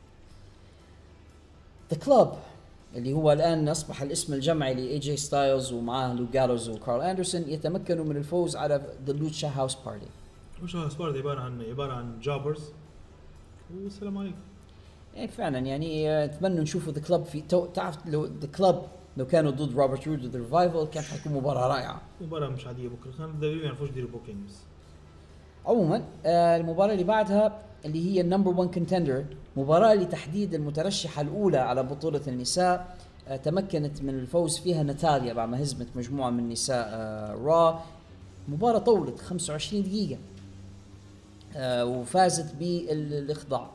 The Club اللي هو الآن أصبح الاسم الجمعي لإي جي ستايلز ومعاه لو جالوز وكارل أندرسون يتمكنوا من الفوز على The Lucha House Party. Lucha House Party عبارة عن عبارة عن جابرز والسلام عليكم. إيه فعلا يعني أتمنى نشوفوا The Club في تو تعرف لو The Club لو كانوا ضد روبرت رود وذا ريفايفل كانت حتكون مباراة رائعة. مباراة مش عادية بكرة كان الدبليو يعرفوش يديروا بوكينجز. عموما آه المباراة اللي بعدها اللي هي النمبر وان كونتندر مباراة لتحديد المترشحة الأولى على بطولة النساء. آه تمكنت من الفوز فيها ناتاليا بعد ما هزمت مجموعة من نساء آه را. مباراة طولت خمسة وعشرين دقيقة آه وفازت بالإخضاع.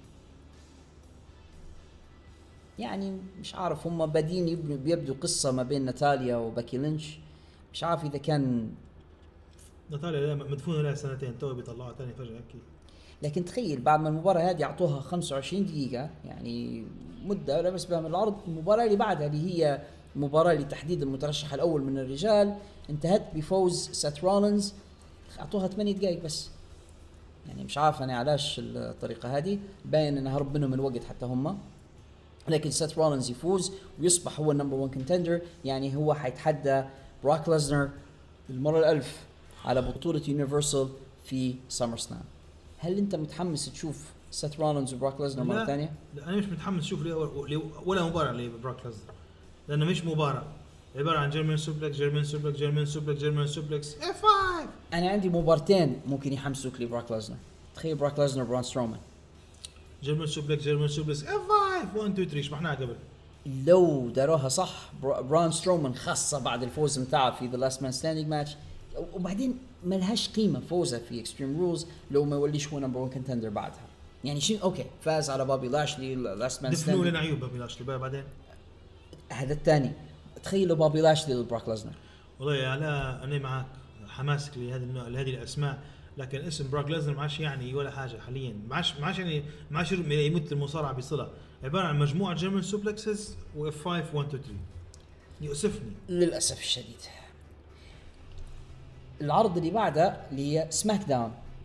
يعني مش عارف هم بادين يبنوا بيبدوا قصة ما بين ناتاليا وباكي لينش. مش عارف إذا كان ناتاليا مدفونة لها سنتين تو بيطلعوها تاني فجأة أكيد. لكن تخيل بعد ما المباراة هذه يعطوها خمسة وعشرين دقيقة يعني مدة لا بس بها من العرض. المباراة اللي بعدها اللي هي مباراة لتحديد المترشح الأول من الرجال انتهت بفوز سيث رولينز. أعطوها ثمانية دقائق بس. يعني مش عارف أنا علاش الطريقة هذه باين إنها هرب منهم الوقت حتى هم. لكن سيث رولينز يفوز ويصبح هو النمبر وان كونتندر. يعني هو حيتحدى براك ليزنر للمرة الألف على بطولة يونيفرسال في سامر سلام. هل أنت متحمس تشوف سيث رولينز وبراك ليزنر مرة ثانية؟ لا أنا مش متحمس أشوف ولا مباراة لبراك ليزنر لأنه مش مباراة عبارة عن جيرمان سوبلكس جيرمان سوبلكس جيرمان سوبلكس جيرمان سوبلكس اف خمسة. أنا عندي مبارتين ممكن يحمسوك لبراك ليزنر. تخيل براك ليزنر برون سترومان جيرمان سوبلكس جيرمان سوبلكس اف خمسة واحد اثنين ثلاثة شبحناها قبل. لو داروها صح برون سترومان خاصة بعد الفوز متاعه في The Last Man Standing Match. وبعدين ما لهاش قيمة فوزه في Extreme Rules لو ما يوليش هو نمبر وان كونتندر بعدها. يعني شيء أوكي فاز على بابي لاشلي Last Man Standing. دفنوا لنا عيوب بابي لاشلي بقى بعدين. هذا الثاني تخيلوا بابي لاشلي لبراك ليزنر. والله يا لا أنا معك حماسك لهذه النوع لهذه الأسماء لكن اسم براك ليزنر معاش يعني ولا حاجة حاليا معاش معاش يعني معاش يمت المصارعة بصلة. عبارة عن مجموعة جيرمان سوبلكسز و اف خمسة واحد اثنين ثلاثة. يؤسفني للأسف الشديد. العرض اللي بعده اللي هي سماك داون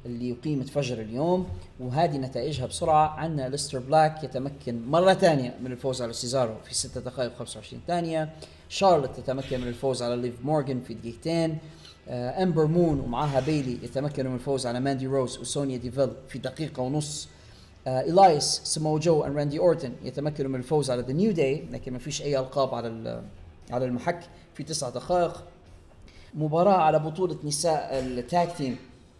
اللي قيمة فجر اليوم، وهذه نتائجها بسرعة. عندنا ليستر بلاك يتمكن مرة ثانية من الفوز على سيزارو في ستة دقائق وخمسة وعشرين ثانية. شارلوت تتمكن من الفوز على ليف مورغان في دقيقتين. آه امبر مون ومعها بيلي يتمكنوا من الفوز على ماندي روز وسونيا ديفيل في دقيقة ونص. آه إلايس سمو جو and راندي أورتن يتمكنوا من الفوز على The New Day، لكن ما فيش أي ألقاب على على المحك في تسع دقائق. مباراة على بطولة نساء التاج تيم،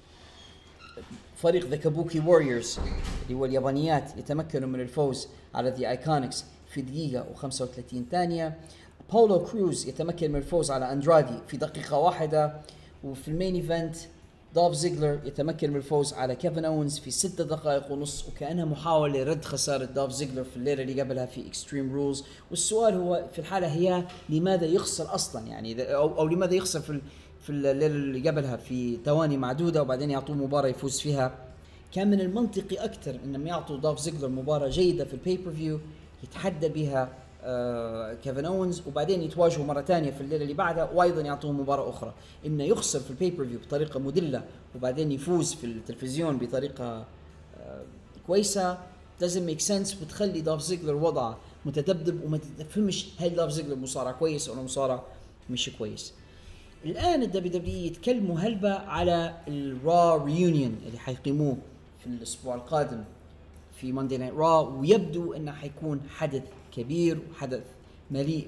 فريق ذا كابوكي ووريرز اللي هو اليابانيات يتمكنوا من الفوز على ذا ايكونكس في دقيقة وخمسة وثلاثين ثانية. باولو كروز يتمكن من الفوز على اندرادي في دقيقة واحدة. وفي المين ايفنت دولف زيجلر يتمكن من الفوز على كيفن أوينز في ستة دقائق ونص، وكأنها محاولة لرد خسارة دولف زيجلر في الليلة اللي قبلها في اكستريم رولز. والسؤال هو في الحالة هي لماذا يخسر أصلا، يعني أو, أو لماذا يخسر في في الليلة اللي قبلها في ثواني معدودة وبعدين يعطوه مباراة يفوز فيها. كان من المنطقي أكثر إنهم يعطوا دولف زيجلر مباراة جيدة في البيبر فيو يتحدى بها آه كيفن أوينز، وبعدين يتواجهوا مرة تانية في الليلة اللي بعدها وأيضا يعطوه مباراة أخرى. إنه يخسر في البيبر فيو بطريقة مدلة وبعدين يفوز في التلفزيون بطريقة آه كويسة doesn't make sense، وتخلي دولف زيجلر وضعه متذبذب وما تفهمش هل دولف زيجلر مصارع كويس أو مصارع مش كويس. الآن الدبليو دبليو يتكلموا هلبة على الرا ريونيون اللي حيقيموه في الأسبوع القادم في ماندي نايت را، ويبدو أنه حيكون حدث كبير وحدث مليء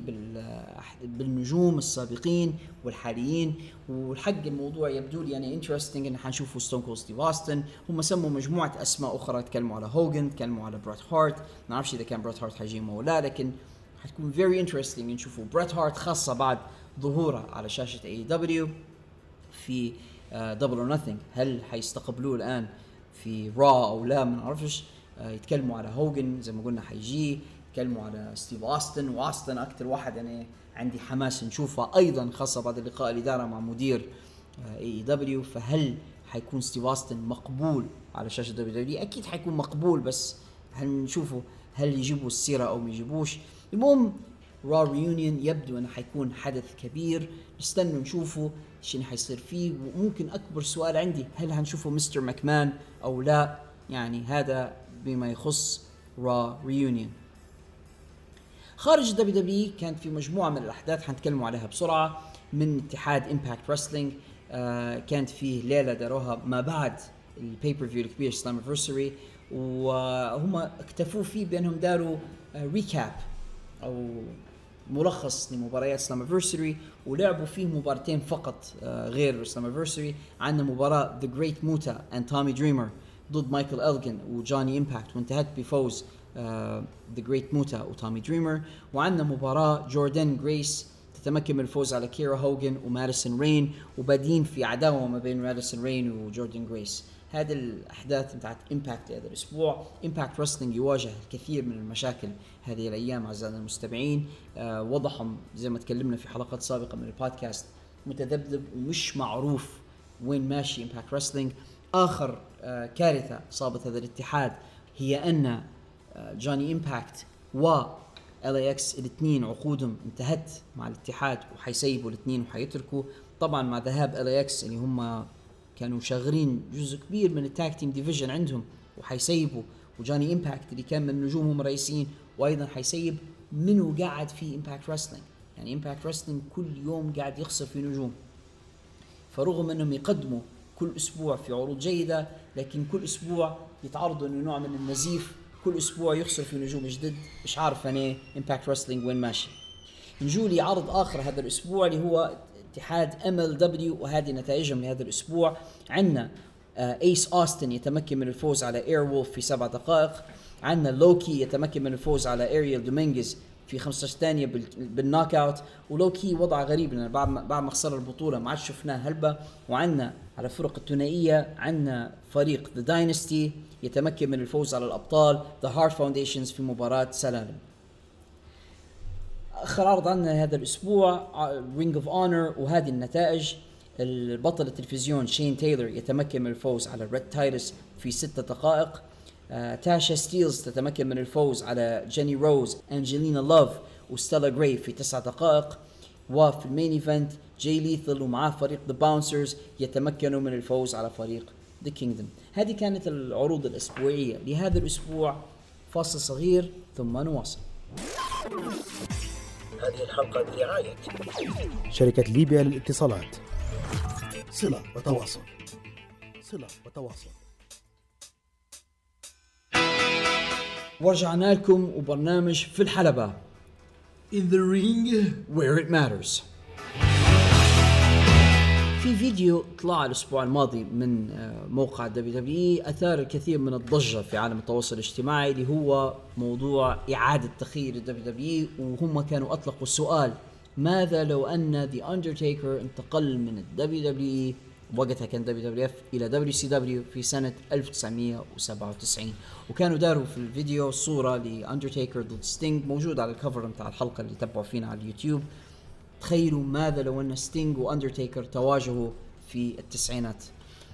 بالنجوم السابقين والحاليين. والحق الموضوع يبدو لي يعني انترستينج إن حنشوفوا ستون كولد ستيف أوستن. هم سموا مجموعة أسماء أخرى، تكلموا على هوغن، تكلموا على بريت هارت، ما نعرفش إذا كان بريت هارت حيجي ولا لا، لكن حتكون very interesting نشوفوا بريت هارت خاصة بعد ظهوره على شاشة إيه دبليو في دبل اور نثينج. هل حيستقبلوه الآن في را أو لا ما نعرفش. uh, يتكلموا على هوغن زي ما قلنا حيجي، يتكلموا على ستيف أوستن، وأوستن أكتر واحد يعني عندي حماس نشوفه أيضا خاصة بعد اللقاء اللي داره مع مدير إيه دبليو. فهل حيكون ستيف أوستن مقبول على شاشة دبليو دبليو؟ أكيد حيكون مقبول، بس هنشوفه هل يجيبوا السيرة أو ما يجيبوش. المهم را ريونيون يبدو أنه حيكون حدث كبير، نستنى نشوفه شنو حيصير فيه. وممكن أكبر سؤال عندي هل هنشوفه مستر ماكمان أو لا، يعني هذا بما يخص را ريونيون. خارج الدبليو دبليو كانت في مجموعة من الأحداث حنتكلموا عليها بسرعة. من اتحاد إمباكت رسلينج آه كانت فيه ليلة داروها ما بعد البيبر فيو الكبير سلامفرسري، وهم اكتفوا فيه بأنهم داروا آه ريكاب أو ملخص لمباريات سلامفرسري، ولعبوا فيه مباراتين فقط آه غير سلامفرسري. عندنا مباراة The Great Muta and Tommy Dreamer ضد مايكل إلجن وجوني إمباكت، وانتهت بفوز آه The Great Muta وتومي دريمر. وعندنا مباراة جوردن جريس تتمكن من الفوز على كيرا هوغن وماديسون رين، وبادين في عداوة ما بين ماديسون رين وجوردن جريس. هذه الأحداث بتاعت إمباكت هذا الأسبوع. إمباكت رسلينج يواجه الكثير من المشاكل هذه الأيام أعزائنا المستمعين. آه وضحهم زي ما تكلمنا في حلقات سابقة من البودكاست، متذبذب ومش معروف وين ماشي إمباكت رسلينج. آخر آه كارثة صابت هذا الاتحاد هي أن آه جوني إمباكت و إل إيه إكس الاثنين عقودهم انتهت مع الاتحاد وحيسيبوا الاثنين وحيتركوا. طبعا مع ذهاب إل إيه إكس اللي هم كانوا شغالين جزء كبير من التاك تيم ديفيجن عندهم وحيسيبوا، وجوني إمباكت اللي كان من نجومهم الرئيسيين وايضا حيسيب. منو قاعد في إمباكت رسلينج؟ يعني إمباكت رسلينج كل يوم قاعد يخسر في نجوم، فرغم انهم يقدموا كل اسبوع في عروض جيدة، لكن كل اسبوع يتعرضوا انه نوع من النزيف، كل اسبوع يخسر في نجوم جدد. مش عارف انا إمباكت رسلينج وين ماشي. نجولي عرض اخر هذا الاسبوع اللي هو اتحاد إم إل دبليو، وهذه نتائجهم لهذا الاسبوع. عندنا ايس أوستن يتمكن من الفوز على اير وولف في سبع دقائق. عندنا لوكي يتمكن من الفوز على اريال دومينغيز في خمسة عشر ثانية بالنوك اوت. ولوكي وضع غريب لأن بعد ما بعد ما خسر البطولة ما عاد شفناه هلبة. وعندنا على فرق الثنائية عندنا فريق ذا داينستي يتمكن من الفوز على الأبطال ذا هارت فاونديشنز في مباراة سلالم. آخر عرض عندنا هذا الأسبوع رينج اوف اونر، وهذه النتائج. البطل التلفزيون شين تايلر يتمكن من الفوز على ريد تايرس في ستة دقائق. آه، تاشا ستيلز تتمكن من الفوز على جيني روز، أنجلينا لوف وستيلا غراي في تسع دقائق. وفي المين ايفنت جاي ليثل ومعاه فريق ذا باونسرز يتمكنوا من الفوز على فريق The Kingdom. هذه كانت العروض الأسبوعية لهذا الأسبوع. فاصل صغير ثم نواصل. هذه الحلقة برعاية شركة ليبيا للاتصالات. صلة وتواصل. صلة وتواصل. ورجعنا لكم وبرنامج في الحلبة. In the ring where it matters. في فيديو طلع الأسبوع الماضي من موقع دبليو دبليو إي أثار الكثير من الضجة في عالم التواصل الاجتماعي، اللي هو موضوع إعادة تخيير دبليو دبليو إي. وهم كانوا أطلقوا السؤال: ماذا لو أن The Undertaker انتقل من الدبليو دبليو إي، وقتها كان دبليو دبليو إف، إلى دبليو سي دبليو في سنة ألف وتسعمية وسبعة وتسعين. وكانوا داروا في الفيديو صورة لأندرتيكر ضد ستينج موجود على الكفر متاع الحلقة اللي تابعوا فينا على اليوتيوب. تخيلوا ماذا لو أن ستينج وأندرتيكر تواجهوا في التسعينات.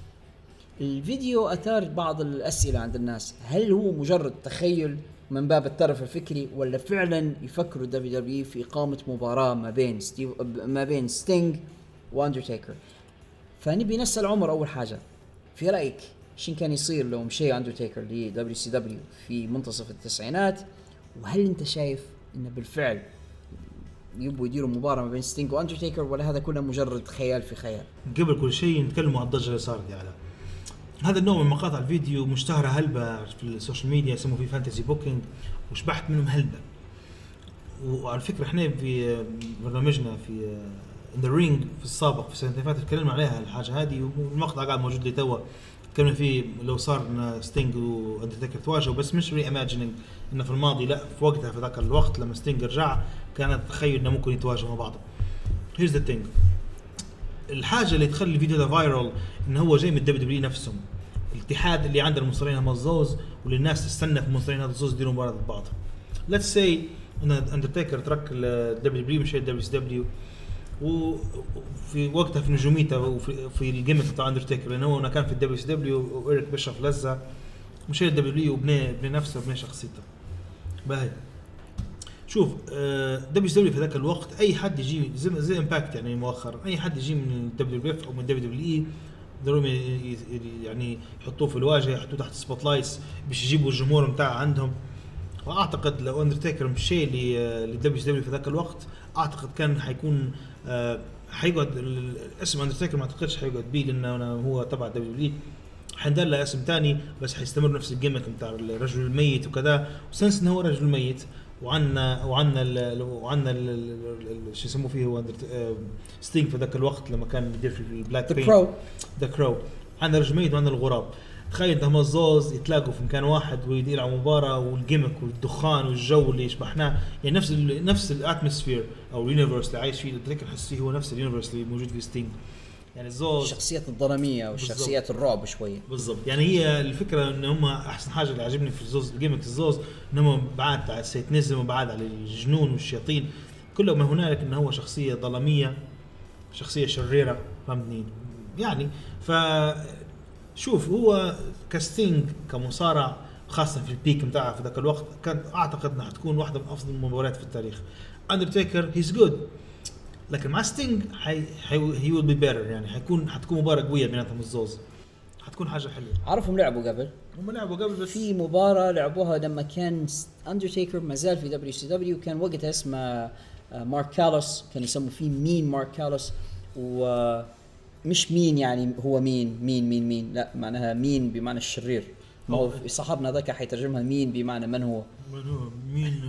الفيديو أثار بعض الأسئلة عند الناس: هل هو مجرد تخيل من باب الترف الفكري، ولا فعلا يفكروا دبليو دبليو في إقامة مباراة ما بين ستيف ما بين ستينج وأندرتيكر؟ فنبي نسأل عمر أول حاجة، في رأيك شين كان يصير لو مشي أندرتيكر ل دبليو سي دبليو في منتصف التسعينات؟ وهل أنت شايف إنه بالفعل يبوا يديروا مباراة ما بين ستينج وأندرتيكر، ولا هذا كله مجرد خيال في خيال؟ قبل كل شيء نتكلموا عن الضجة اللي صارت دي. على هذا النوع من مقاطع الفيديو مشتهرة هلبة في السوشيال ميديا، يسموه في فانتسي بوكينج، وشبحت منهم هلبة. وعلى فكرة احنا في برنامجنا في In the Ring في السابق في السنة اللي فاتت تكلمنا عليها الحاجة هذه، والمقطع قاعد موجود لي توا. تكلمنا فيه لو صار ستينج وأندرتيكر تواجهوا، بس مش ري إيماجينينج إنه في الماضي، لا في وقتها في ذاك الوقت لما ستينج رجع كانت تخيل إنه ممكن يتواجهوا مع بعض. Here's the thing. الحاجة اللي تخلي الفيديو ده فايرال إنه هو جاي من الدبليو دبليو نفسهم، الاتحاد اللي عند المصارعين هم الزوز، واللي الناس تستنى في المصارعين هذا الزوز يديروا مباراة بعض. Let's say إن أندرتيكر ترك الدبليو دبليو مشي الدبليو سي دبليو، وفي وقتها في نجوميته وفي في الجيمت بتاع أندرتيكر، لأنه هو كان في الدبليو سي دبليو وإيريك بيشوف لزة، مشي الدبليو دبليو وبنى بنى نفسه وبنى شخصيته. باهي شوف دبليو سي دبليو في ذاك الوقت أي حد يجي زي زي إمباكت يعني مؤخرا، أي حد يجي من الدبليو دبليو إف أو من الدبليو دبليو إي ضروري يعني يحطوه في الواجهة، يحطوه تحت سبوت لايتس باش يجيبوا الجمهور متاعه عندهم. واعتقد لو اندرتيكر مشي للدبليو دبليو في ذاك الوقت، اعتقد كان حيكون أه حيقعد الاسم اندرتيكر، ما اعتقدش حيقعد بيه لانه هو تبع دبليو دبليو، حندل له اسم تاني بس حيستمر نفس الجيمك بتاع الرجل الميت وكذا، وسنس انه هو رجل ميت. وعنا وعنا وعنا شو يسموه فيه هو ستينج في ذاك الوقت لما كان يدير في البلاك بين كرو ذا كرو، عندنا رجل ميت وعندنا الغراب. تخيل هم الزوز يتلاقوا في مكان واحد ويدير على مباراة، والجيمك والدخان والجو اللي يشبحناه يعني نفس ال نفس الاتموسفير او اليونيفرس اللي عايش فيه. تذكر حس فيه هو نفس اليونيفرس اللي موجود في ستينج، يعني الزوز الشخصيات الظلامية والشخصيات الرعب شوية بالضبط. يعني هي الفكرة ان هم احسن حاجة اللي عجبني في الزوز الجيمك الزوز انهم بعاد على السيتنزم وبعاد على الجنون والشياطين، كله ما هنالك انه هو شخصية ظلامية، شخصية شريرة، فهمتني يعني. ف شوف هو كاستينج كمصارع خاصة في البيك متاعه في ذاك الوقت، كان أعتقد أنها حتكون واحدة من أفضل المباريات في التاريخ. أندرتيكر هيز جود، لكن مع ستينج حي هي ويل بي بيتر، يعني حيكون حتكون مباراة قوية بيناتهم الزوز، حتكون حاجة حلوة. عرفهم لعبوا قبل هم لعبوا قبل بس في مباراة لعبوها لما كان أندرتيكر مازال في دبليو سي دبليو، كان وقتها اسمه مارك كالوس، كان يسموا فيه مين مارك كالوس، و مش مين يعني هو مين مين مين مين لا، معناها مين بمعنى الشرير. ما هو صاحبنا ذاك حيترجمها مين بمعنى من هو من هو مين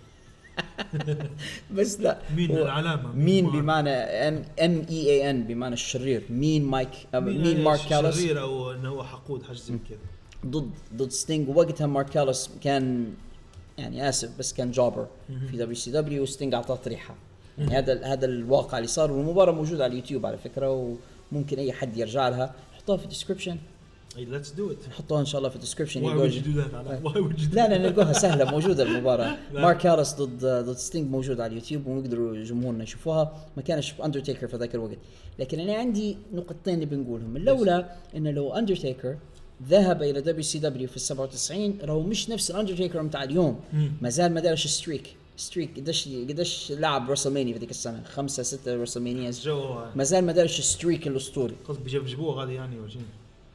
بس لا مين العلامة مين بمعنى ام ام اي اي ان بمعنى الشرير. مين مايك مين مارك كالوس شرير او انه هو حقود حاجه زي كذا ضد ضد ستينج. ووقتها مارك كالوس كان يعني اسف بس كان جوبر في دبليو سي دبليو، وستينج اعطاه ريحه. يعني هذا هذا الواقع اللي صار، والمباراه موجوده على اليوتيوب على فكره، وممكن اي حد يرجع لها. حطوها في الديسكربشن. اي ليتس دو ات، نحطوها ان شاء الله في الديسكربشن. لا لا نلقوها سهله موجوده المباراه. مارك كالوس ضد ضد ستينج موجود على اليوتيوب، ونقدروا جمهورنا يشوفوها. ما كانش اندرتيكر في ذاك الوقت، لكن انا عندي نقطتين اللي بنقولهم. الاولى انه لو اندرتيكر ذهب الى دبليو سي دبليو في السبعة وتسعين، راهو مش نفس الاندرتيكر متاع اليوم. ما زال ما دارش ستريك ستريك قديش قديش لعب رسلمانيا في ذيك السنه، خمسة ستة رسلمانيا، ما زال ما دارش ستريك الاسطوري. قصد بيجيبوه غادي يعني وجين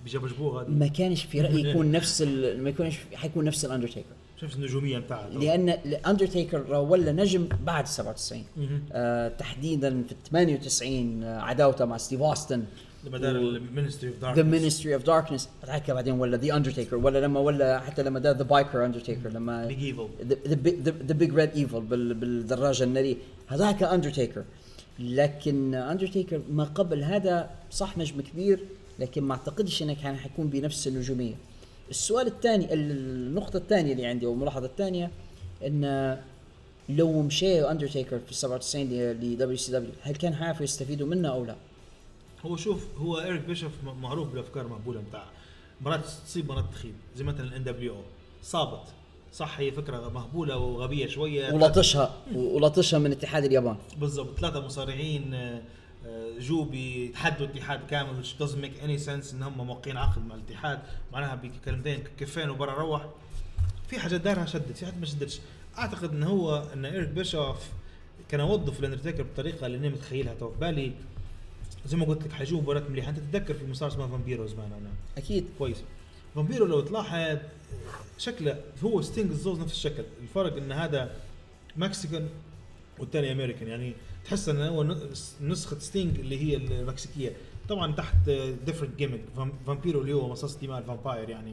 بيجابجبوه هذا ما كانش في رأيي يكون نفس ال... ما يكونش حيكون نفس الأندرتيكر. شوف النجوميه بتاعته لأن الأندرتيكر ولا نجم بعد سبعة وتسعين آه تحديدا في ثمانية وتسعين آه عداوته مع ستيف أوستن لما دار المينستري اوف داركنس ذا مينستري اوف داركنس هذاك بعدين ولا ذا اندرتيكر ولا لما ولا حتى لما دار ذا بايكر اندرتيكر لما بيج ايفل ذا بيج ريد ايفل بالدراجه الناريه هذاك اندرتيكر. لكن اندرتيكر ما قبل هذا صح نجم كبير لكن ما اعتقدش انه كان حيكون بنفس النجوميه. السؤال الثاني النقطه الثانيه اللي عندي والملاحظه الثانيه ان لو مشى اندرتيكر في سبعة وتسعين ل دبليو سي دبليو هل كان حيعرفوا يستفيدوا منه او لا؟ هو شوف هو إيريك بيشوف معروف بالافكار مقبوله بتاع مرات تصيب مرات تخيب زي مثلا الان دبليو او صابت صح هي فكره مهبوله وغبيه شويه ولطشها ولطشها من اتحاد اليابان بالضبط. ثلاثه مصارعين جو بيتحدوا اتحاد كامل which doesn't make any sense ان هم موقعين عقد مع الاتحاد معناها بكلمتين كفين وبرا روح. في حاجه دارها شدت في حاجه ما شدتش. اعتقد ان هو ان إيريك بيشوف كان يوظف الاندرتيكر بطريقه اللي انا متخيلها تو في بالي زي ما قلت لك حيجوا مباراة مليحة. انت تتذكر في مصارع اسمه فامبيرو زمان انا اكيد كويس. فامبيرو لو تلاحظ شكله هو ستينج الزوز نفس الشكل. الفرق ان هذا مكسيكان والثاني امريكان يعني تحس انه هو نسخة ستينج اللي هي المكسيكية طبعا تحت ديفرنت جيمك. فامبيرو اللي هو مصاص دماء الفامباير يعني.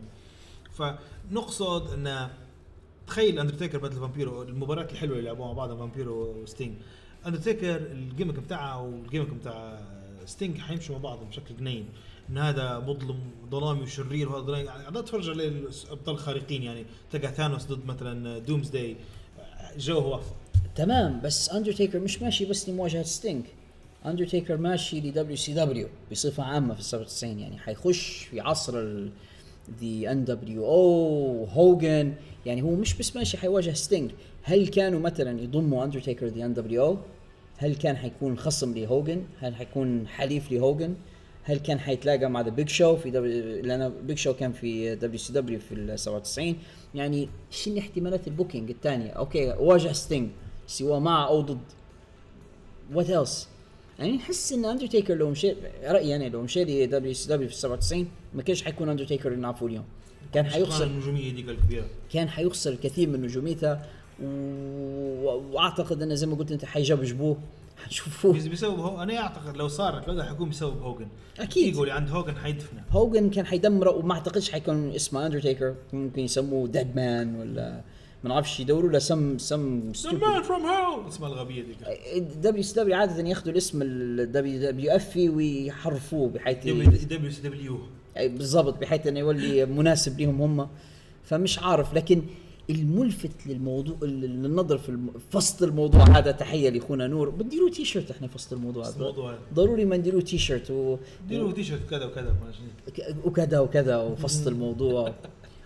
فنقصد ان تخيل اندرتيكر بدل فامبيرو المباراة الحلوة اللي لعبوها مع بعض فامبيرو وستينج. اندرتيكر الجيمك بتاعه والجيمك بتاع ستينج حيمشوا مع بعض بشكل جنين ان هذا مظلم ظلامي وشرير وهذا يعني عاد تفرج على الابطال الخارقين يعني تلقى ثانوس ضد مثلا دومز داي جو هو تمام. بس اندرتيكر مش ماشي بس لمواجهه ستينج. اندرتيكر ماشي لدبليو سي دبليو بصفه عامه في سبعة وتسعين يعني حيخش في عصر ال دي ان دبليو او هوجن يعني هو مش بس ماشي حيواجه ستينج. هل كانوا مثلا يضموا اندرتيكر دي ان دبليو او؟ هل كان حيكون خصم لهوجن؟ هل حيكون حليف لهوجن؟ هل كان حيتلاقى مع ذا بيج شو في دبليو لأن بيج شو كان في دبليو سي دبليو في ال سبعة وتسعين يعني شنو احتمالات البوكينج الثانيه؟ اوكي واجه ستينج سواء مع او ضد وات ايلس يعني نحس ان اندرتيكر لو مشي رايي يعني لو مشي لي دبليو سي دبليو في سبعة وتسعين ما كانش حيكون اندرتيكر اللي نعرفه اليوم. كان حيخسر النجوميه دي الكبيره كان حيخسر الكثير من نجوميته و... واعتقد انه زي ما قلت انت حيجابجبوه حنشوفوه بسبب هو. انا اعتقد لو صارت لو حيكون بسبب هوجن اكيد يقول عند هوجن حيدفنه. هوجن كان حيدمره وما اعتقدش حيكون اسمه اندرتيكر ممكن يسموه ديد مان ولا ما نعرفش يدوروا له سم سم مان فروم هيل اسمه الغبيه دي. دبليو سي دبليو عاده ياخذوا الاسم الدبليو دبليو اف ويحرفوه بحيث دبليو سي دبليو بالضبط بحيث انه يولي مناسب لهم هم. فمش عارف لكن الملفت للموضوع للنظر في فصل الموضوع هذا تحيه لاخونا نور بديروا تي شيرت احنا فصل الموضوع هذا ضروري ما نديروا تي شيرت وديروا تي شيرت كذا وكذا وكذا وكذا وفصل الموضوع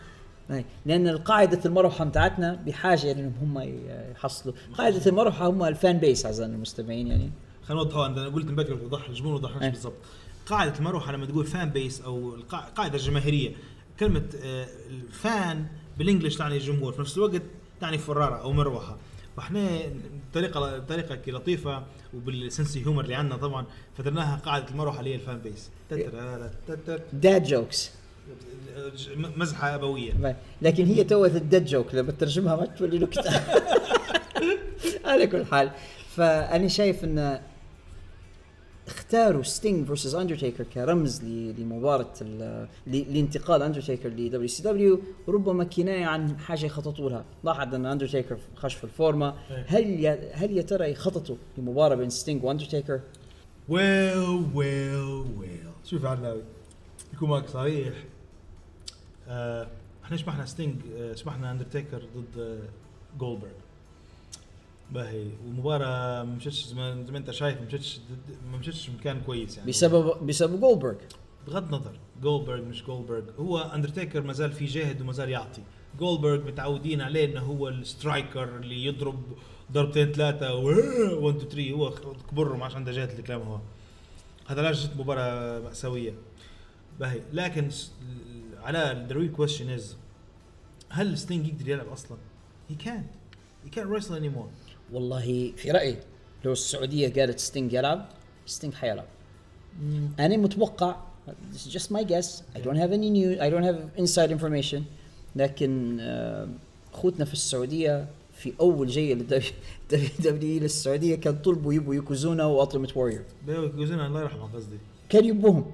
لان القاعده المروحه بتاعتنا بحاجه انهم هم يحصلوا قاعده المروحه هم الفان بيس اعزائنا المستمعين يعني خلينا نوضحها. انا قلت مبكر وضح الجمهور وضحناش بالضبط قاعده المروحه لما تقول فان بيس او القاعده الجماهيريه كلمه الفان بالانجلش تعني الجمهور في نفس الوقت تعني فرارة او مروحه. واحنا بطريقه بطريقه لطيفه وبالسنسي هيومر اللي عندنا طبعا فترناها قاعده المروحه اللي هي الفان بيس داد جوكس مزحه ابويه لكن هي توت الداد جوك لما ترجمها ما تولي نكته. على كل حال فانا شايف ان اختاروا ستينج فيرسز اندرتيكر كرمز لمباراه لانتقال اندرتيكر لدبليو سي دبليو ربما كنايه عن حاجه يخططوا لها. لاحظ ان اندرتيكر خش في الفورمه هل ي... هل يا ترى يخططوا لمباراه بين ستينج واندرتيكر؟ ويل ويل ويل شوف علاوي يكون معك صريح آه، احنا شبحنا ستينج آه، شبحنا اندرتيكر ضد آه، جولدبرغ باهي ومباراة مشتش زي ما انت شايف مشتش ما مشتش مكان كويس يعني بسبب بسبب جولدبرغ. بغض النظر جولدبرغ مش جولدبرغ هو اندرتيكر مازال في جاهد ومازال يعطي. جولدبرغ متعودين عليه انه هو السترايكر اللي يضرب ضربتين ثلاثة واحد اثنين ثلاثة هو كبره ما عادش عنده جهد الكلام. هو هذا لا جت مباراة مأساوية باهي. لكن على the real question is هل ستينج يقدر يلعب اصلا؟ he can't he can't wrestle anymore. والله في رأيي لو السعودية قالت ستينج يلعب ستينج حيلعب. أنا متوقع this is just my guess. I don't have any news. I don't have inside information. لكن أخوتنا في السعودية في أول جاية للدبليو دبليو للسعودية كان طلبوا يبوا يوكوزونا وألتيميت واريور. يوكوزونا الله يرحمه قصدي. كان يبوهم.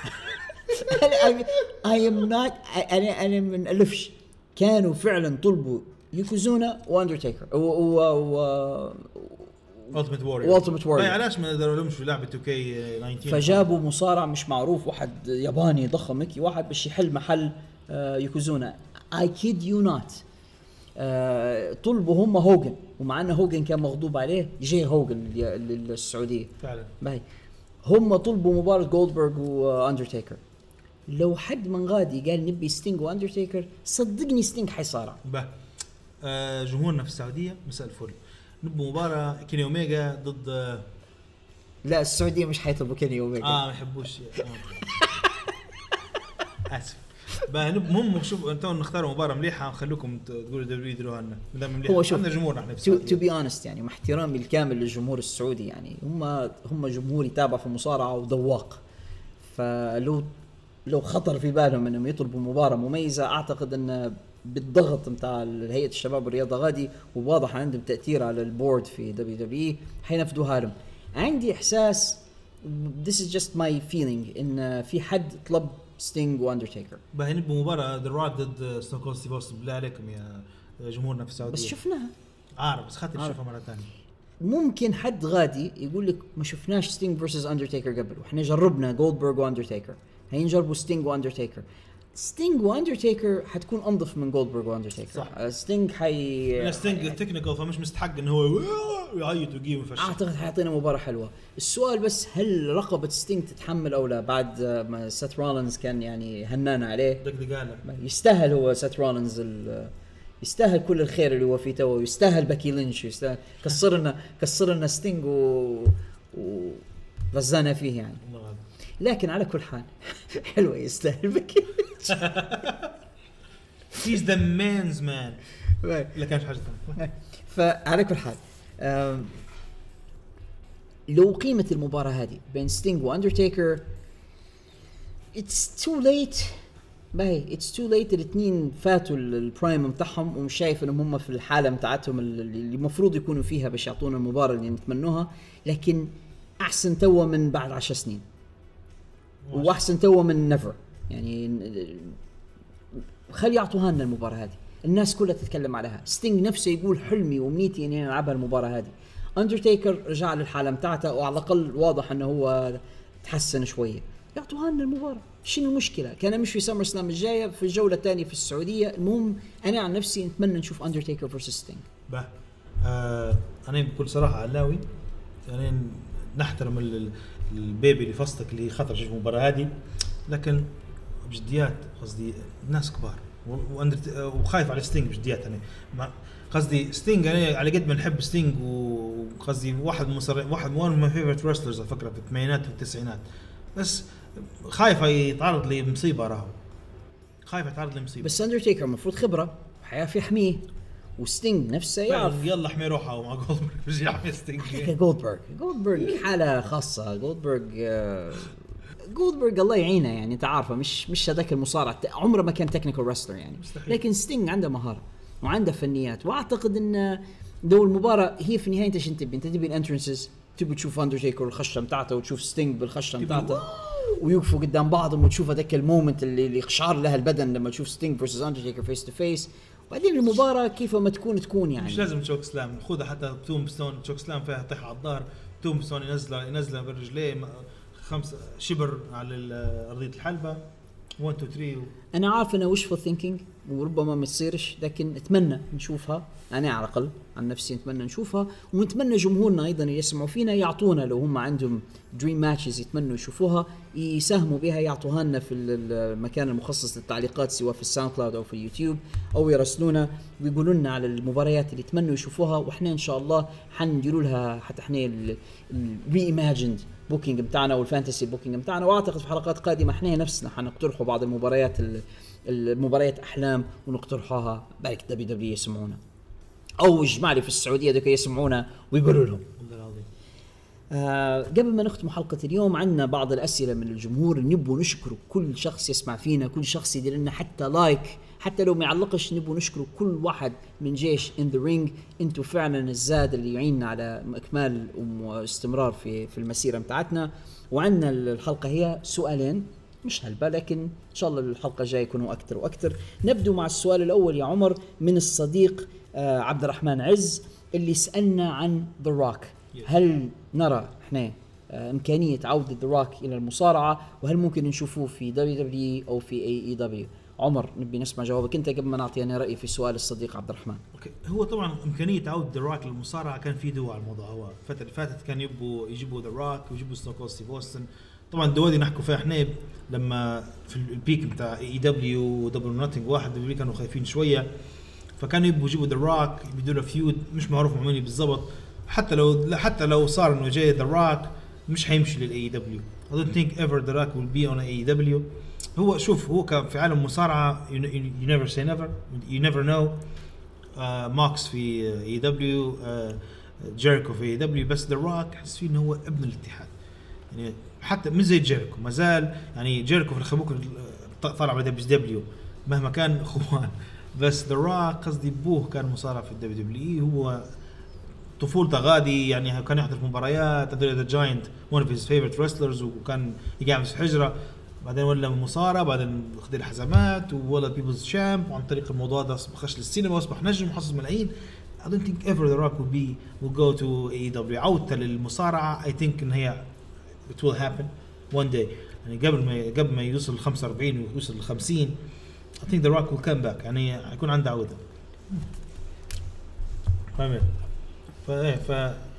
I am not. أنا أنا من ألفش. كانوا فعلا طلبوا يوكوزونا واندرتيكر و و Ultimate Warrior. Ultimate Warrior. ما علاش ما دارولهمش في لعبة تو كيه تسعة عشر. فجابوا مصارع مش معروف واحد ياباني ضخم هيك واحد باش يحل محل يوكوزونا. I kid you not. آه طلبوا هم هوجن ومع ان هوجن كان مغضوب عليه جاي هوجن للسعوديه فعلا. باهي هم طلبوا مباراه جولدبرغ واندرتيكر. لو حد من غادي قال نبي ستينج واندرتيكر صدقني ستينج حيصارع. به آه جمهورنا في السعوديه مساء الفل نبوا مباراه كيني اوميجا ضد آه لا السعوديه مش حيطلبوا كيني اوميجا اه ما يحبوش اسف. المهم شوف انتوا نختاروا مباراه مليحه ونخليكم تقولوا دبليو يديروها لنا مدام مليحه. عندنا جمهورنا احنا في تو بي اونست يعني مع احترامي الكامل للجمهور السعودي يعني هم هم جمهور يتابع في المصارعه وذواق. فلو لو خطر في بالهم انهم يطلبوا مباراه مميزه اعتقد ان بالضغط نتاع هيئه الشباب والرياضه غادي وواضح عندهم تاثير على البورد في دبليو دبليو حينفذوها لهم. عندي احساس this is just my feeling ان في حد طلب ستينج واندرتيكر. بقى نبوا مباراة ذا روك ضد ستون كولد ستيف اوستن بالله عليكم يا جمهورنا في السعودية. بس شفناها. عارف بس خاطر نشوفها مرة ثانية. ممكن حد غادي يقول لك ما شفناش ستينج فيرسز اندرتيكر قبل واحنا جربنا جولدبرغ واندرتيكر هينجربوا ستينج واندرتيكر. ستينج واندرتيكر حتكون انظف من جولدبرغ واندرتيكر. صح. ستينج حي ستينج تكنيكال فمش مستحق انه هو يعيط ويجيب ويفشل. اعتقد حيعطينا مباراه حلوه. السؤال بس هل رقبه ستينج تتحمل او لا بعد ما سيث رولينز كان يعني هنانا عليه دقدقاله. يستاهل هو سيث رولينز يستاهل كل الخير اللي هو فيه تو ويستاهل باكي لينش يستاهل كسر لنا كسر لنا ستينج و وغزانا فيه يعني. لكن على كل حال حلوه يستاهل باكي he's the man's man. لا كانش حاجه ثانيه. فعلى كل حال لو قيمة المباراة هذه بين ستينج واندرتيكر it's too late باهي it's too late. الاثنين فاتوا البرايم متاعهم ومش شايف انهم هم في الحالة متاعتهم اللي المفروض يكونوا فيها باش يعطونا المباراة اللي نتمنوها. لكن احسن توا من بعد عشر سنين واحسن توا من نيفر يعني. خلي يعطوها لنا المباراة هذه. الناس كلها تتكلم عليها. ستينج نفسه يقول حلمي ومنيتي اني العبها المباراة هذه. اندرتيكر رجع للحالة متاعته وعلى الأقل واضح أنه هو تحسن شوية. يعطوها لنا المباراة. شنو المشكلة؟ كان مش في سمر سلام الجاية في الجولة الثانية في السعودية. المهم أنا عن نفسي نتمنى نشوف اندرتيكر versus ستينج. به آه أنا بكل صراحة علاوي يعني نحترم البيبي اللي فصلك اللي خطر في المباراة هذه لكن بجديات قصدي الناس كبار وخايف على ستينج بجديات يعني قصدي ستينج أنا على قد ما نحب ستينج وقصدي واحد مصر واحد من my favorite wrestlers على فكرة في الثمانينات والتسعينات بس خايف يتعرض لمصيبة راهو خايف يتعرض لمصيبة. بس اندرتيكر المفروض خبرة وحياة في حميه وستينج نفسه يعرف يلا حمي روحه ومع جولدبرغ بيجي يحمي ستينج. جولدبرغ جولدبرغ حالة خاصة. جولدبرغ جولدبرغ الله يعينه يعني انت عارفه مش مش هذاك المصارع عمره ما كان تكنيكال رسلر يعني مستحيل. لكن ستينج عنده مهارة وعنده فنيات واعتقد ان دو المباراة هي في النهاية انت شنو تبي انت تبي الانترنسز تبي تشوف اندرتيكر والخشة متاعته وتشوف ستينج بالخشة متاعته ويوقفوا قدام بعضهم وتشوف هذاك المومنت اللي اللي يقشعر لها البدن لما تشوف ستينج فيرسز اندرتيكر فيس تو فيس. وبعدين المباراة كيف ما تكون تكون يعني مش لازم تشوك سلام خذها حتى توم ستون تشوك سلام فيها طيح على الظهر توم ستون ينزل ينزل برجليه خمسة شبر على أرضية الحلبة واحد اثنين ثلاثة و... أنا عارف أنا wishful thinking وربما ما تصيرش لكن أتمنى نشوفها. أنا على الأقل عن نفسي أتمنى نشوفها ونتمنى جمهورنا أيضا يسمعوا فينا يعطونا لو هم عندهم dream matches يتمنوا يشوفوها يساهموا بها يعطوها لنا في المكان المخصص للتعليقات سواء في الساوند كلاود أو في اليوتيوب أو يرسلونا ويقولوا لنا على المباريات اللي يتمنوا يشوفوها وإحنا إن شاء الله حنديروا لها حتى إحنا ال reimagined بوكينج بتاعنا والفانتسي بوكينج بتاعنا. واعتقد في حلقات قادمه احنا نفسنا حنقترحوا بعض المباريات المباريات احلام ونقترحوها بالك دبليو دبليو يسمعونا او اجمع لي في السعوديه دوك يسمعونا ويقولوا لهم. آه قبل ما نختم حلقة اليوم عندنا بعض الأسئلة من الجمهور. نبغى نشكر كل شخص يسمع فينا، كل شخص يدير لنا حتى لايك، حتى لو ما يعلقش. نبغى نشكر كل واحد من جيش in the ring. انتوا فعلا الزاد اللي يعيننا على إكمال واستمرار في في المسيرة متاعتنا. وعندنا الحلقة هي سؤالين مش هلبة، لكن إن شاء الله الحلقة الجاية يكونوا أكتر وأكتر. نبدو مع السؤال الأول يا عمر من الصديق آه عبد الرحمن عز اللي سألنا عن The Rock. هل نرى احنا آه إمكانية عودة The Rock إلى المصارعة، وهل ممكن نشوفوه في دبليو دبليو إي أو في إيه إي دبليو؟ عمر نبي نسمع جوابك انت قبل ما نعطي انا رأيي في سؤال الصديق عبد الرحمن. اوكي، هو طبعا امكانيه عوده ذا روك للمصارعه كان في دوا على الموضوع. هو الفتره اللي فاتت كان يبوا يجيبوا ذا روك ويجيبوا ستون كولد ستيف اوستن. طبعا الدوا دي نحكوا فيها احنا لما في البيك بتاع اي دبليو ودبل نوتنج واحد دبليو كانوا خايفين شويه، فكانوا يبوا يجيبوا ذا روك يبدوا له فيود مش معروف معمولي بالضبط. حتى لو حتى لو صار انه جاي ذا روك مش حيمشي للاي دبليو. I don't think ever the Rock will be on اي دبليو. هو شوف هو كان في عالم مصارعة you, you, you never say never you never know. ماكس uh, في اي دبليو، جيريكو في اي دبليو، بس ذا روك حس فيه انه هو ابن الاتحاد. يعني حتى مش زي جيريكو ما زال، يعني جيريكو في الخبوك طالع على دبليو دبليو مهما كان اخوان، بس ذا روك قصدي ابوه كان مصارع في الدبليو دبليو. هو طفولته غادي، يعني كان يحضر في مباريات ذا جاينت one of his favorite wrestlers، وكان يقعد في حجرة، بعدين ولا مصارع، بعدين اخذ الحزامات ولا بيبلز شامب، وعن طريق الموضوع ده خش للسينما واصبح نجم وحصل ملايين. I don't think ever the Rock will be will go to إيه إي دبليو. عودته للمصارعة I think إن هي it will happen one day. يعني قبل ما قبل ما يوصل ل خمسة وأربعين ويوصل ل خمسين I think the Rock will come back. يعني يكون عنده عودة. فاهمين؟ ف ف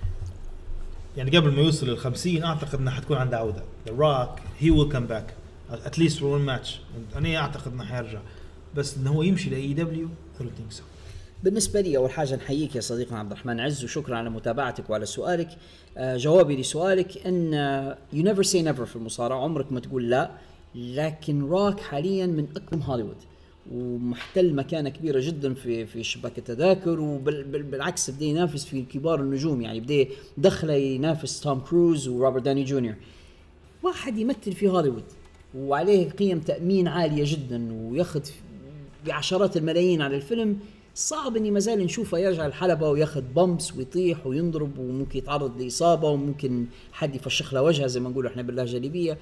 يعني قبل ما يوصل لل خمسين أعتقد إنها حتكون عنده عودة. The Rock he will come back at least for one match. أنا أعتقد إنه حيرجع، بس إنه هو يمشي لإي دبليو I don't think so. بالنسبة لي أول حاجة نحييك يا صديقنا عبد الرحمن عز، وشكرا على متابعتك وعلى سؤالك. آه جوابي لسؤالك إن آه you never say never في المصارعة، عمرك ما تقول لا، لكن روك حاليا من أكبر هوليوود ومحتل مكانة كبيرة جدا في في شباك التذاكر، وبالعكس بدأ ينافس في كبار النجوم. يعني بدأ دخله ينافس توم كروز وروبرت داني جونيور. واحد يمثل في هوليوود وعليه قيم تأمين عالية جدا وياخد بعشرات الملايين على الفيلم، صعب اني مازال نشوفه يرجع الحلبة وياخد بامبس ويطيح وينضرب وممكن يتعرض لإصابة وممكن حد يفشخ له وجهه زي ما نقول احنا باللهجة الليبية.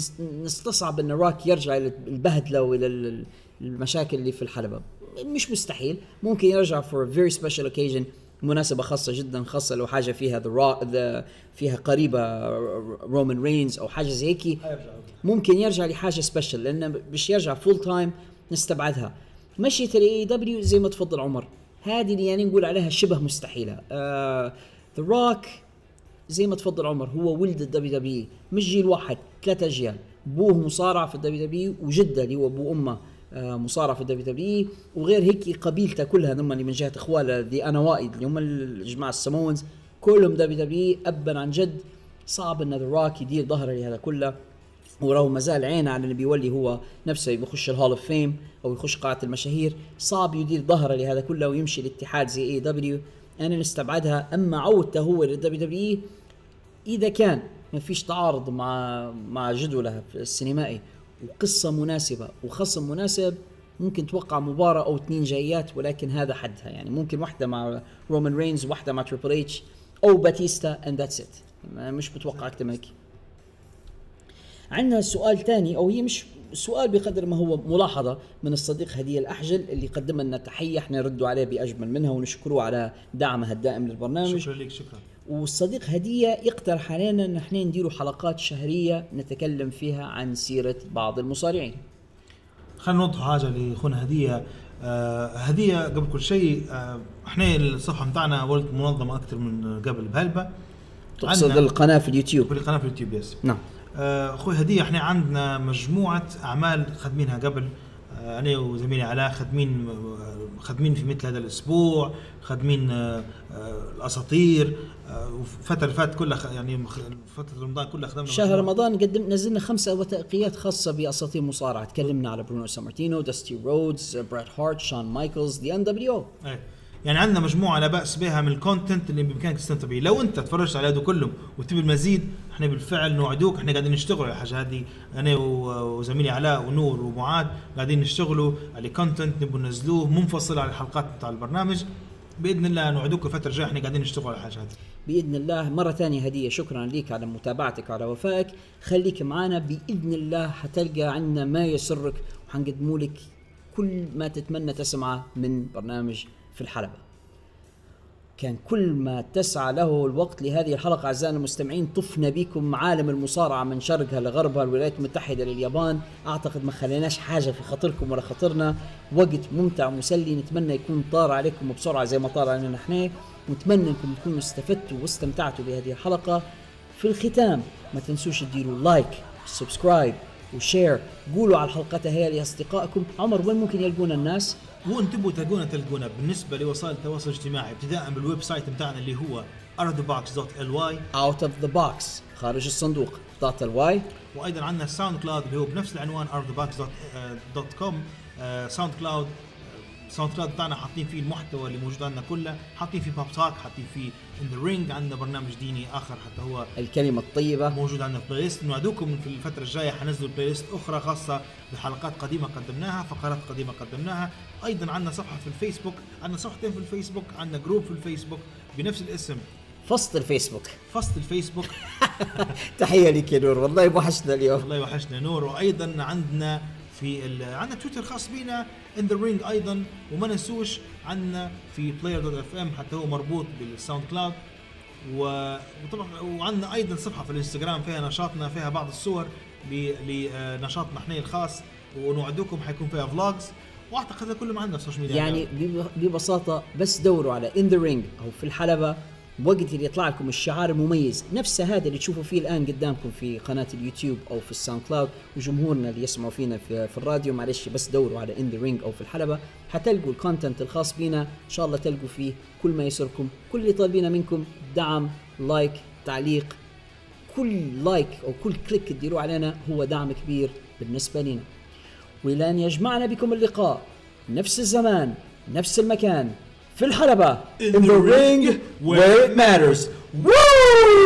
نستصعب ان روك يرجع الى البهدلة والى المشاكل اللي في الحلبة. مش مستحيل، ممكن يرجع for a very special occasion، مناسبة خاصة جدا، خاصة لو حاجة فيها the rock the فيها قريبة رومان رينز أو حاجة زي هيك، ممكن يرجع لحاجة سبيشل، لأنه مش يرجع فول تايم نستبعدها. مشيت ال إيه إي دبليو زي ما تفضل عمر، هذه اللي يعني نقول عليها شبه مستحيلة. uh, the rock زي ما تفضل عمر هو ولد الدبليو دبليو، مش جيل واحد، ثلاثة أجيال. بوه مصارع في الدبليو دبليو، وجده اللي هو أبو أمه مصارع في الدبليو دبليو، وغير هيك قبيلته كلها ضمن من جهه اخواله دي انوائد اللي هم الجماعه السمونز كلهم دبليو دبليو ابا عن جد. صعب ان ذا روك يدير ظهره لهذا كله، وراه مازال عينه على اللي بيولي هو نفسه بيخش الهول اوف فيم او يخش قاعه المشاهير. صعب يدير ظهره لهذا كله ويمشي الاتحاد زي اي دبليو، انا نستبعدها. اما عودته هو للدبليو دبليو اذا كان ما فيش تعارض مع مع جدوله السينمائي وقصة مناسبة وخصم مناسب، ممكن توقع مباراة أو اثنين جايات، ولكن هذا حدها. يعني ممكن واحدة مع رومان رينز وواحدة مع تريبل اتش أو باتيستا and that's it. مش بتوقع أكتر من هيك. عندنا سؤال تاني، أو هي مش سؤال بقدر ما هو ملاحظة من الصديق هدية الأحجل اللي قدم لنا تحية، احنا نردوا عليه بأجمل منها ونشكره على دعمه الدائم للبرنامج. شكرا لك. شكرا. والصديق هدية يقترح علينا ان احنا نديروا حلقات شهرية نتكلم فيها عن سيرة بعض المصارعين. خلينا نوضح حاجة لأخونا هدية. آه هدية قبل كل شيء، آه احنا الصفحة متاعنا ولد منظمة أكثر من قبل بهلبة. تقصد القناة في اليوتيوب؟ القناة في اليوتيوب يس. نعم. آه أخوي هدية، احنا عندنا مجموعة أعمال خدمينها قبل. آه أنا وزميلي علاء خدمين خدمين في مثل هذا الأسبوع، خدمين آه آه الأساطير. وفترة فات كلها يعني فترة رمضان كلها خدمنا. شهر رمضان قدم نزلنا خمسة وثائقيات خاصة بأساطير مصارعة. تكلمنا على برونو سامارتينو، داستي رودز، بريت هارت، شون مايكلز، دي ان دبليو. ايه يعني عندنا مجموعه لا باس بها من الكونتنت اللي بامكانك تستمتع به. لو انت تفرجت على هذول كلهم وتبي المزيد، احنا بالفعل نوعدوك، احنا قاعدين نشتغل على الحاجه هذه، انا وزميلي علاء ونور ومعاد قاعدين نشتغلوا على كونتنت نبغى ننزلوه منفصل على الحلقات بتاع البرنامج باذن الله. نوعدوك الفتره الجايه احنا قاعدين نشتغل على الحاجه هذه باذن الله. مره ثانيه هديه، شكرا لك على متابعتك وعلى وفائك. خليك معنا باذن الله، حتلقى عندنا ما يسرك وحنقدموا لك كل ما تتمنى تسمعه من برنامج في الحلبة. كان كل ما تسعى له الوقت لهذه الحلقة أعزائنا المستمعين. طفنا بكم عالم المصارعة من شرقها لغربها، الولايات المتحدة لليابان. أعتقد ما خليناش حاجة في خطركم ولا خطرنا. وقت ممتع ومسلي، نتمنى يكون طار عليكم بسرعة زي ما طار علينا نحن، ونتمنى أنكم تكونوا استفدتوا واستمتعتوا بهذه الحلقة. في الختام ما تنسوش تديروا لايك سبسكرايب وشير، قولوا على الحلقة هي لأصدقائكم. عمر، وين ممكن يلقونا الناس؟ وانتبهوا تلقونا تلقونا بالنسبه لوسائل التواصل الاجتماعي ابتداء بالويب سايت بتاعنا اللي هو out of the box dot l y out of the box خارج الصندوق dot l y، وايضا عندنا ساوند كلاود اللي هو بنفس العنوان out of the box dot com. ساوند كلاود ساوند كلاود بتاعنا حاطين فيه المحتوى اللي موجود عندنا كله، حاطين فيه باب توك، حاطين فيه in the ring، عندنا برنامج ديني اخر حتى هو الكلمه الطيبه موجود عندنا بلاي ليست. نوعدكم في الفتره الجايه حنزل بلاي ليست اخرى خاصه بحلقات قديمه قدمناها، فقرات قديمه قدمناها. ايضا عندنا صفحه في الفيسبوك، عندنا صفحتين في الفيسبوك، عندنا جروب في الفيسبوك بنفس الاسم، فصل الفيسبوك فصل الفيسبوك. تحيه لك يا نور، والله وحشنا اليوم. والله وحشنا نور. وايضا عندنا في عندنا تويتر خاص بينا in the ring ايضا، وما ننسوش عندنا في player dot f m حتى هو مربوط بالساوند كلاود، وطبعا وعندنا ايضا صفحه في الانستغرام فيها نشاطنا، فيها بعض الصور لنشاطنا احنا الخاص، ونوعدكم حيكون فيها فلوجز، واعتقد هذا كله معنا في السوشيال ميديا. يعني ببساطه بس دوروا على in the ring او في الحلبة، وقت اللي يطلع لكم الشعار المميز نفس هذا اللي تشوفوا فيه الآن قدامكم في قناة اليوتيوب أو في الساوند كلاود، وجمهورنا اللي يسمعوا فينا في, في الراديو، معلش بس دوروا على in the ring أو في الحلبة، حتلقوا الكونتنت الخاص بينا. إن شاء الله تلقوا فيه كل ما يسركم. كل اللي طالبينه منكم دعم، لايك، تعليق. كل لايك أو كل كليك تديروا علينا هو دعم كبير بالنسبة لنا. ولن يجمعنا بكم اللقاء نفس الزمان نفس المكان في الحلبة in the ring where it matters. Woo!